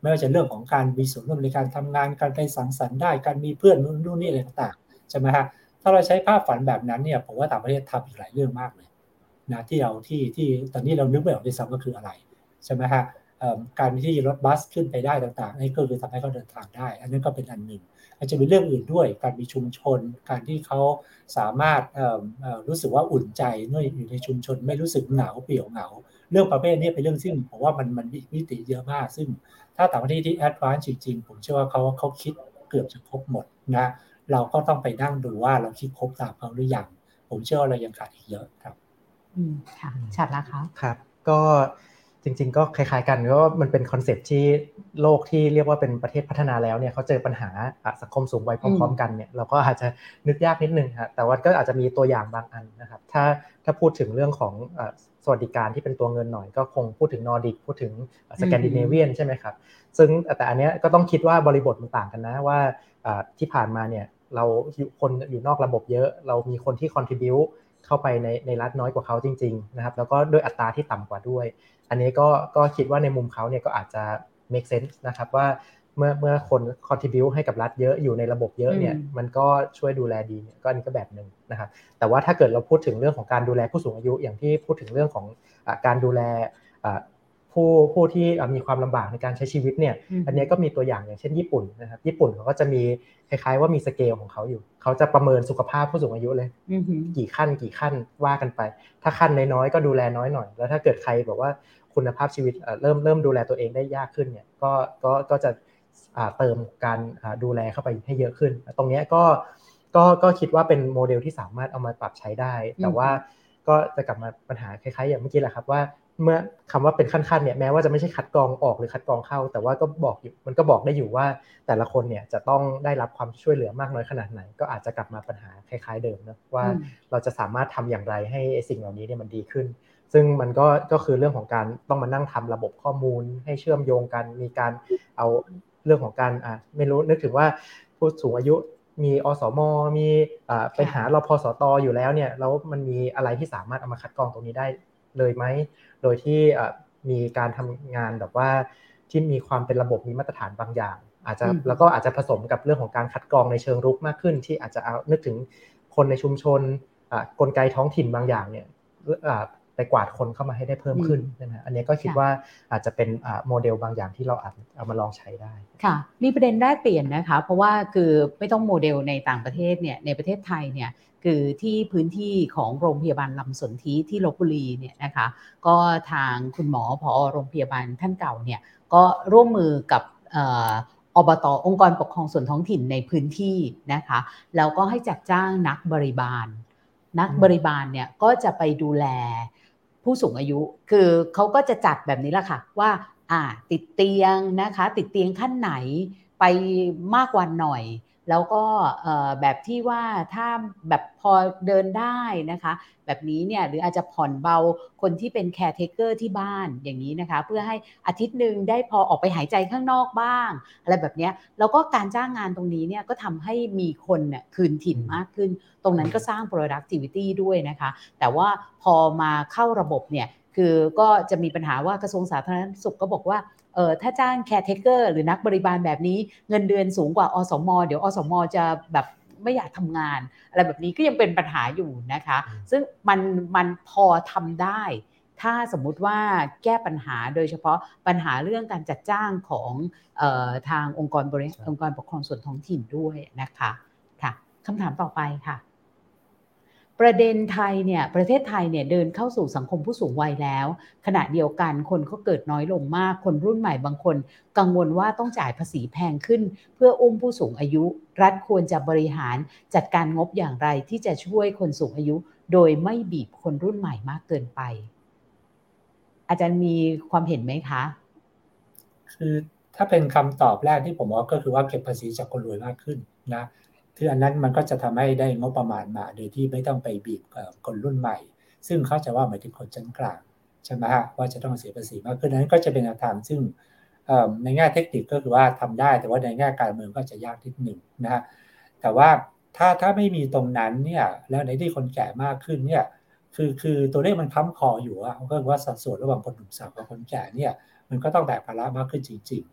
[SPEAKER 2] ไม่ว่าจะเรื่องของการมีส่วนร่วมในการทำงานการไปสังสรรค์ได้การมีเพื่อนนู่นนี่อะไรต่างๆใช่ไหมฮะถ้าเราใช้ภาพฝันแบบนั้นเนี่ยผมว่าต่างประเทศทำอีกหลายเรื่องมากเลยนะที่เราที่ที่ตอนนี้เรานึกไม่ออกด้วยซ้ำก็คืออะไรใช่ไหมฮะการที่รถบัสขึ้นไปได้ต่างๆนี่ก็คือทำให้เขาเดินทางได้อันนั้นก็เป็นอันหนึ่งอาจจะมีเรื่องอื่นด้วยการมีชุมชนการที่เขาสามารถรู้สึกว่าอุ่นใจเมื่ออยู่ในชุมชนไม่รู้สึกเหงาเปลี่ยวเหงาเรื่องประเภทนี้เป็นเรื่องซึ่งผมว่ามันมันมีมิติเยอะมากซึ่งถ้าต่างประเทศที่แอดวานซ์จริงๆผมเชื่อว่าเขาเขาคิดเกือบจะครบหมดนะเราก็ต้องไปนั่งดูว่าเราคิดครบตามเขาหรือยังผมเชื่อว่าเรายังขาดอีกเยอะครับ
[SPEAKER 1] อืมค่ะชัดแล้วครับ
[SPEAKER 3] ครับก็จริงๆก็คล้ายๆกันก็มันเป็นคอนเซ็ปต์ที่โลกที่เรียกว่าเป็นประเทศพัฒนาแล้วเนี่ยเขาเจอปัญหาสังคมสูงวัยพร้อมๆกันเนี่ยเราก็อาจจะนึกยากนิดนึงครับแต่ว่าก็อาจจะมีตัวอย่างบางอันนะครับถ้าถ้าพูดถึงเรื่องของสวัสดิการที่เป็นตัวเงินหน่อยก็คงพูดถึงนอร์ดิกพูดถึงสแกนดิเนเวียนใช่ไหมครับซึ่งแต่อันเนี้ยก็ต้องคิดว่าบริบทมันต่างกันนะว่าที่ผ่านมาเนี่ยเราคนอยู่นอกระบบเยอะเรามีคนที่ contribute เข้าไปในในรัฐน้อยกว่าเขาจริงๆนะครับแล้วก็ด้วยอัตราที่ต่ำกว่าด้วยอันนี้ก็ก็คิดว่าในมุมเขาเนี่ยก็อาจจะ make sense นะครับว่าเมื่อเมื่อคน contribute ให้กับรัฐเยอะอยู่ในระบบเยอะเนี่ยมันก็ช่วยดูแลดีเนี่ยก็อันนี้ก็แบบนึงนะครับแต่ว่าถ้าเกิดเราพูดถึงเรื่องของการดูแลผู้สูงอายุอย่างที่พูดถึงเรื่องของอ่าการดูแลอ่าผู้ผู้ที่มีความลำบากในการใช้ชีวิตเนี่ยอันนี้ก็มีตัวอย่างอย่างเช่นญี่ปุ่นนะครับญี่ปุ่นเขาก็จะมีคล้ายๆว่ามีสเกลของเขาอยู่เขาจะประเมินสุขภาพผู้สูงอายุเลยกี่ขั้นกี่ขั้นว่ากันไปถ้าขั้นน้อยๆก็ดูแลน้อยหน่อยแล้วถ้าเกิดใครบอกว่าคุณภาพชีวิตเริ่มเริ่มดูแลตัวเองได้ยากขึ้นเนี่ยก็ก็ก็จะเติมการดูแลเข้าไปให้เยอะขึ้นตรงนี้ก็ก็ก็คิดว่าเป็นโมเดลที่สามารถเอามาปรับใช้ได้แต่ว่าก็จะกลับมาปัญหาคล้ายๆอย่างเมื่อกี้แหละครับว่าเมื่อคำว่าเป็นขั้นๆเนี่ยแม้ว่าจะไม่ใช่คัดกรองออกหรือคัดกรองเข้าแต่ว่าก็บอกอยู่มันก็บอกได้อยู่ว่าแต่ละคนเนี่ยจะต้องได้รับความช่วยเหลือมากน้อยขนาดไหนก็อาจจะกลับมาปัญหาคล้ายๆเดิมนะว่าเราจะสามารถทำอย่างไรให้สิ่งเหล่านี้เนี่ยมันดีขึ้นซึ่งมันก็ก็คือเรื่องของการต้องมานั่งทำระบบข้อมูลให้เชื่อมโยงกันมีการเอาเรื่องของการอ่ะไม่รู้นึกถึงว่าผู้สูงอายุมีอสมมีอ่าไปหารพสตอยู่แล้วเนี่ยแล้วมันมีอะไรที่สามารถเอามาคัดกรองตรงนี้ได้เลยไหมโดยที่มีการทำงานแบบว่าที่มีความเป็นระบบมีมาตรฐานบางอย่างอาจจะแล้วก็อาจจะผสมกับเรื่องของการคัดกรองในเชิงรุกมากขึ้นที่อาจจะเอานึกถึงคนในชุมชนกลไกท้องถิ่นบางอย่างเนี่ยไปกวาดคนเข้ามาให้ได้เพิ่มขึ้นนะฮะอันนี้ก็คิดว่าอาจจะเป็นโมเดลบางอย่างที่เราอาจเอามาลองใช้ได้
[SPEAKER 1] ค่ะมีประเด็นได้เปลี่ยนนะคะเพราะว่าคือไม่ต้องโมเดลในต่างประเทศเนี่ยในประเทศไทยเนี่ยคือที่พื้นที่ของโรงพยาบาลลำสนธิที่ลพบุรีเนี่ยนะคะก็ทางคุณหมอผอโรงพยาบาลท่านเก่าเนี่ยก็ร่วมมือกับอบต.องค์กรปกครองส่วนท้องถิ่นในพื้นที่นะคะแล้วก็ให้จัดจ้างนักบริบาลนักบริบาลเนี่ยก็จะไปดูแลผู้สูงอายุคือเขาก็จะจัดแบบนี้แหละค่ะว่าอ่าติดเตียงนะคะติดเตียงขั้นไหนไปมากกว่าหน่อยแล้วก็แบบที่ว่าถ้าแบบพอเดินได้นะคะแบบนี้เนี่ยหรืออาจจะผ่อนเบาคนที่เป็นแคร์เทคเกอร์ที่บ้านอย่างนี้นะคะเพื่อให้อาทิตย์นึงได้พอออกไปหายใจข้างนอกบ้างอะไรแบบนี้แล้วก็การจ้างงานตรงนี้เนี่ยก็ทำให้มีคนเนี่ยคืนถิ่นมากขึ้นตรงนั้นก็สร้าง productivity ด้วยนะคะแต่ว่าพอมาเข้าระบบเนี่ยคือก็จะมีปัญหาว่ากระทรวงสาธารณสุขก็บอกว่าเออถ้าจ้างแคร์เทคเกอร์หรือนักบริบาลแบบนี้เงินเดือนสูงกว่าอสม.เดี๋ยวอสม.จะแบบไม่อยากทำงานอะไรแบบนี้ก็ยังเป็นปัญหาอยู่นะคะซึ่งมันมันพอทำได้ถ้าสมมุติว่าแก้ปัญหาโดยเฉพาะปัญหาเรื่องการจัดจ้างของเอ่อทางองค์กรบริองค์กรปกครองส่วนท้องถิ่นด้วยนะคะค่ะคำถามต่อไปค่ะประเด็นไทยเนี่ยประเทศไทยเนี่ยเดินเข้าสู่สังคมผู้สูงวัยแล้วขณะเดียวกันคนก็เกิดน้อยลงมากคนรุ่นใหม่บางคนกังวลว่าต้องจ่ายภาษีแพงขึ้นเพื่ออุ้มผู้สูงอายุรัฐควรจะบริหารจัดการงบอย่างไรที่จะช่วยคนสูงอายุโดยไม่บีบคนรุ่นใหม่มากเกินไปอาจารย์มีความเห็นไหมคะ
[SPEAKER 2] คือถ้าเป็นคำตอบแรกที่ผมว่าก็คือว่าเก็บภาษีจากคนรวยมากขึ้นนะคืออันนั้นมันก็จะทำให้ได้งบประมาณมาโดยที่ไม่ต้องไปบีบคนรุ่นใหม่ซึ่งเขาจะว่าหมายถึงคนชั้นกลางใช่ไหมฮะว่าจะต้องเสียภาษีมากขึ้นนั้นก็จะเป็นแนวทางซึ่งในแง่เทคนิคก็คือว่าทำได้แต่ว่าในแง่การเมืองก็จะยากนิดหนึ่งนะฮะแต่ว่าถ้าถ้าไม่มีตรงนั้นเนี่ยแล้วในที่คนแก่มากขึ้นเนี่ยคือคือตัวเลขมันค้ำคออยู่อะก็คือว่าสัดส่วนระหว่างคนหนุ่มสาวกับคนแก่เนี่ยมันก็ต้องแบกภาระมากขึ้นจริง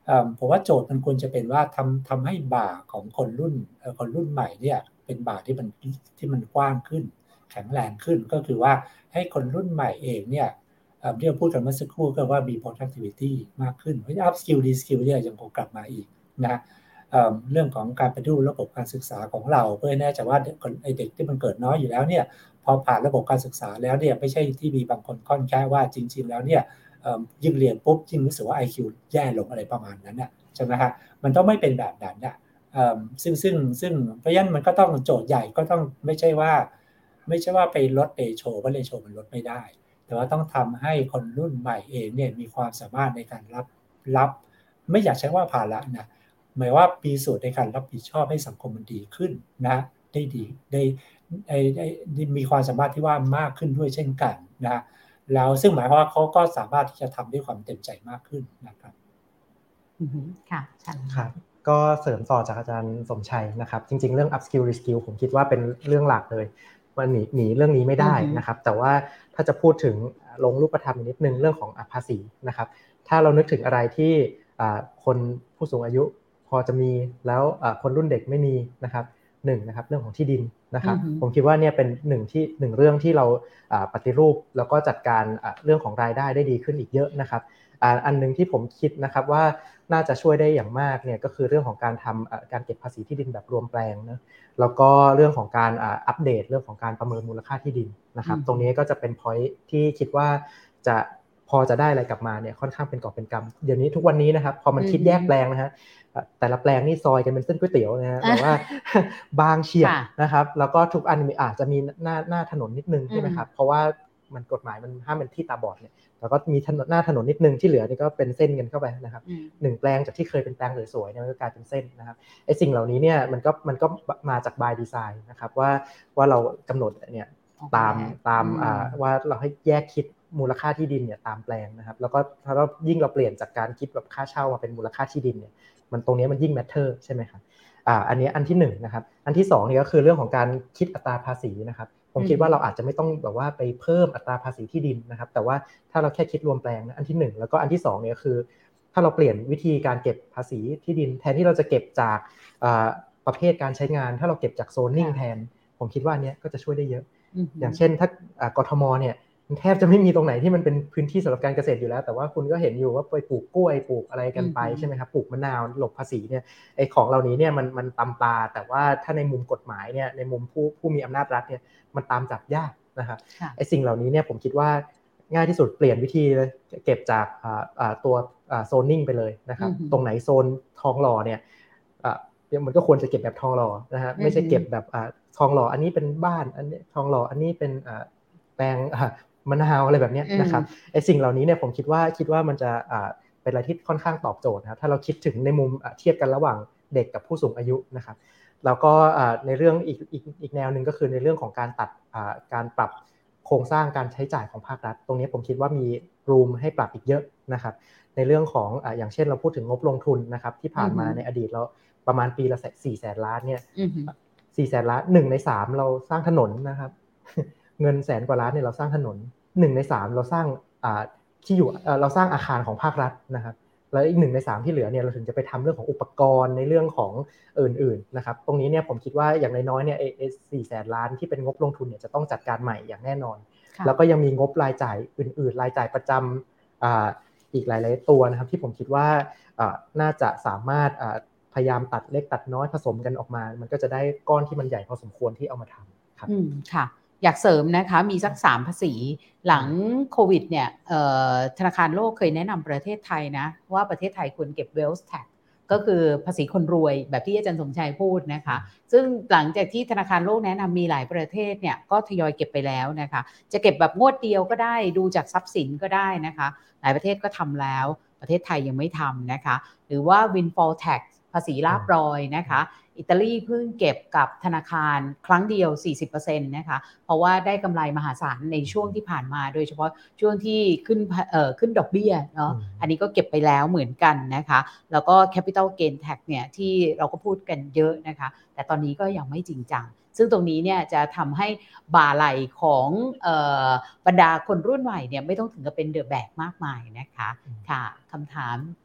[SPEAKER 2] ผมว่าโจทย์มันควรจะเป็นว่าทำทำให้บ่าของคนรุ่นคนรุ่นใหม่เนี่ยเป็นบ่าที่มันที่มันกว้างขึ้นแข็งแรงขึ้นก็คือว่าให้คนรุ่นใหม่เองเนี่ยที่เราพูดกันเมื่อสักครู่ก็ว่ามี productivity มากขึ้นเพราะ up skill de skill เนี่ยยังคงกลับมาอีกนะเรื่องของการปฏิรูประบบการศึกษาของเราเพื่อให้แน่ใจว่าไอเด็กที่มันเกิดน้อยอยู่แล้วเนี่ยพอผ่านระบบการศึกษาแล้วเนี่ยไม่ใช่ที่มีบางคนค่อนข้างว่าจริงๆแล้วเนี่ยยิ่งเรียนปุ๊บยิ่งรู้สึกว่า ไอ คิว แย่ลงอะไรประมาณนั้นน่ะใช่ไหมฮะมันต้องไม่เป็นแบบนั้นน่ะซึ่งซึ่งซึ่งเพราะฉะนั้นมันก็ต้องโจทย์ใหญ่ก็ต้องไม่ใช่ว่าไม่ใช่ว่าไปลดเรโชเพราะเรโชมันลดไม่ได้แต่ว่าต้องทำให้คนรุ่นใหม่เองเนี่ยมีความสามารถในการรับรับไม่อยากใช้ว่าภาระนะหมายว่ามีส่วนในการรับผิดชอบให้สังคมมันดีขึ้นนะได้ดีได้ได้ได้มีความสามารถที่ว่ามากขึ้นด้วยเช่นกันนะแล้วซึ่งหมายความว่าเขาก็สามารถที่จะทำด้วยความเต็มใจมากขึ้นนะครับ
[SPEAKER 1] ค่ะใช่
[SPEAKER 3] ครับก็เสริมต่อจากอาจารย์สมชัยนะครับจริงๆเรื่อง up skill re skill ผมคิดว่าเป็นเรื่องหลักเลยมันหนีหนีเรื่องนี้ไม่ได้นะครับแต่ว่าถ้าจะพูดถึงลงรูปธรรมนิดนึงเรื่องของภาษีนะครับถ้าเรานึกถึงอะไรที่คนผู้สูงอายุพอจะมีแล้วคนรุ่นเด็กไม่มีนะครับหนึ่งนะครับเรื่องของที่ดินนะครับผมคิดว่าเนี่ยเป็นหนึ่งที่หนึ่งเรื่องที่เราปฏิรูปแล้วก็จัดการเรื่องของรายได้ได้ดีขึ้นอีกเยอะนะครับอันนึงที่ผมคิดนะครับว่าน่าจะช่วยได้อย่างมากเนี่ยก็คือเรื่องของการทำการเก็บภาษีที่ดินแบบรวมแปลงนะแล้วก็เรื่องของการอัปเดตเรื่องของการประเมินมูลค่าที่ดินนะครับตรงนี้ก็จะเป็น point ที่คิดว่าจะพอจะได้อะไรกลับมาเนี่ยค่อนข้างเป็นกอบเป็นกำเดี๋ยวนี้ทุกวันนี้นะครับพอมันคิดแยกแปลงนะฮะแต่ละแปลงนี่ซอยกันเป็นเส้นก๋วยเตี๋ยวนะฮะแต่ว่าบางเฉียบนะครับแล้วก็ทุกอันอาจจะมีหน้าหน้าถนนนิดนึงใช่ไหมครับเพราะว่ามันกฎหมายมันห้ามเป็นที่ตาบอดเนี่ยแล้วก็มีหน้าถนนนิดนึงที่เหลือนี่ก็เป็นเส้นกันเข้าไปนะครับหนึ่งแปลงจากที่เคยเป็นแปลงสวยๆเนี่ยมันก็กลายเป็นเส้นนะครับไอ้สิ่งเหล่านี้เนี่ยมันก็มันก็มาจาก by design นะครับว่าว่าเรากำหนดเนี่ยตามตามว่าเราให้แยกคิดมูลค่าที่ดินเนี่ยตามแปลงนะครับแล้วก็ถ้าเรายิ่งเราเปลี่ยนจากการคิดแบบค่าเช่ามาเป็นมูลค่าที่ดินเนี่ยมันตรงนี้มันยิ่ง matter ใช่ไหมครับอ่าอันนี้อันที่หนึ่งนะครับอันที่สองนี่ก็คือเรื่องของการคิดอัตราภาษีนะครับผมคิดว่าเราอาจจะไม่ต้องแบบว่าไปเพิ่มอัตราภาษีที่ดินนะครับแต่ว่าถ้าเราแค่คิดรวมแปลงนะอันที่หนึ่งแล้วก็อันที่สองเนี่ยคือถ้าเราเปลี่ยนวิธีการเก็บภาษีที่ดินแทนที่เราจะเก็บจากประเภทการใช้งานถ้าเราเก็บจากโซนนิ่งแทนผมคิดว่าอันนี้ก็จะช่วยได้เยอะอย่างเช่นถ้ากทมเนี่ยแทบจะไม่มีตรงไหนที่มันเป็นพื้นที่สำหรับการเกษตรอยู่แล้วแต่ว่าคุณก็เห็นอยู่ว่าไปปลูกกล้วยปลูกอะไรกันไปใช่ไหมครับปลูกมะนาวหลบภาษีเนี่ยไอ้ของเหล่านี้เนี่ยมันมันตำปลาแต่ว่าถ้าในมุมกฎหมายเนี่ยในมุมผู้ผู้มีอำนาจรัฐเนี่ยมันตามจับยากนะครับไอ้สิ่งเหล่านี้เนี่ยผมคิดว่าง่ายที่สุดเปลี่ยนวิธีเลยเก็บจากตัวโซนนิ่งไปเลยนะครับตรงไหนโซนทองหล่อเนี่ยมันก็ควรจะเก็บแบบทองหล่อนะฮะไม่ใช่เก็บแบบทองหล่ออันนี้เป็นบ้านอันนี้ทองหล่ออันนี้เป็นแปลงมะนาวอะไรแบบนี้นะครับไอ้สิ่งเหล่านี้เนี่ยผมคิดว่าคิดว่ามันจะเป็นอะไรที่ค่อนข้างตอบโจทย์นะครับถ้าเราคิดถึงในมุมเทียบกันระหว่างเด็กกับผู้สูงอายุนะครับแล้วก็ในเรื่องอีกอีกอีกแนวนึงก็คือในเรื่องของการตัดการปรับโครงสร้างการใช้จ่ายของภาครัฐตรงนี้ผมคิดว่ามีรูมให้ปรับอีกเยอะนะครับในเรื่องของอย่างเช่นเราพูดถึงงบลงทุนนะครับที่ผ่านมาในอดีตเราประมาณปีละสี่แสนล้านเนี่ยสี่แสนล้านหนึ่งในสามเราสร้างถนนนะครับเงินแสนกว่าล้านเนี่ยเราสร้างถนนหนึ่งในสามเราสร้างที่อยู่เราสร้างอาคารของภาครัฐนะครับแล้วอีกหนึ่งในสามที่เหลือเนี่ยเราถึงจะไปทำเรื่องของอุปกรณ์ในเรื่องของอื่นๆนะครับตรงนี้เนี่ยผมคิดว่าอย่างน้อยๆเนี่ยไอ้สี่แสนล้านที่เป็นงบลงทุนเนี่ยจะต้องจัดการใหม่อย่างแน่นอนแล้วก็ยังมีงบรายจ่ายอื่นๆรายจ่ายประจำ อ, อีกหลายๆตัวนะครับที่ผมคิดว่าน่าจะสามารถพยายามตัดเล็กตัดน้อยผสมกันออกมามันก็จะได้ก้อนที่มันใหญ่พอสมควรที่เอามาทำครับ
[SPEAKER 1] ค่ะอยากเสริมนะคะมีสักสามภาษีหลังโควิดเนี่ยธนาคารโลกเคยแนะนำประเทศไทยนะว่าประเทศไทยควรเก็บ wealth tax ก็คือภาษีคนรวยแบบที่อาจารย์สมชัยพูดนะคะซึ่งหลังจากที่ธนาคารโลกแนะนำมีหลายประเทศเนี่ยก็ทยอยเก็บไปแล้วนะคะจะเก็บแบบงวดเดียวก็ได้ดูจากทรัพย์สินก็ได้นะคะหลายประเทศก็ทำแล้วประเทศไทยยังไม่ทำนะคะหรือว่า windfall tax ภาษีลาภลอยนะคะอิตาลีเพิ่งเก็บกับธนาคารครั้งเดียว สี่สิบเปอร์เซ็นต์ นะคะเพราะว่าได้กำไรมหาศาลในช่วงที่ผ่านมาโดยเฉพาะช่วงที่ขึ้นเอ่อขึ้นดอกเบี้ยเนาะอันนี้ก็เก็บไปแล้วเหมือนกันนะคะแล้วก็ capital gain tax เนี่ยที่เราก็พูดกันเยอะนะคะแต่ตอนนี้ก็ยังไม่จริงจังซึ่งตรงนี้เนี่ยจะทำให้บ่าไหลของเอ่อบรรดาคนรุ่นใหม่เนี่ยไม่ต้องถึงกับเป็นเดอะแบกมากมายนะคะค่ะคำถาม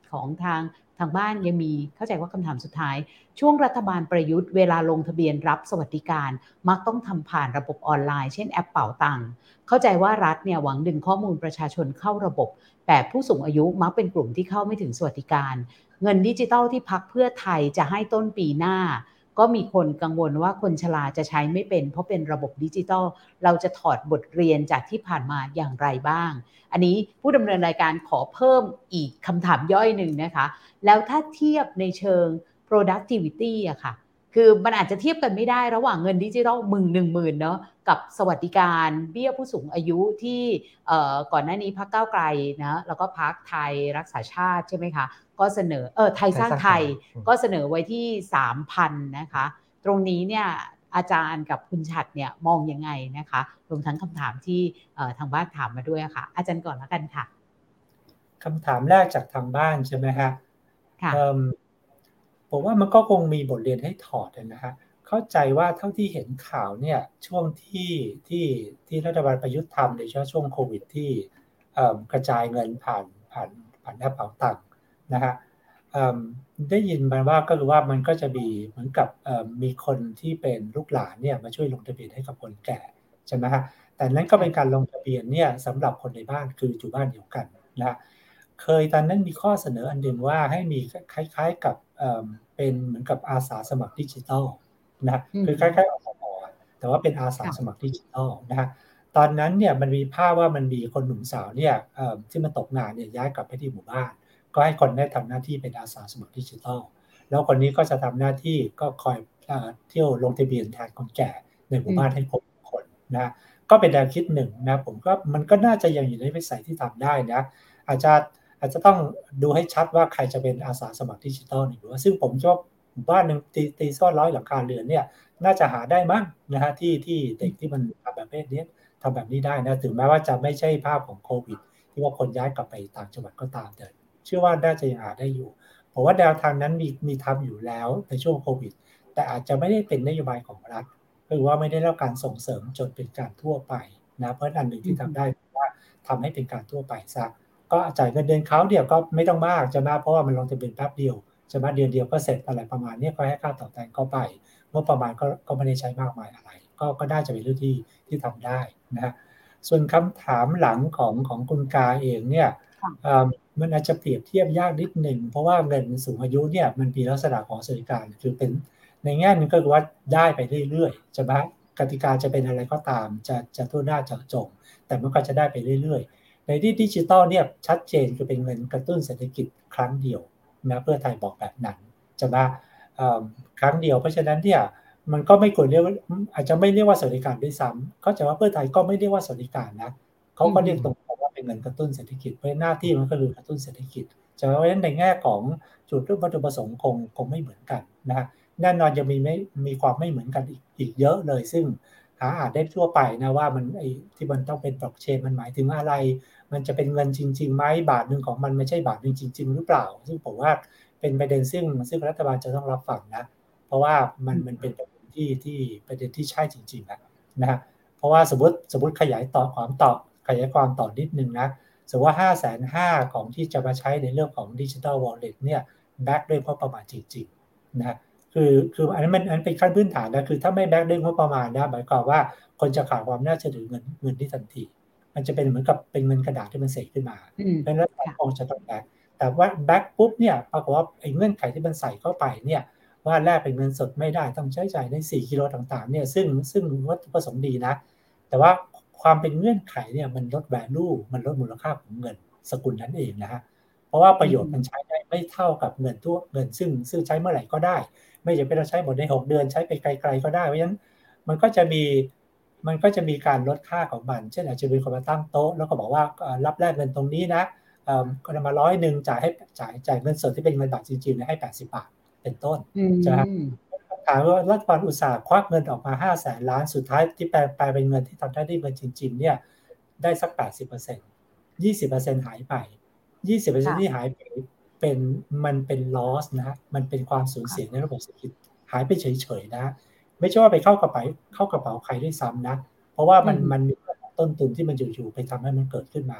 [SPEAKER 1] ของทางทางบ้านยังมีเข้าใจว่าคำถามสุดท้ายช่วงรัฐบาลประยุทธ์เวลาลงทะเบียนรับสวัสดิการมักต้องทำผ่านระบบออนไลน์เช่นแอปเป๋าตังค์เข้าใจว่ารัฐเนี่ยหวังดึงข้อมูลประชาชนเข้าระบบแต่ผู้สูงอายุมักเป็นกลุ่มที่เข้าไม่ถึงสวัสดิการเงินดิจิทัลที่พรรคเพื่อไทยจะให้ต้นปีหน้าก็มีคนกังวลว่าคนชราจะใช้ไม่เป็นเพราะเป็นระบบดิจิทัลเราจะถอดบทเรียนจากที่ผ่านมาอย่างไรบ้างอันนี้ผู้ดำเนินรายการขอเพิ่มอีกคำถามย่อยหนึ่งนะคะแล้วถ้าเทียบในเชิง productivity อะค่ะคือมันอาจจะเทียบกันไม่ได้ระหว่างเงินดิจิทัลหมื่นหนึ่งหมื่นเนาะกับสวัสดิการเบี้ยผู้สูงอายุที่เอ่อก่อนหน้านี้พรรคก้าวไกลนะแล้วก็พรรคไทยรักษาชาติใช่ไหมคะก็เสนอเออไทยสร้างไทยก็เสนอไว้ที่ สามพัน นะคะตรงนี้เนี่ยอาจารย์กับคุณฉัตรเนี่ยมองยังไงนะคะรวมทั้งคำถามที่ทางบ้านถามมาด้วยค่ะอาจารย์ก่อนแล้วกันค่ะ
[SPEAKER 2] คำถามแรกจากทางบ้านใช่ไหมฮะ
[SPEAKER 1] ค่ะ
[SPEAKER 2] ผมว่ามันก็คงมีบทเรียนให้ถอดนะฮะเข้าใจว่าเท่าที่เห็นข่าวเนี่ยช่วงที่ที่ที่รัฐบาลประยุทธ์ทำในช่วงโควิดที่กระจายเงินผ่านผ่านผ่านแอปเป๋าตังค์นะฮะได้ยินมาว่าก็รู้ว่ามันก็จะมีเหมือนกับมีคนที่เป็นลูกหลานเนี่ยมาช่วยลงทะเบียนให้กับคนแก่ใช่ไหมฮะแต่นั้นก็เป็นการลงทะเบียนเนี่ยสำหรับคนในบ้านคืออยู่บ้านเดียวกันนะเคยตอนนั้นมีข้อเสนออันหนึ่งว่าให้มีคล้ายๆกับเอ่อเป็นเหมือนกับอาสาสมัครดิจิทัลนะคือคล้ายๆอสม.แต่ว่าเป็นอาสาสมัครดิจิทัลนะฮะตอนนั้นเนี่ยมันมีภาพว่ามันมีคนหนุ่มสาวเนี่ยเอ่อที่มาตกงานเนี่ยย้ายกลับไปที่หมู่บ้านก็ให้คนได้ทำหน้าที่เป็นอาสาสมัครดิจิทัลแล้วคนนี้ก็จะทำหน้าที่ก็คอยเอ่อเที่ยวลงทะเบียนแทนคนแก่ในหมู่บ้านให้ครบคนนะก็เป็นแนวคิดหนึ่งนะผมก็มันก็น่าจะยังอยู่ในวิสัยที่ทำได้นะอาจจะอาจจะต้องดูให้ชัดว่าใครจะเป็นอาสาสมัครดิจิทัลหรือว่าซึ่งผมชอบบ้านหนึ่งตีตีซ่อนร้อยหลังคาเรือนเนี่ยน่าจะหาได้มั้งนะฮะที่ที่เด็กที่มันทำแบบนี้ทำแบบนี้ได้นะถึงแม้ว่าจะไม่ใช่ภาพของโควิดที่ว่าคนย้ายกลับไปต่างจังหวัดก็ตามแต่เชื่อว่าน่าจะยังหาได้อยู่เพราะว่าแนวทางนั้นมีมีทำอยู่แล้วในช่วงโควิดแต่อาจจะไม่ได้เป็นนโยบายของรัฐหรือว่าไม่ได้รับการส่งเสริมจนเป็นการทั่วไปนะเพราะอันหนึ่งที่ทำได้ว่าทำให้เป็นการทั่วไปซะก็จ่ายเงินเดือนเขาเดียวก็ไม่ต้องมากจะมากเพราะว่ามันลงทะเบียนแป๊บเดียวจะมาเดือนเดียวก็เสร็จอะไรประมาณนี้ก็ให้ค่าตอบแทนเข้าไปงบประมาณก็ก็ไม่ได้ใช้มากมายอะไรก็ก็น่าจะเป็นเรื่องที่ที่ทำได้นะฮะส่วนคำถามหลังของของคุณกาเองเนี่ยมันอาจจะเปรียบเทียบยากนิดหนึ่งเพราะว่าเงินสูงอายุเนี่ยมันมีลักษณะของสวัสดิการคือเป็นในแง่นึงก็คือว่าได้ไปเรื่อยๆใช่ไหมกติกาจะเป็นอะไรก็ตามจะจะทั่วหน้าเจาะจงแต่มันก็จะได้ไปเรื่อยๆในที่ดิจิตอลเนี่ยชัดเจนคือเป็นเงินกระตุ้นเศรษฐกิจครั้งเดียวนะเพื่อไทยบอกแบบนั้นจะมาครั้งเดียวเพราะฉะนั้นเนี่ยมันก็ไม่ควรเรียกว่าอาจจะไม่เรียกว่าสวัสดิการด้วยซ้ำเข้าใจว่าเพื่อไทยก็ไม่เรียกว่าสวัสดิการนะเขาก็เรียกตรงๆว่าเป็นเงินกระตุ้นเศรษฐกิจเพราะหน้าที่มันก็คือกระตุ้นเศรษฐกิจจะเพราะฉะนั้นในแง่ของจุดวัตถุประสงค์คงคงไม่เหมือนกันนะฮะแน่นอนจะมีไม่มีความไม่เหมือนกันอีกอีกเยอะเลยซึ่งหาอ่านได้ทั่วไปนะว่ามันไอ้ที่มันต้องเป็นบล็อกเชนมันหมายถึงอะไรมันจะเป็นเงินจริงๆไหมบาทนึงของมันไม่ใช่บาทนึงจริงๆหรือเปล่าซึ่งผมว่าเป็นประเด็นซึ่งซึ่งรัฐบาลจะต้องรับฟังนะเพราะว่ามันมันเป็นประเด็นที่ที่ประเด็นที่ใช่จริงๆนะนะฮะเพราะว่าสมมติสมมติขยายต่อความต่อขยายความต่อนิดนึงนะสมมติว่า ห้าแสนห้าหมื่น ของที่จะมาใช้ในเรื่องของ Digital Wallet เนี่ยแบ็กด้วยงบประมาณจริงๆนะคือคืออันนั้นมันอันเป็นขั้นพื้นฐานนะคือถ้าไม่แบ็กด้วยงบประมาณนะหมายความว่าคนจะขาดความน่าเชื่อถือเงินเงินที่ทันทีมันจะเป็นเหมือนกับเป็นเงินกระดาษที่มันเสกขึ้นมาเพราะฉะนั้นคงจะต้องแบ็กแต่ว่าแบ็กปุ๊บเนี่ยปรากฏว่าไอ้เงื่อนไขที่มันใส่เข้าไปเนี่ยว่าแลกเป็นเงินสดไม่ได้ต้องใช้จ่ายในสี่กิโลต่างๆเนี่ยซึ่งซึ่งวัตถุประสงค์ดีนะแต่ว่าความเป็นเงื่อนไขเนี่ยมันลด value มันลดมูลค่าของเงินสกุลนั้นเองนะฮะเพราะว่าประโยชน์มันใช้ได้ไม่เท่ากับเงินทั่วเงินซึ่งซึ่งใช้เมื่อไหร่ก็ได้ไม่จำเป็นต้องใช้หมดในหกเดือนใช้ไปไกลๆก็ได้เพราะฉะนั้นมันก็จะมีมันก็จะมีการลดค่าของมันเช่นอาจจะมีคนมาตั้งโต๊ะแล้วก็บอกว่ารับแลกเงินตรงนี้นะก็จะมาร้อยหนึ่งจ่ายให้จ่ายจ่ายเงินสดที่เป็นเงินบาทจริงๆให้แปดสิบบาทเป็นต้นใช่ไหมถามว่ารัฐบาลอุตสาห์ควักเงินออกมาห้าแสนล้านสุดท้ายที่แปลแปลเป็นเงินที่ทำได้ด้วยเงินจริงๆเนี่ยได้สัก แปดสิบเปอร์เซ็นต์ ยี่สิบเปอร์เซ็นต์ หายไป ยี่สิบเปอร์เซ็นต์ ที่หายไปเป็นมันเป็น loss นะฮะมันเป็นความสูญเสียในระบบเศรษฐกิจหายไปเฉยๆนะไม่ใช่ว่าไปเข้ากระเป๋าเข้ากระเป๋าใครด้วยซ้ำนะเพราะว่ามันมันมีต้นทุนที่มันอยู่ๆไปทำให้มันเกิดขึ้นมา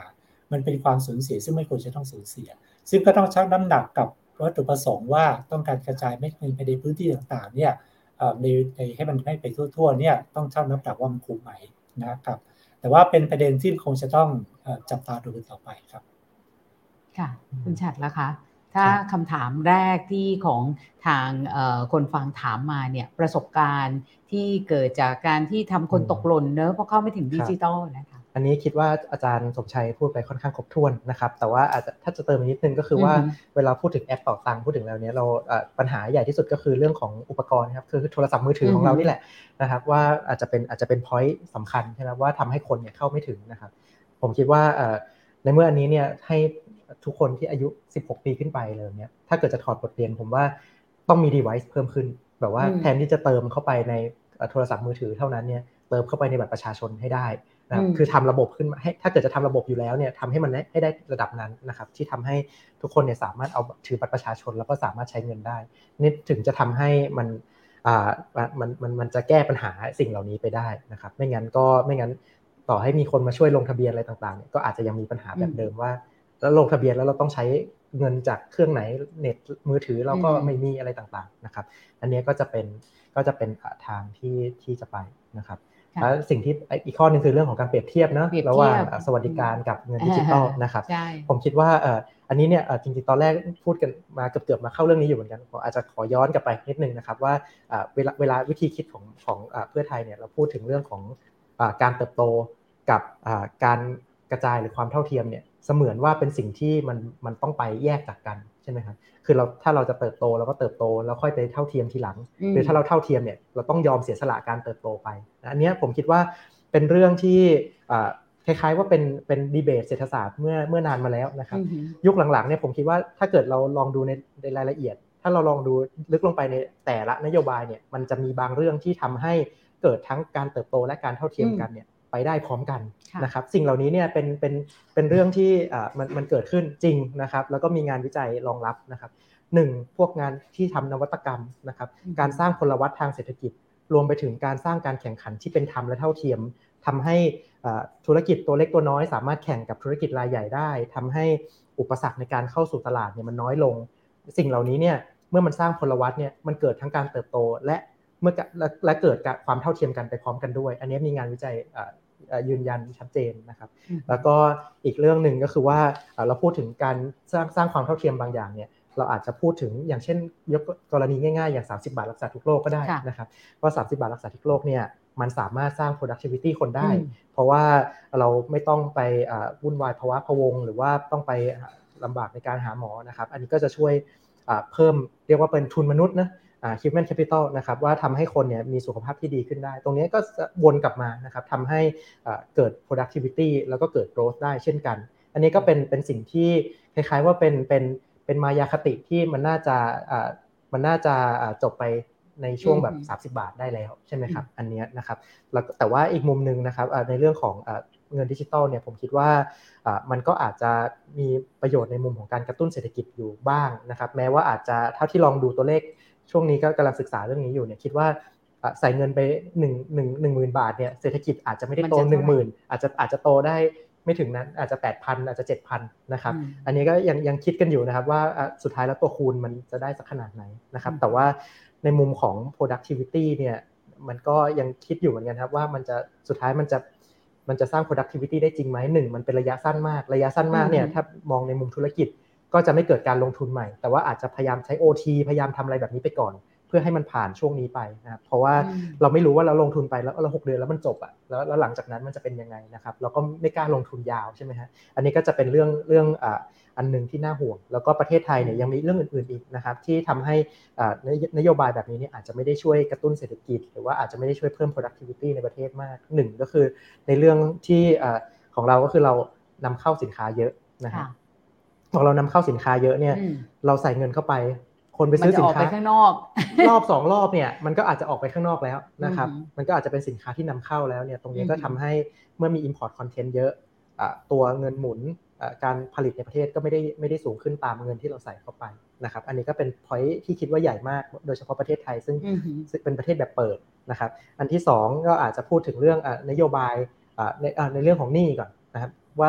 [SPEAKER 2] มันเป็นความสูญเสียซึ่งไม่ควรจะต้องสูญเสียซึ่งก็ต้องชั่งน้ำหนักกับวัตถุประสงค์ว่าต้องการกระจายเม็ดเงินไปในพื้นที่ต่างๆเนี่ยในในให้มันไม่ไปทั่วๆเนี่ยต้องชั่งน้ำหนักว่ามันคุ้มไหมนะครับแต่ว่าเป็นประเด็นที่คงจะต้องจับตาดูต่อไปครับ
[SPEAKER 1] ค่ะคุณฉัตรล่ะคะถ้าคำถามแรกที่ของทางคนฟังถามมาเนี่ยประสบการณ์ที่เกิดจากการที่ทำคนตกหล่นเนอะเพราะเข้าไม่ถึงดิจิทัลนะคะ
[SPEAKER 3] อันนี้คิดว่าอาจารย์สมชัยพูดไปค่อนข้างครบถ้วนนะครับแต่ว่าอาจจะถ้าจะเติมนิดนึงก็คือว่าเวลาพูดถึงแอปเป๋าตังค์พูดถึงแล้วเนี้ยเราปัญหาใหญ่ที่สุดก็คือเรื่องของอุปกรณ์ครับคือโทรศัพท์มือถือของเรานี่แหละนะครับว่าอาจจะเป็นอาจจะเป็น point สำคัญใช่ไหมว่าทำให้คนเนี่ยเข้าไม่ถึงนะครับผมคิดว่าในเมื่ออันนี้เนี่ยให้ทุกคนที่อายุสิบหกปีขึ้นไปเลยเนี่ยถ้าเกิดจะถอดบทเรียนผมว่าต้องมี device เพิ่มขึ้นแบบว่าแทนที่จะเติมเข้าไปในโทรศัพท์มือถือเท่านั้นเนี่ยเติมเข้าไปในบัตรประชาชนให้ได้นะคือทำระบบขึ้นมาให้ถ้าเกิดจะทำระบบอยู่แล้วเนี่ยทำให้มันให้ได้ระดับนั้นนะครับที่ทำให้ทุกคนเนี่ยสามารถเอาถือบัตรประชาชนแล้วก็สามารถใช้เงินได้นี่ถึงจะทำให้มันอ่ามันมันมันจะแก้ปัญหาสิ่งเหล่านี้ไปได้นะครับไม่งั้นก็ไม่งั้นต่อให้มีคนมาช่วยลงทะเบียนอะไรต่างๆเนี่ยก็อาจจะยังมีปัญหาแบบเดิมว่าแล้วลงทะเบียนแล้วเราต้องใช้เงินจากเครื่องไหนเน็ตมือถือเราก็ไม่มีอะไรต่างๆนะครับอันนี้ก็จะเป็นก็จะเป็นทางที่ที่จะไปนะครับแล้วสิ่งที่อีกข้อนึงคือเรื่องของการเปรียบเทียบนะระหว่างสวัสดิการกับเงินดิจิทัลนะครับผมคิดว่าอันนี้เนี่ยจริงๆตอนแรกพูดกันมาเกือบๆมาเข้าเรื่องนี้อยู่เหมือนกันผมอาจจะขอย้อนกลับไปนิดนึงนะครับว่าเวลาเวลาวิธีคิดของของเพื่อไทยเนี่ยเราพูดถึงเรื่องของการเติบโตกับการกระจายหรือความเท่าเทียมเนี่ยเสมือนว่าเป็นสิ่งที่มันมันต้องไปแยกจากกันใช่ไหมครับคือเราถ้าเราจะเติบโตเราก็เติบโตแล้วค่อยไปเท่าเทียมทีหลังหรือถ้าเราเท่าเทียมเนี่ยเราต้องยอมเสียสละการเติบโตไปอันนี้ผมคิดว่าเป็นเรื่องที่คล้ายๆว่าเป็นเป็นดีเบตเศรษฐศาสตร์เมื่อเมื่อนานมาแล้วนะครับยุคหลังๆเนี่ยผมคิดว่าถ้าเกิดเราลองดูในในรายละเอียดถ้าเราลองดูลึกลงไปในแต่ละนโยบายเนี่ยมันจะมีบางเรื่องที่ทำให้เกิดทั้งการเติบโตและการเท่าเทียมกันเนี่ยไปได้พร้อมกันนะครับสิ่งเหล่านี้เนี่ยเป็นเป็นเป็นเรื่องที่อ่ามันมันเกิดขึ้นจริงนะครับแล้วก็มีงานวิจัยรองรับนะครับหนึ่งพวกงานที่ทำนวัตกรรมนะครับการสร้างพลวัตทางเศรษฐกิจรวมไปถึงการสร้างการแข่งขันที่เป็นธรรมและเท่าเทียมทำให้ธุรกิจตัวเล็กตัวน้อยสามารถแข่งกับธุรกิจรายใหญ่ได้ทำให้อุปสรรคในการเข้าสู่ตลาดเนี่ยมันน้อยลงสิ่งเหล่านี้เนี่ยเมื่อมันสร้างพลวัตเนี่ยมันเกิดทั้งการเติบโตและเมื่อและเกิดความเท่าเทียมกันไปพร้อมกันด้วยอันนี้มีงานวิจัยยืนยันชัดเจนนะครับแล้วก็อีกเรื่องนึงก็คือว่าเราพูดถึงการสร้างสร้างความเท่าเทียมบางอย่างเนี่ยเราอาจจะพูดถึงอย่างเช่นยกกรณีง่ายๆอย่างสามสิบบาทรักษาทุกโรคก็ได้นะครับว่าสามสิบบาทรักษาทุกโรคเนี่ยมันสามารถสร้าง productivity คนได้เพราะว่าเราไม่ต้องไปวุ่นวายภาวะพะวงหรือว่าต้องไปลำบากในการหาหมอนะครับอันนี้ก็จะช่วยเพิ่มเรียกว่าเป็นทุนมนุษย์นะhuman capital นะครับว่าทำให้คนเนี่ยมีสุขภาพที่ดีขึ้นได้ตรงนี้ก็วนกลับมานะครับทำให้เกิด productivity แล้วก็เกิด growth ได้เช่นกันอันนี้ก็เป็นเป็นสิ่งที่คล้ายๆว่าเป็นเป็นเป็นมายาคติที่มันน่าจะมันน่าจะจบไปในช่วงแบบสามสิบบาทได้แล้วใช่ไหมครับอันนี้นะครับแล้วแต่ว่าอีกมุมนึงนะครับในเรื่องของเงินดิจิทัลเนี่ยผมคิดว่ามันก็อาจจะมีประโยชน์ในมุมของการกระตุ้นเศรษฐกิจอยู่บ้างนะครับแม้ว่าอาจจะเท่าที่ลองดูตัวเลขช่วงนี้ก็กำลังศึกษาเรื่องนี้อยู่เนี่ยคิดว่าใส่เงินไปหนึ่ง หนึ่ง หนึ่งหมื่นบาทเนี่ยเศรษฐกิจอาจจะไม่ได้โต หนึ่งหมื่น อาจจะอาจจะโตได้ไม่ถึงนั้นอาจจะ แปดพัน อาจจะ เจ็ดพัน นะครับอันนี้ก็ยังยังคิดกันอยู่นะครับว่าสุดท้ายแล้วตัวคูณมันจะได้สักขนาดไหนนะครับแต่ว่าในมุมของ productivity เนี่ยมันก็ยังคิดอยู่เหมือนกันครับว่ามันจะสุดท้ายมันจะมันจะสร้าง productivity ได้จริงไหมหนึ่งมันเป็นระยะสั้นมากระยะสั้นมากเนี่ยถ้ามองในมุมธุรกิจก็จะไม่เกิดการลงทุนใหม่แต่ว่าอาจจะพยายามใช้ โอ ที พยายามทำอะไรแบบนี้ไปก่อนเพื่อให้มันผ่านช่วงนี้ไปนะครับเพราะว่าเราไม่รู้ว่าเราลงทุนไปแล้วเราหกเดือนแล้วมันจบอ่ะแล้วแล้วหลังจากนั้นมันจะเป็นยังไงนะครับเราก็ไม่กล้าลงทุนยาวใช่ไหมฮะอันนี้ก็จะเป็นเรื่องเรื่องอ่าอันนึงที่น่าห่วงแล้วก็ประเทศไทยเนี่ยยังมีเรื่องอื่นๆอีกนะครับที่ทำให้อ่านโยบายแบบนี้เนี่ยอาจจะไม่ได้ช่วยกระตุ้นเศรษฐกิจหรือว่าอาจจะไม่ได้ช่วยเพิ่ม productivity ในประเทศมากหนึ่งก็คือในเรื่องที่อ่าของเราก็คือเรานำเข้าสินค้าเยอะนะครับพอเรานำเข้าสินค้าเยอะเนี่ยเราใส่เงินเข้าไปคนไปซื้อสินค้า
[SPEAKER 1] ข้างนอก
[SPEAKER 3] รอบสองรอบเนี่ยมันก็อาจจะออกไปข้างนอกแล้วนะครับมันก็อาจจะเป็นสินค้าที่นำเข้าแล้วเนี่ยตรงนี้ก็ทำให้เมื่อมี import content เยอะตัวเงินหมุนการผลิตในประเทศก็ไม่ได้ไม่ได้สูงขึ้นตามเงินที่เราใส่เข้าไปนะครับอันนี้ก็เป็น point ที่คิดว่าใหญ่มากโดยเฉพาะประเทศไทยซึ่งเป็นประเทศแบบเปิดนะครับอันที่สองก็อาจจะพูดถึงเรื่องนโยบายในในเรื่องของหนี้ก่อนนะครับว่า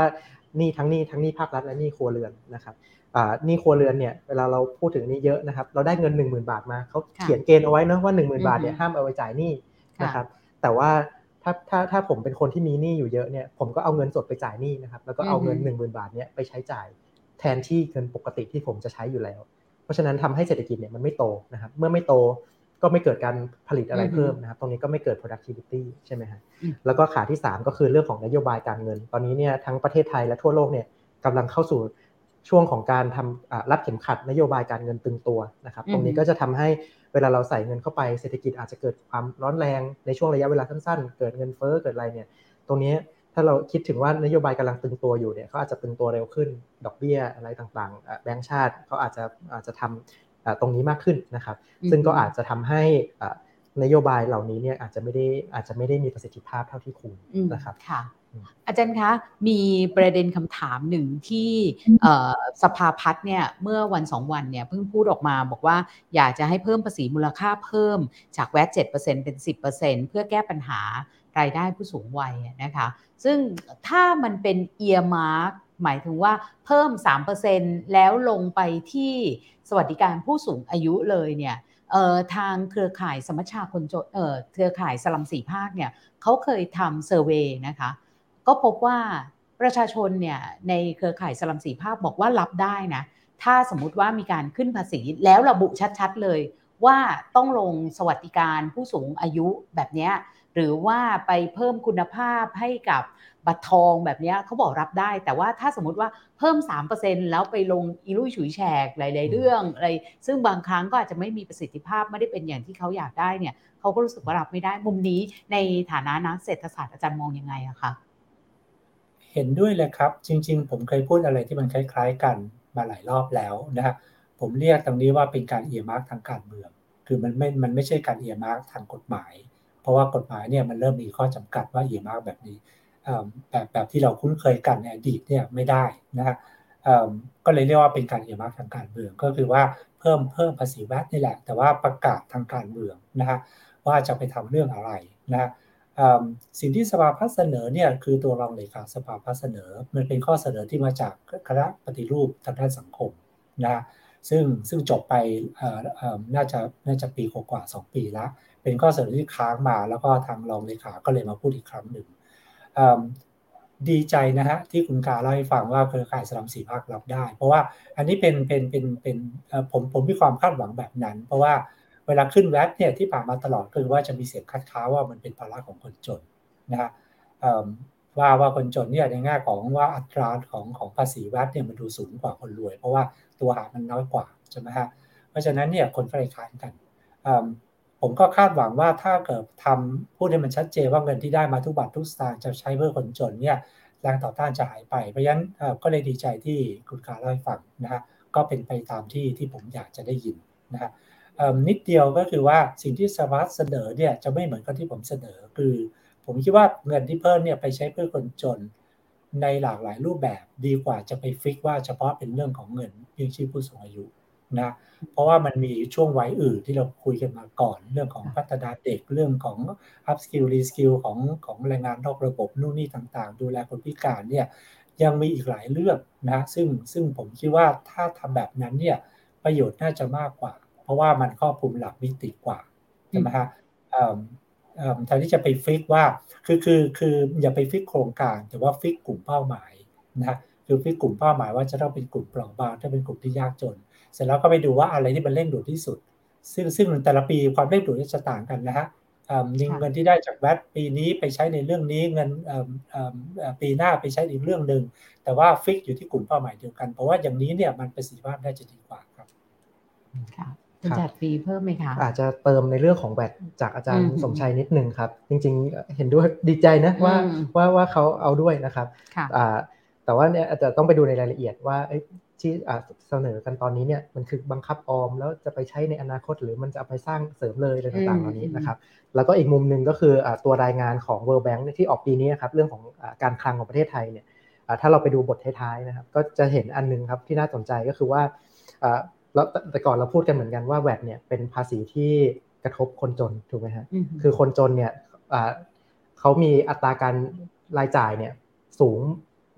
[SPEAKER 3] หนี้ทั้งหนี้ทั้งหนี้ภาครัฐและหนี้ครัวเรือนนะครับอ่าหนี้ครัวเรือนเนี่ยเวลาเราพูดถึงนี้เยอะนะครับเราได้เงิน หนึ่งหมื่น บาทมาเขาเขียนเกณฑ์เอาไว้เนาะว่า หนึ่งหมื่น บาทเนี่ยห้ามเอาไปจ่ายหนี้นะครับแต่ว่าถ้าถ้าถ้าผมเป็นคนที่มีหนี้อยู่เยอะเนี่ยผมก็เอาเงินสดไปจ่ายหนี้นะครับแล้วก็เอาเงิน หนึ่งหมื่น บาทเนี่ยไปใช้จ่ายแทนที่เงินปกติที่ผมจะใช้อยู่แล้วเพราะฉะนั้นทำให้เศรษฐกิจเนี่ยมันไม่โตนะครับเมื่อไม่โตก็ไม่เกิดการผลิตอะไรเพิ่มนะครับตรงนี้ก็ไม่เกิด productivity ใช่ไหมฮะแล้วก็ขาที่สามก็คือเรื่องของนโยบายการเงินตอนนี้เนี่ยทั้งประเทศไทยและทั่วโลกเนี่ยกำลังเข้าสู่ช่วงของการทำรัดเข็มขัดนโยบายการเงินตึงตัวนะครับตรงนี้ก็จะทำให้เวลาเราใส่เงินเข้าไปเศรษฐกิจอาจจะเกิดความร้อนแรงในช่วงระยะเวลาสั้นๆเกิดเงินเฟ้อเกิดอะไรเนี่ยตรงนี้ถ้าเราคิดถึงว่านโยบายกำลังตึงตัวอยู่เนี่ยเขาอาจจะตึงตัวเร็วขึ้นดอกเบี้ยอะไรต่างๆแบงก์ชาติเขาอาจจะอาจจะทำตรงนี้มากขึ้นนะครับซึ่งก็อาจจะทำให้นโยบายเหล่านี้เนี่ยอาจจะไม่ได้อาจจะไม่ได้มีประสิทธิภาพเท่าที่ควรนะครับ
[SPEAKER 1] ค่ะอาจารย์คะมีประเด็นคำถามหนึ่งที่สภาพัฒน์เนี่ยเมื่อวันสองวันเนี่ยเพิ่งพูดออกมาบอกว่าอยากจะให้เพิ่มภาษีมูลค่าเพิ่มจาก แวต เจ็ดเปอร์เซ็นต์ เป็น สิบเปอร์เซ็นต์ เพื่อแก้ปัญหารายได้ผู้สูงวัยนะคะซึ่งถ้ามันเป็น earmark หมายถึงว่าเพิ่ม สามเปอร์เซ็นต์ แล้วลงไปที่สวัสดิการผู้สูงอายุเลยเนี่ยเอ่อทางเครือข่ายสมัชชาคนจนเอ่อเครือข่ายสลัมสี่ภาคเนี่ยเขาเคยทำเซอร์เวย์นะคะก็พบว่าประชาชนเนี่ยในเครือข่ายสลัมสี่ภาคบอกว่ารับได้นะถ้าสมมุติว่ามีการขึ้นภาษีแล้วระบุชัดๆเลยว่าต้องลงสวัสดิการผู้สูงอายุแบบนี้หรือว่าไปเพิ่มคุณภาพให้กับบัตรทองแบบนี้เขาบอกรับได้แต่ว่าถ้าสมมุติว่าเพิ่ม สามเปอร์เซ็นต์ แล้วไปลงอีลุ่ยฉุยแฉกหลายๆเรื่องอะไรซึ่งบางครั้งก็อาจจะไม่มีประสิทธิภาพไม่ได้เป็นอย่างที่เขาอยากได้เนี่ยเขาก็รู้สึกว่ารับไม่ได้มุมนี้ในฐานะนักเศรษฐศาสตร์อาจารย์มองยังไงอะคะ
[SPEAKER 2] เห็นด้วยเลยครับจริงๆผมเคยพูดอะไรที่มันคล้ายๆกันมาหลายรอบแล้วนะครับผมเรียกตรงนี้ว่าเป็นการเอียร์มาร์กทางการเมืองคือมันไม่มันไม่ใช่การเอียร์มาร์กทางกฎหมายเพราะว่ากฎหมายเนี่ยมันเริ่มมีข้อจำกัดว่าเอียร์มาร์กแบบนี้แบบแบบที่เราคุ้นเคยกันในอดีตเนี่ยไม่ได้นะฮะก็เลยเรียกว่าเป็นการเอียร์มาร์กทางการเมืองก็คือว่าเพิ่มเพิ่มภาษีแวตนี่แหละแต่ว่าประกาศทางการเมืองนะฮะว่าจะไปทำเรื่องอะไรนะฮะสิ่งที่สภาพัฒน์เสนอเนี่ยคือตัวรองเลขาสภาพัฒน์เสนอมันเป็นข้อเสนอที่มาจากคณะปฏิรูปทางด้านสังคมนะซึ่งซึ่งจบไปน่าจะน่าจะปีกว่าๆสองปีแล้วเป็นข้อเสนอที่ค้างมาแล้วก็ทางรองเลขาก็เลยมาพูดอีกครั้งหนึ่งดีใจนะฮะที่คุณกาเล่าให้ฟังว่าเครือข่ายสลัมสี่ภาครับได้เพราะว่าอันนี้เป็นเป็นเป็นเป็นผมผมมีความคาดหวังแบบนั้นเพราะว่าเวลาขึ้นแวตเนี่ยที่ผ่านมาตลอดคือว่าจะมีเสียงคัดค้านว่ามันเป็นภาระของคนจนนะฮะว่าว่าคนจนเนี่ยในแง่ของว่าอัตราของของภาษีแวตเนี่ยมันดูสูงกว่าคนรวยเพราะว่าตัวหารมันน้อยกว่าใช่ไหมฮะเพราะฉะนั้นเนี่ยคนก็เลยค้านกันผมก็คาดหวังว่าถ้าเกิดทำพูดให้มันชัดเจนว่าเงินที่ได้มาทุกบาททุกสตางค์จะใช้เพื่อคนจนเนี่ยแรงต่อต้านจะหายไปเพราะฉะนั้นก็เลยดีใจที่คุณการเล่าให้ฟังนะฮะก็เป็นไปตามที่ที่ผมอยากจะได้ยินนะฮะนิดเดียวก็คือว่าสิ่งที่สภาเสนอเนี่ยจะไม่เหมือนกับที่ผมเสนอคือผมคิดว่าเงินที่เพิ่มเนี่ยไปใช้เพื่อคนจนในหลากหลายรูปแบบดีกว่าจะไปฟิกว่าเฉพาะเป็นเรื่องของเงินเลี้ยงชีพผู้สูงอายุนะเพราะว่ามันมีช่วงวัยอื่นที่เราคุยกันมาก่อนเรื่องของพัฒนาเด็กเรื่องของ up skill re skill ของของแรงงานนอกระบบนู่นนี่ต่างๆดูแลคนพิการเนี่ยยังมีอีกหลายเรื่องนะซึ่งซึ่งผมคิดว่าถ้าทำแบบนั้นเนี่ยประโยชน์น่าจะมากกว่าเพราะว่ามันครอบคลุมหลักมิติกว่าใช่ไหมฮะแทนที่จะไปฟิกว่าคือคือคืออย่าไปฟิกโครงการแต่ว่าฟิกกลุ่มเป้าหมายนะคือฟิกกลุ่มเป้าหมายว่าจะต้องเป็นกลุ่มเปราะบางถ้าเป็นกลุ่มที่ยากจนเสร็จแล้วก็ไปดูว่าอะไรที่มันเร่งด่วนที่สุดซึ่งซึ่งแต่ละปีความเร่งด่วนจะต่างกันนะฮะเงินที่ได้จากแวตปีนี้ไปใช้ในเรื่องนี้เงินปีหน้าไปใช้อีกเรื่องนึงแต่ว่าฟิกอยู่ที่กลุ่มเป้าหมายเดียวกันเพราะว่าอย่างนี้เนี่ยมันประสิทธิภาพได้จะดีกว่าครับ
[SPEAKER 1] ค่ะคุณจัดฟรีเพิ่มไหมคะ
[SPEAKER 3] อาจจะเติมในเรื่องของแวตจากอาจารย์สมชัยนิดนึงครับจริงๆเห็นด้วยดีใจนะว่าว่าว่าเขาเอาด้วยนะครับแต่ว่าเนี่ยอาจจะต้องไปดูในรายละเอียดว่าที่เสนอกันตอนนี้เนี่ยมันคือบังคับออมแล้วจะไปใช้ในอนาคตหรือมันจะเอาไปสร้างเสริมเลยอะไรต่างๆเหล่านี้นะครับแล้วก็อีกมุมนึงก็คือตัวรายงานของ World Bank ที่ออกปีนี้ครับเรื่องของการคลังของประเทศไทยเนี่ยถ้าเราไปดูบทท้ายๆนะครับก็จะเห็นอันนึงครับที่น่าสนใจก็คือว่าแล้วแต่ก่อนเราพูดกันเหมือนกันว่า แวต เนี่ยเป็นภาษีที่กระทบคนจนถูกไหมฮะคือคนจนเนี่ยเขามีอัตราการรายจ่ายเนี่ยสูง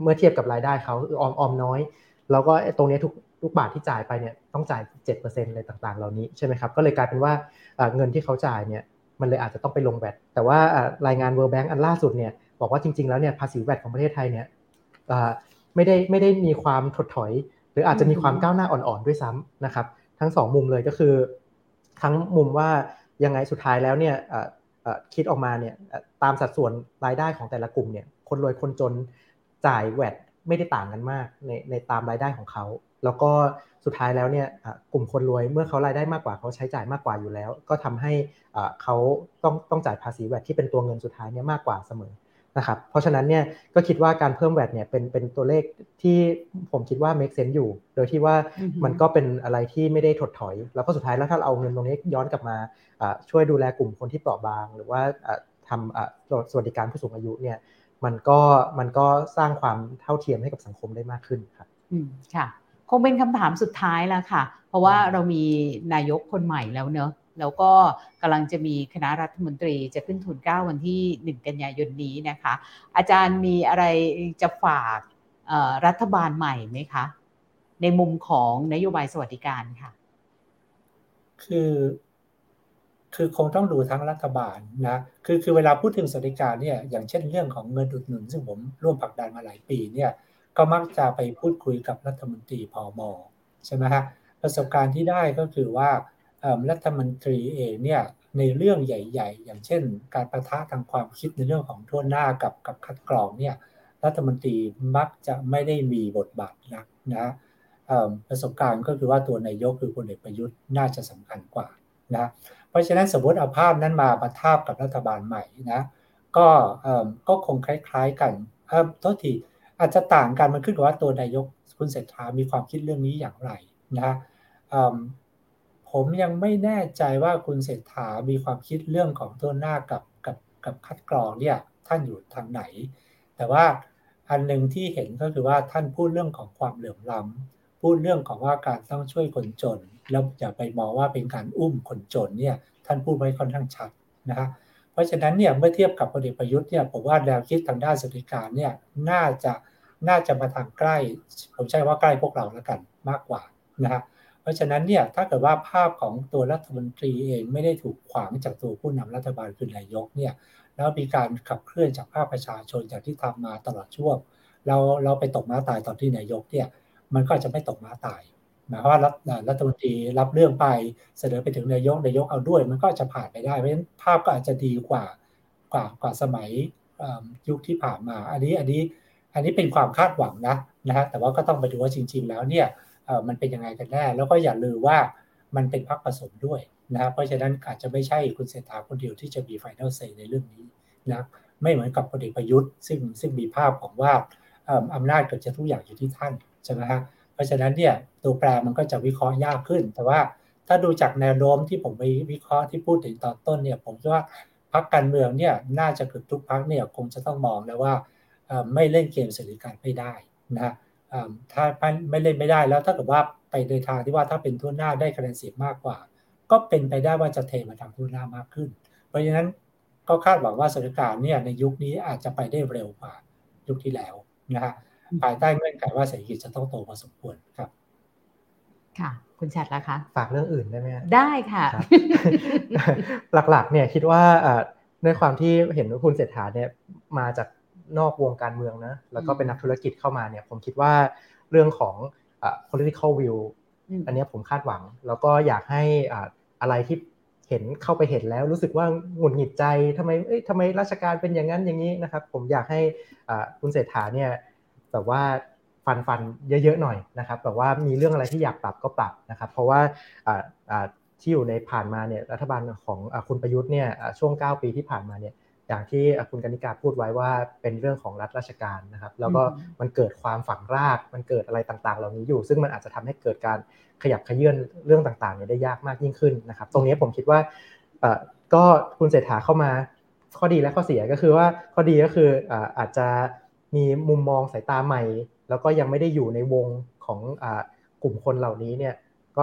[SPEAKER 3] เมื่อเทียบกับรายได้เขาออมออมน้อยแล้วก็ตรงนี้ทุกทุกบาทที่จ่ายไปเนี่ยต้องจ่าย เจ็ดเปอร์เซ็นต์ อะไรต่างๆเหล่านี้ใช่ไหมครับก็เลยกลายเป็นว่าเงินที่เขาจ่ายเนี่ยมันเลยอาจจะต้องไปลง แวต แต่ว่ารายงาน World Bank อันล่าสุดเนี่ยบอกว่าจริงๆแล้วเนี่ยภาษี แวต ของประเทศไทยเนี่ยไม่ได้ไม่ได้มีความถดถอยหรืออาจจะมีความก้าวหน้าอ่อนๆด้วยซ้ำนะครับทั้งสองมุมเลยก็คือทั้งมุมว่ายังไงสุดท้ายแล้วเนี่ยคิดออกมาเนี่ยตามสัดส่วนรายได้ของแต่ละกลุ่มเนี่ยคนรวยคนจนจ่าย แวต ไม่ได้ต่างกันมากในในตามรายได้ของเขาแล้วก็สุดท้ายแล้วเนี่ยกลุ่มคนรวยเมื่อเขารายได้มากกว่าเขาใช้จ่ายมากกว่าอยู่แล้วก็ทำให้เขาต้องต้องจ่ายภาษี แวต ที่เป็นตัวเงินสุดท้ายเนี่ยมากกว่าเสมอนะครับเพราะฉะนั้นเนี่ยก็คิดว่าการเพิ่ม แวต เนี่ยเป็นเป็นตัวเลขที่ผมคิดว่า make sense อยู่โดยที่ว่า mm-hmm. มันก็เป็นอะไรที่ไม่ได้ถดถอยแล้วก็สุดท้ายแล้วถ้าเอาเงินตรงนี้ย้อนกลับมาช่วยดูแลกลุ่มคนที่เปราะบางหรือว่าทำสวัสดิการผู้สูงอายุเนี่ยมันก็มันก็สร้างความเท่าเทียมให้กับสังคมได้มากขึ้นครับ
[SPEAKER 1] อืมค่ะคงเป็นคำถามสุดท้ายแล้วค่ะเพราะว่าเรามีนายกคนใหม่แล้วเนอะแล้วก็กำลังจะมีคณะรัฐมนตรีจะขึ้นทุนเกล้าวันที่หนึ่งกันยายนนี้นะคะอาจารย์มีอะไรจะฝากรัฐบาลใหม่ไหมคะในมุมของนโยบายสวัสดิการค่ะ
[SPEAKER 2] คือคือคงต้องดูทั้งรัฐบาลนะคือคือเวลาพูดถึงสวัสดิการเนี่ยอย่างเช่นเรื่องของเงินอุดหนุนซึ่งผมร่วมผลักดันมาหลายปีเนี่ยก็มักจะไปพูดคุยกับรัฐมนตรีพม.ใช่ไหมฮะประสบการณ์ที่ได้ก็คือว่ารัฐมนตรีเองเนี่ยในเรื่องใหญ่ๆอย่างเช่นการปะทะทางความคิดในเรื่องของทั่วหน้ากับกับคัดกรองเนี่ยรัฐมนตรีมักจะไม่ได้มีบทบาทนักนะประสบการณ์ก็คือว่าตัวนายกคือพลเอกประยุทธ์น่าจะสำคัญกว่านะเพราะฉะนั้นสมมติเอาภาพนั้นมาประทาบกับรัฐบาลใหม่นะก็ก็คงคล้ายๆกันโทษทีอาจจะต่างกันมันขึ้นกับว่าตัวนายกคุณเศรษฐามีความคิดเรื่องนี้อย่างไรนะผมยังไม่แน่ใจว่าคุณเศรษฐามีความคิดเรื่องของตัวหน้ากับกับกับคัดกรองเนี่ยท่านอยู่ทางไหนแต่ว่าอันนึงที่เห็นก็คือว่าท่านพูดเรื่องของความเหลื่อมล้ำพูดเรื่องของว่าการต้องช่วยคนจนแล้วอย่าไปมองว่าเป็นการอุ้มคนจนเนี่ยท่านพูดไว้ค่อนข้างชัดนะฮะเพราะฉะนั้นเนี่ยเมื่อเทียบกับพลเอกประยุทธ์เนี่ยผมว่าแนวคิดทางด้านสวัสดิการเนี่ยน่าจะน่าจะมาทางใกล้ผมใช้ว่าใกล้พวกเราแล้วกันมากกว่านะฮะเพราะฉะนั้นเนี่ยถ้าเกิดว่าภาพของตัวรัฐมนตรีเองไม่ได้ถูกขวางจากตัวผู้นำรัฐบาลคือนายกเนี่ยแล้วมีการขับเคลื่อนจากภาคประชาชนจากที่ทำมาตลอดช่วงเราเราไปตกม้าตายตอนที่นายกเนี่ยมันก็จะไม่ตกม้าตายหมายความว่ารัฐรัฐมนตรีรับเรื่องไปเสนอไปถึงนายกนายกเอาด้วยมันก็จะผ่านไปได้เพราะฉะนั้นภาพก็อาจจะดีกว่ากว่ากว่าสมัยยุคที่ผ่านมาอันนี้อันนี้อันนี้เป็นความคาดหวังนะนะฮะแต่ว่าก็ต้องไปดูว่าจริงๆแล้วเนี่ยมันเป็นยังไงกันแน่แล้วก็อย่าลืมว่ามันเป็นพรรคผสมด้วยนะเพราะฉะนั้นอาจจะไม่ใช่คุณเศรษฐาคนเดียวที่จะมี final say ในเรื่องนี้นะไม่เหมือนกับพลเอกประยุทธ์ซึ่งซึ่งมีภาพของว่าอำนาจเกือบจะทุกอย่างอยู่ที่ท่านใช่ไหมฮะเพราะฉะนั้นเนี่ยตัวแปรมันก็จะวิเคราะห์ยากขึ้นแต่ว่าถ้าดูจากแนวโน้มที่ผมไปวิเคราะห์ที่พูดถึงตอนต้นเนี่ยผมว่าพรรคการเมืองเนี่ยน่าจะเกือบทุกพรรคเนี่ยคงจะต้องมองแล้วว่าไม่เล่นเกมสวัสดิการไม่ได้นะถ้าไม่เล่นไม่ได้แล้วถ้าเกิดว่าไปในทางที่ว่าถ้าเป็นทั่วหน้าได้คะแนนเสียงมากกว่าก็เป็นไปได้ว่าจะเทมาทางทั่วหน้ามากขึ้นเพราะฉะนั้นก็คาดหวังว่าสถานการณ์เนี่ยในยุคนี้อาจจะไปได้เร็วกว่ายุคที่แล้วนะฮะภายใต้เงื่อนไขว่าเศรษฐกิจจะต้องโตพอสมควรครับ
[SPEAKER 1] ค่ะคุณชัดล่ะคะ
[SPEAKER 3] ฝากเรื่องอื่นได้ไหม
[SPEAKER 1] ได้ค่ะ
[SPEAKER 3] หลักๆเนี่ยคิดว่าด้วยความที่เห็นว่าคุณเศรษฐาเนี่ยมาจากนอกวงการเมืองนะแล้วก็เป็นนักธุรกิจเข้ามาเนี่ยผมคิดว่าเรื่องของ political view อันนี้ผมคาดหวังแล้วก็อยากให้อะไรที่เห็นเข้าไปเห็นแล้วรู้สึกว่าหงุดหงิดใจทำไมเอ้ยทำไมราชการเป็นอย่างนั้นอย่างนี้นะครับผมอยากให้คุณเศรษฐาเนี่ยแบบว่าฟันฟันเยอะๆหน่อยนะครับแบบว่ามีเรื่องอะไรที่อยากปรับก็ปรับนะครับเพราะว่าที่อยู่ในผ่านมาเนี่ยรัฐบาลของคุณประยุทธ์เนี่ยช่วงเก้าปีที่ผ่านมาเนี่ยอย่างที่คุณกนิกาพูดไว้ว่าเป็นเรื่องของรัฐราชการนะครับแล้วก็มันเกิดความฝังรากมันเกิดอะไรต่างๆเหล่านี้อยู่ซึ่งมันอาจจะทำให้เกิดการขยับเขยื้อนเรื่องต่างๆเนี่ยได้ยากมากยิ่งขึ้นนะครับตรงนี้ผมคิดว่าก็คุณเศรษฐาเข้ามาข้อดีและข้อเสียก็คือว่าข้อดีก็คืออาจจะมีมุมมองสายตาใหม่แล้วก็ยังไม่ได้อยู่ในวงของกลุ่มคนเหล่านี้เนี่ยก็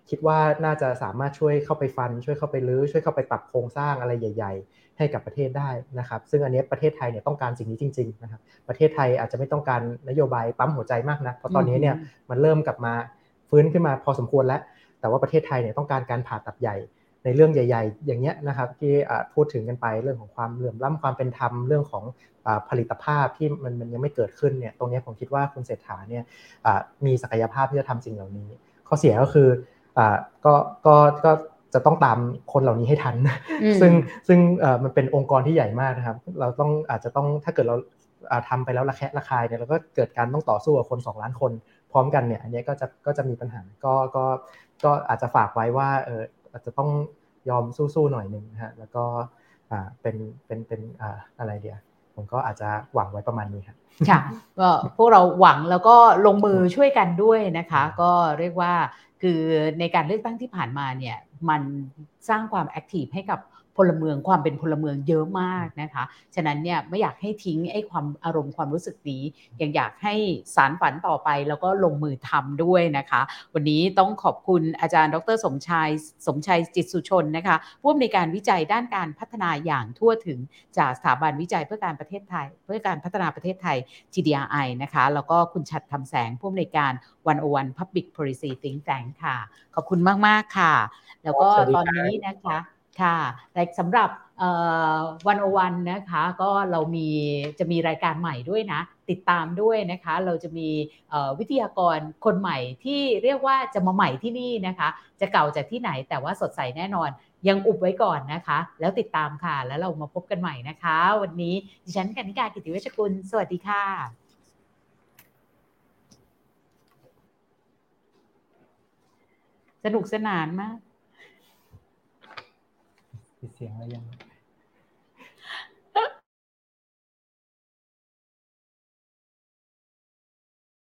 [SPEAKER 3] คิดว่าน่าจะสามารถช่วยเข้าไปฟันช่วยเข้าไปรื้อช่วยเข้าไปปรับโครงสร้างอะไรใหญ่ๆให้กับประเทศได้นะครับซึ่งอันนี้ประเทศไทยเนี่ยต้องการสิ่งนี้จริงๆนะครับประเทศไทยอาจจะไม่ต้องการนโยบายปั๊มหัวใจมากนะเพราะตอนนี้เนี่ยมันเริ่มกลับมาฟื้นขึ้นมาพอสมควรแล้วแต่ว่าประเทศไทยเนี่ยต้องการการผ่าตัดใหญ่ในเรื่องใหญ่ๆอย่างเงี้ยนะครับที่พูดถึงกันไปเรื่องของความเหลื่อมล้ำความเป็นธรรมเรื่องของผลิตภาพที่มันมันยังไม่เกิดขึ้นเนี่ยตรงนี้ผมคิดว่าคุณเศรษฐาเนี่ยมีศักยภาพที่จะทำสิ่งเหล่านี้ข้อเสียก็คืออ่าก็ก็ก็จะต้องตามคนเหล่านี้ให้ทันซึ่งซึ่งเอ่อมันเป็นองค์กรที่ใหญ่มากนะครับเราต้องอาจจะต้องถ้าเกิดเราทำไปแล้วระแคะระคายเนี่ยเราก็เกิดการต้องต่อสู้กับคนสองล้านคนพร้อมกันเนี่ยอันนี้ก็จะก็จะมีปัญหาก็ก็ก็อาจจะฝากไว้ว่าเอออาจจะต้องยอมสู้ๆหน่อยนึงนะฮะแล้วก็อ่าเป็นเป็นเป็นอ่าอะไรเดียวผมก็อาจจะหวังไว้ประมาณนี้ครับ
[SPEAKER 1] ค่ะก็พวกเราหวังแล้วก็ลงมือช่วยกันด้วยนะคะก็เรียกว่าคือในการเลือกตั้งที่ผ่านมาเนี่ยมันสร้างความแอคทีฟให้กับพลเมืองความเป็นพลเมืองเยอะมากนะคะฉะนั้นเนี่ยไม่อยากให้ทิ้งไอ้ความอารมณ์ความรู้สึกนี้ยังอยากให้สานฝันต่อไปแล้วก็ลงมือทำด้วยนะคะวันนี้ต้องขอบคุณอาจารย์ดรสมชายสมชัยจิตสุชนนะคะผู้อำนวยการวิจัยด้านการพัฒนาอย่างทั่วถึงจากสถาบันวิจัยเพื่อการประเทศไทยเพื่อการพัฒนาประเทศไทย ที ดี อาร์ ไอ นะคะแล้วก็คุณฉัตร คำแสงผู้อำนวยการหนึ่งศูนย์หนึ่ง Public Policy Think Tank ค่ะขอบคุณมากๆค่ะแล้วก็ตอนนี้นะคะค่ะแต่สำหรับเอ่อหนึ่งศูนย์หนึ่งนะคะก็เรามีจะมีรายการใหม่ด้วยนะติดตามด้วยนะคะเราจะมีวิทยากรคนใหม่ที่เรียกว่าจะมาใหม่ที่นี่นะคะจะเก่าจากที่ไหนแต่ว่าสดใสแน่นอนยังอุบไว้ก่อนนะคะแล้วติดตามค่ะแล้วเรามาพบกันใหม่นะคะวันนี้ดิฉันกนิกา กิติเวชกุลสวัสดีค่ะสนุกสนานมาก
[SPEAKER 3] ปิดเสียงแล้วยัง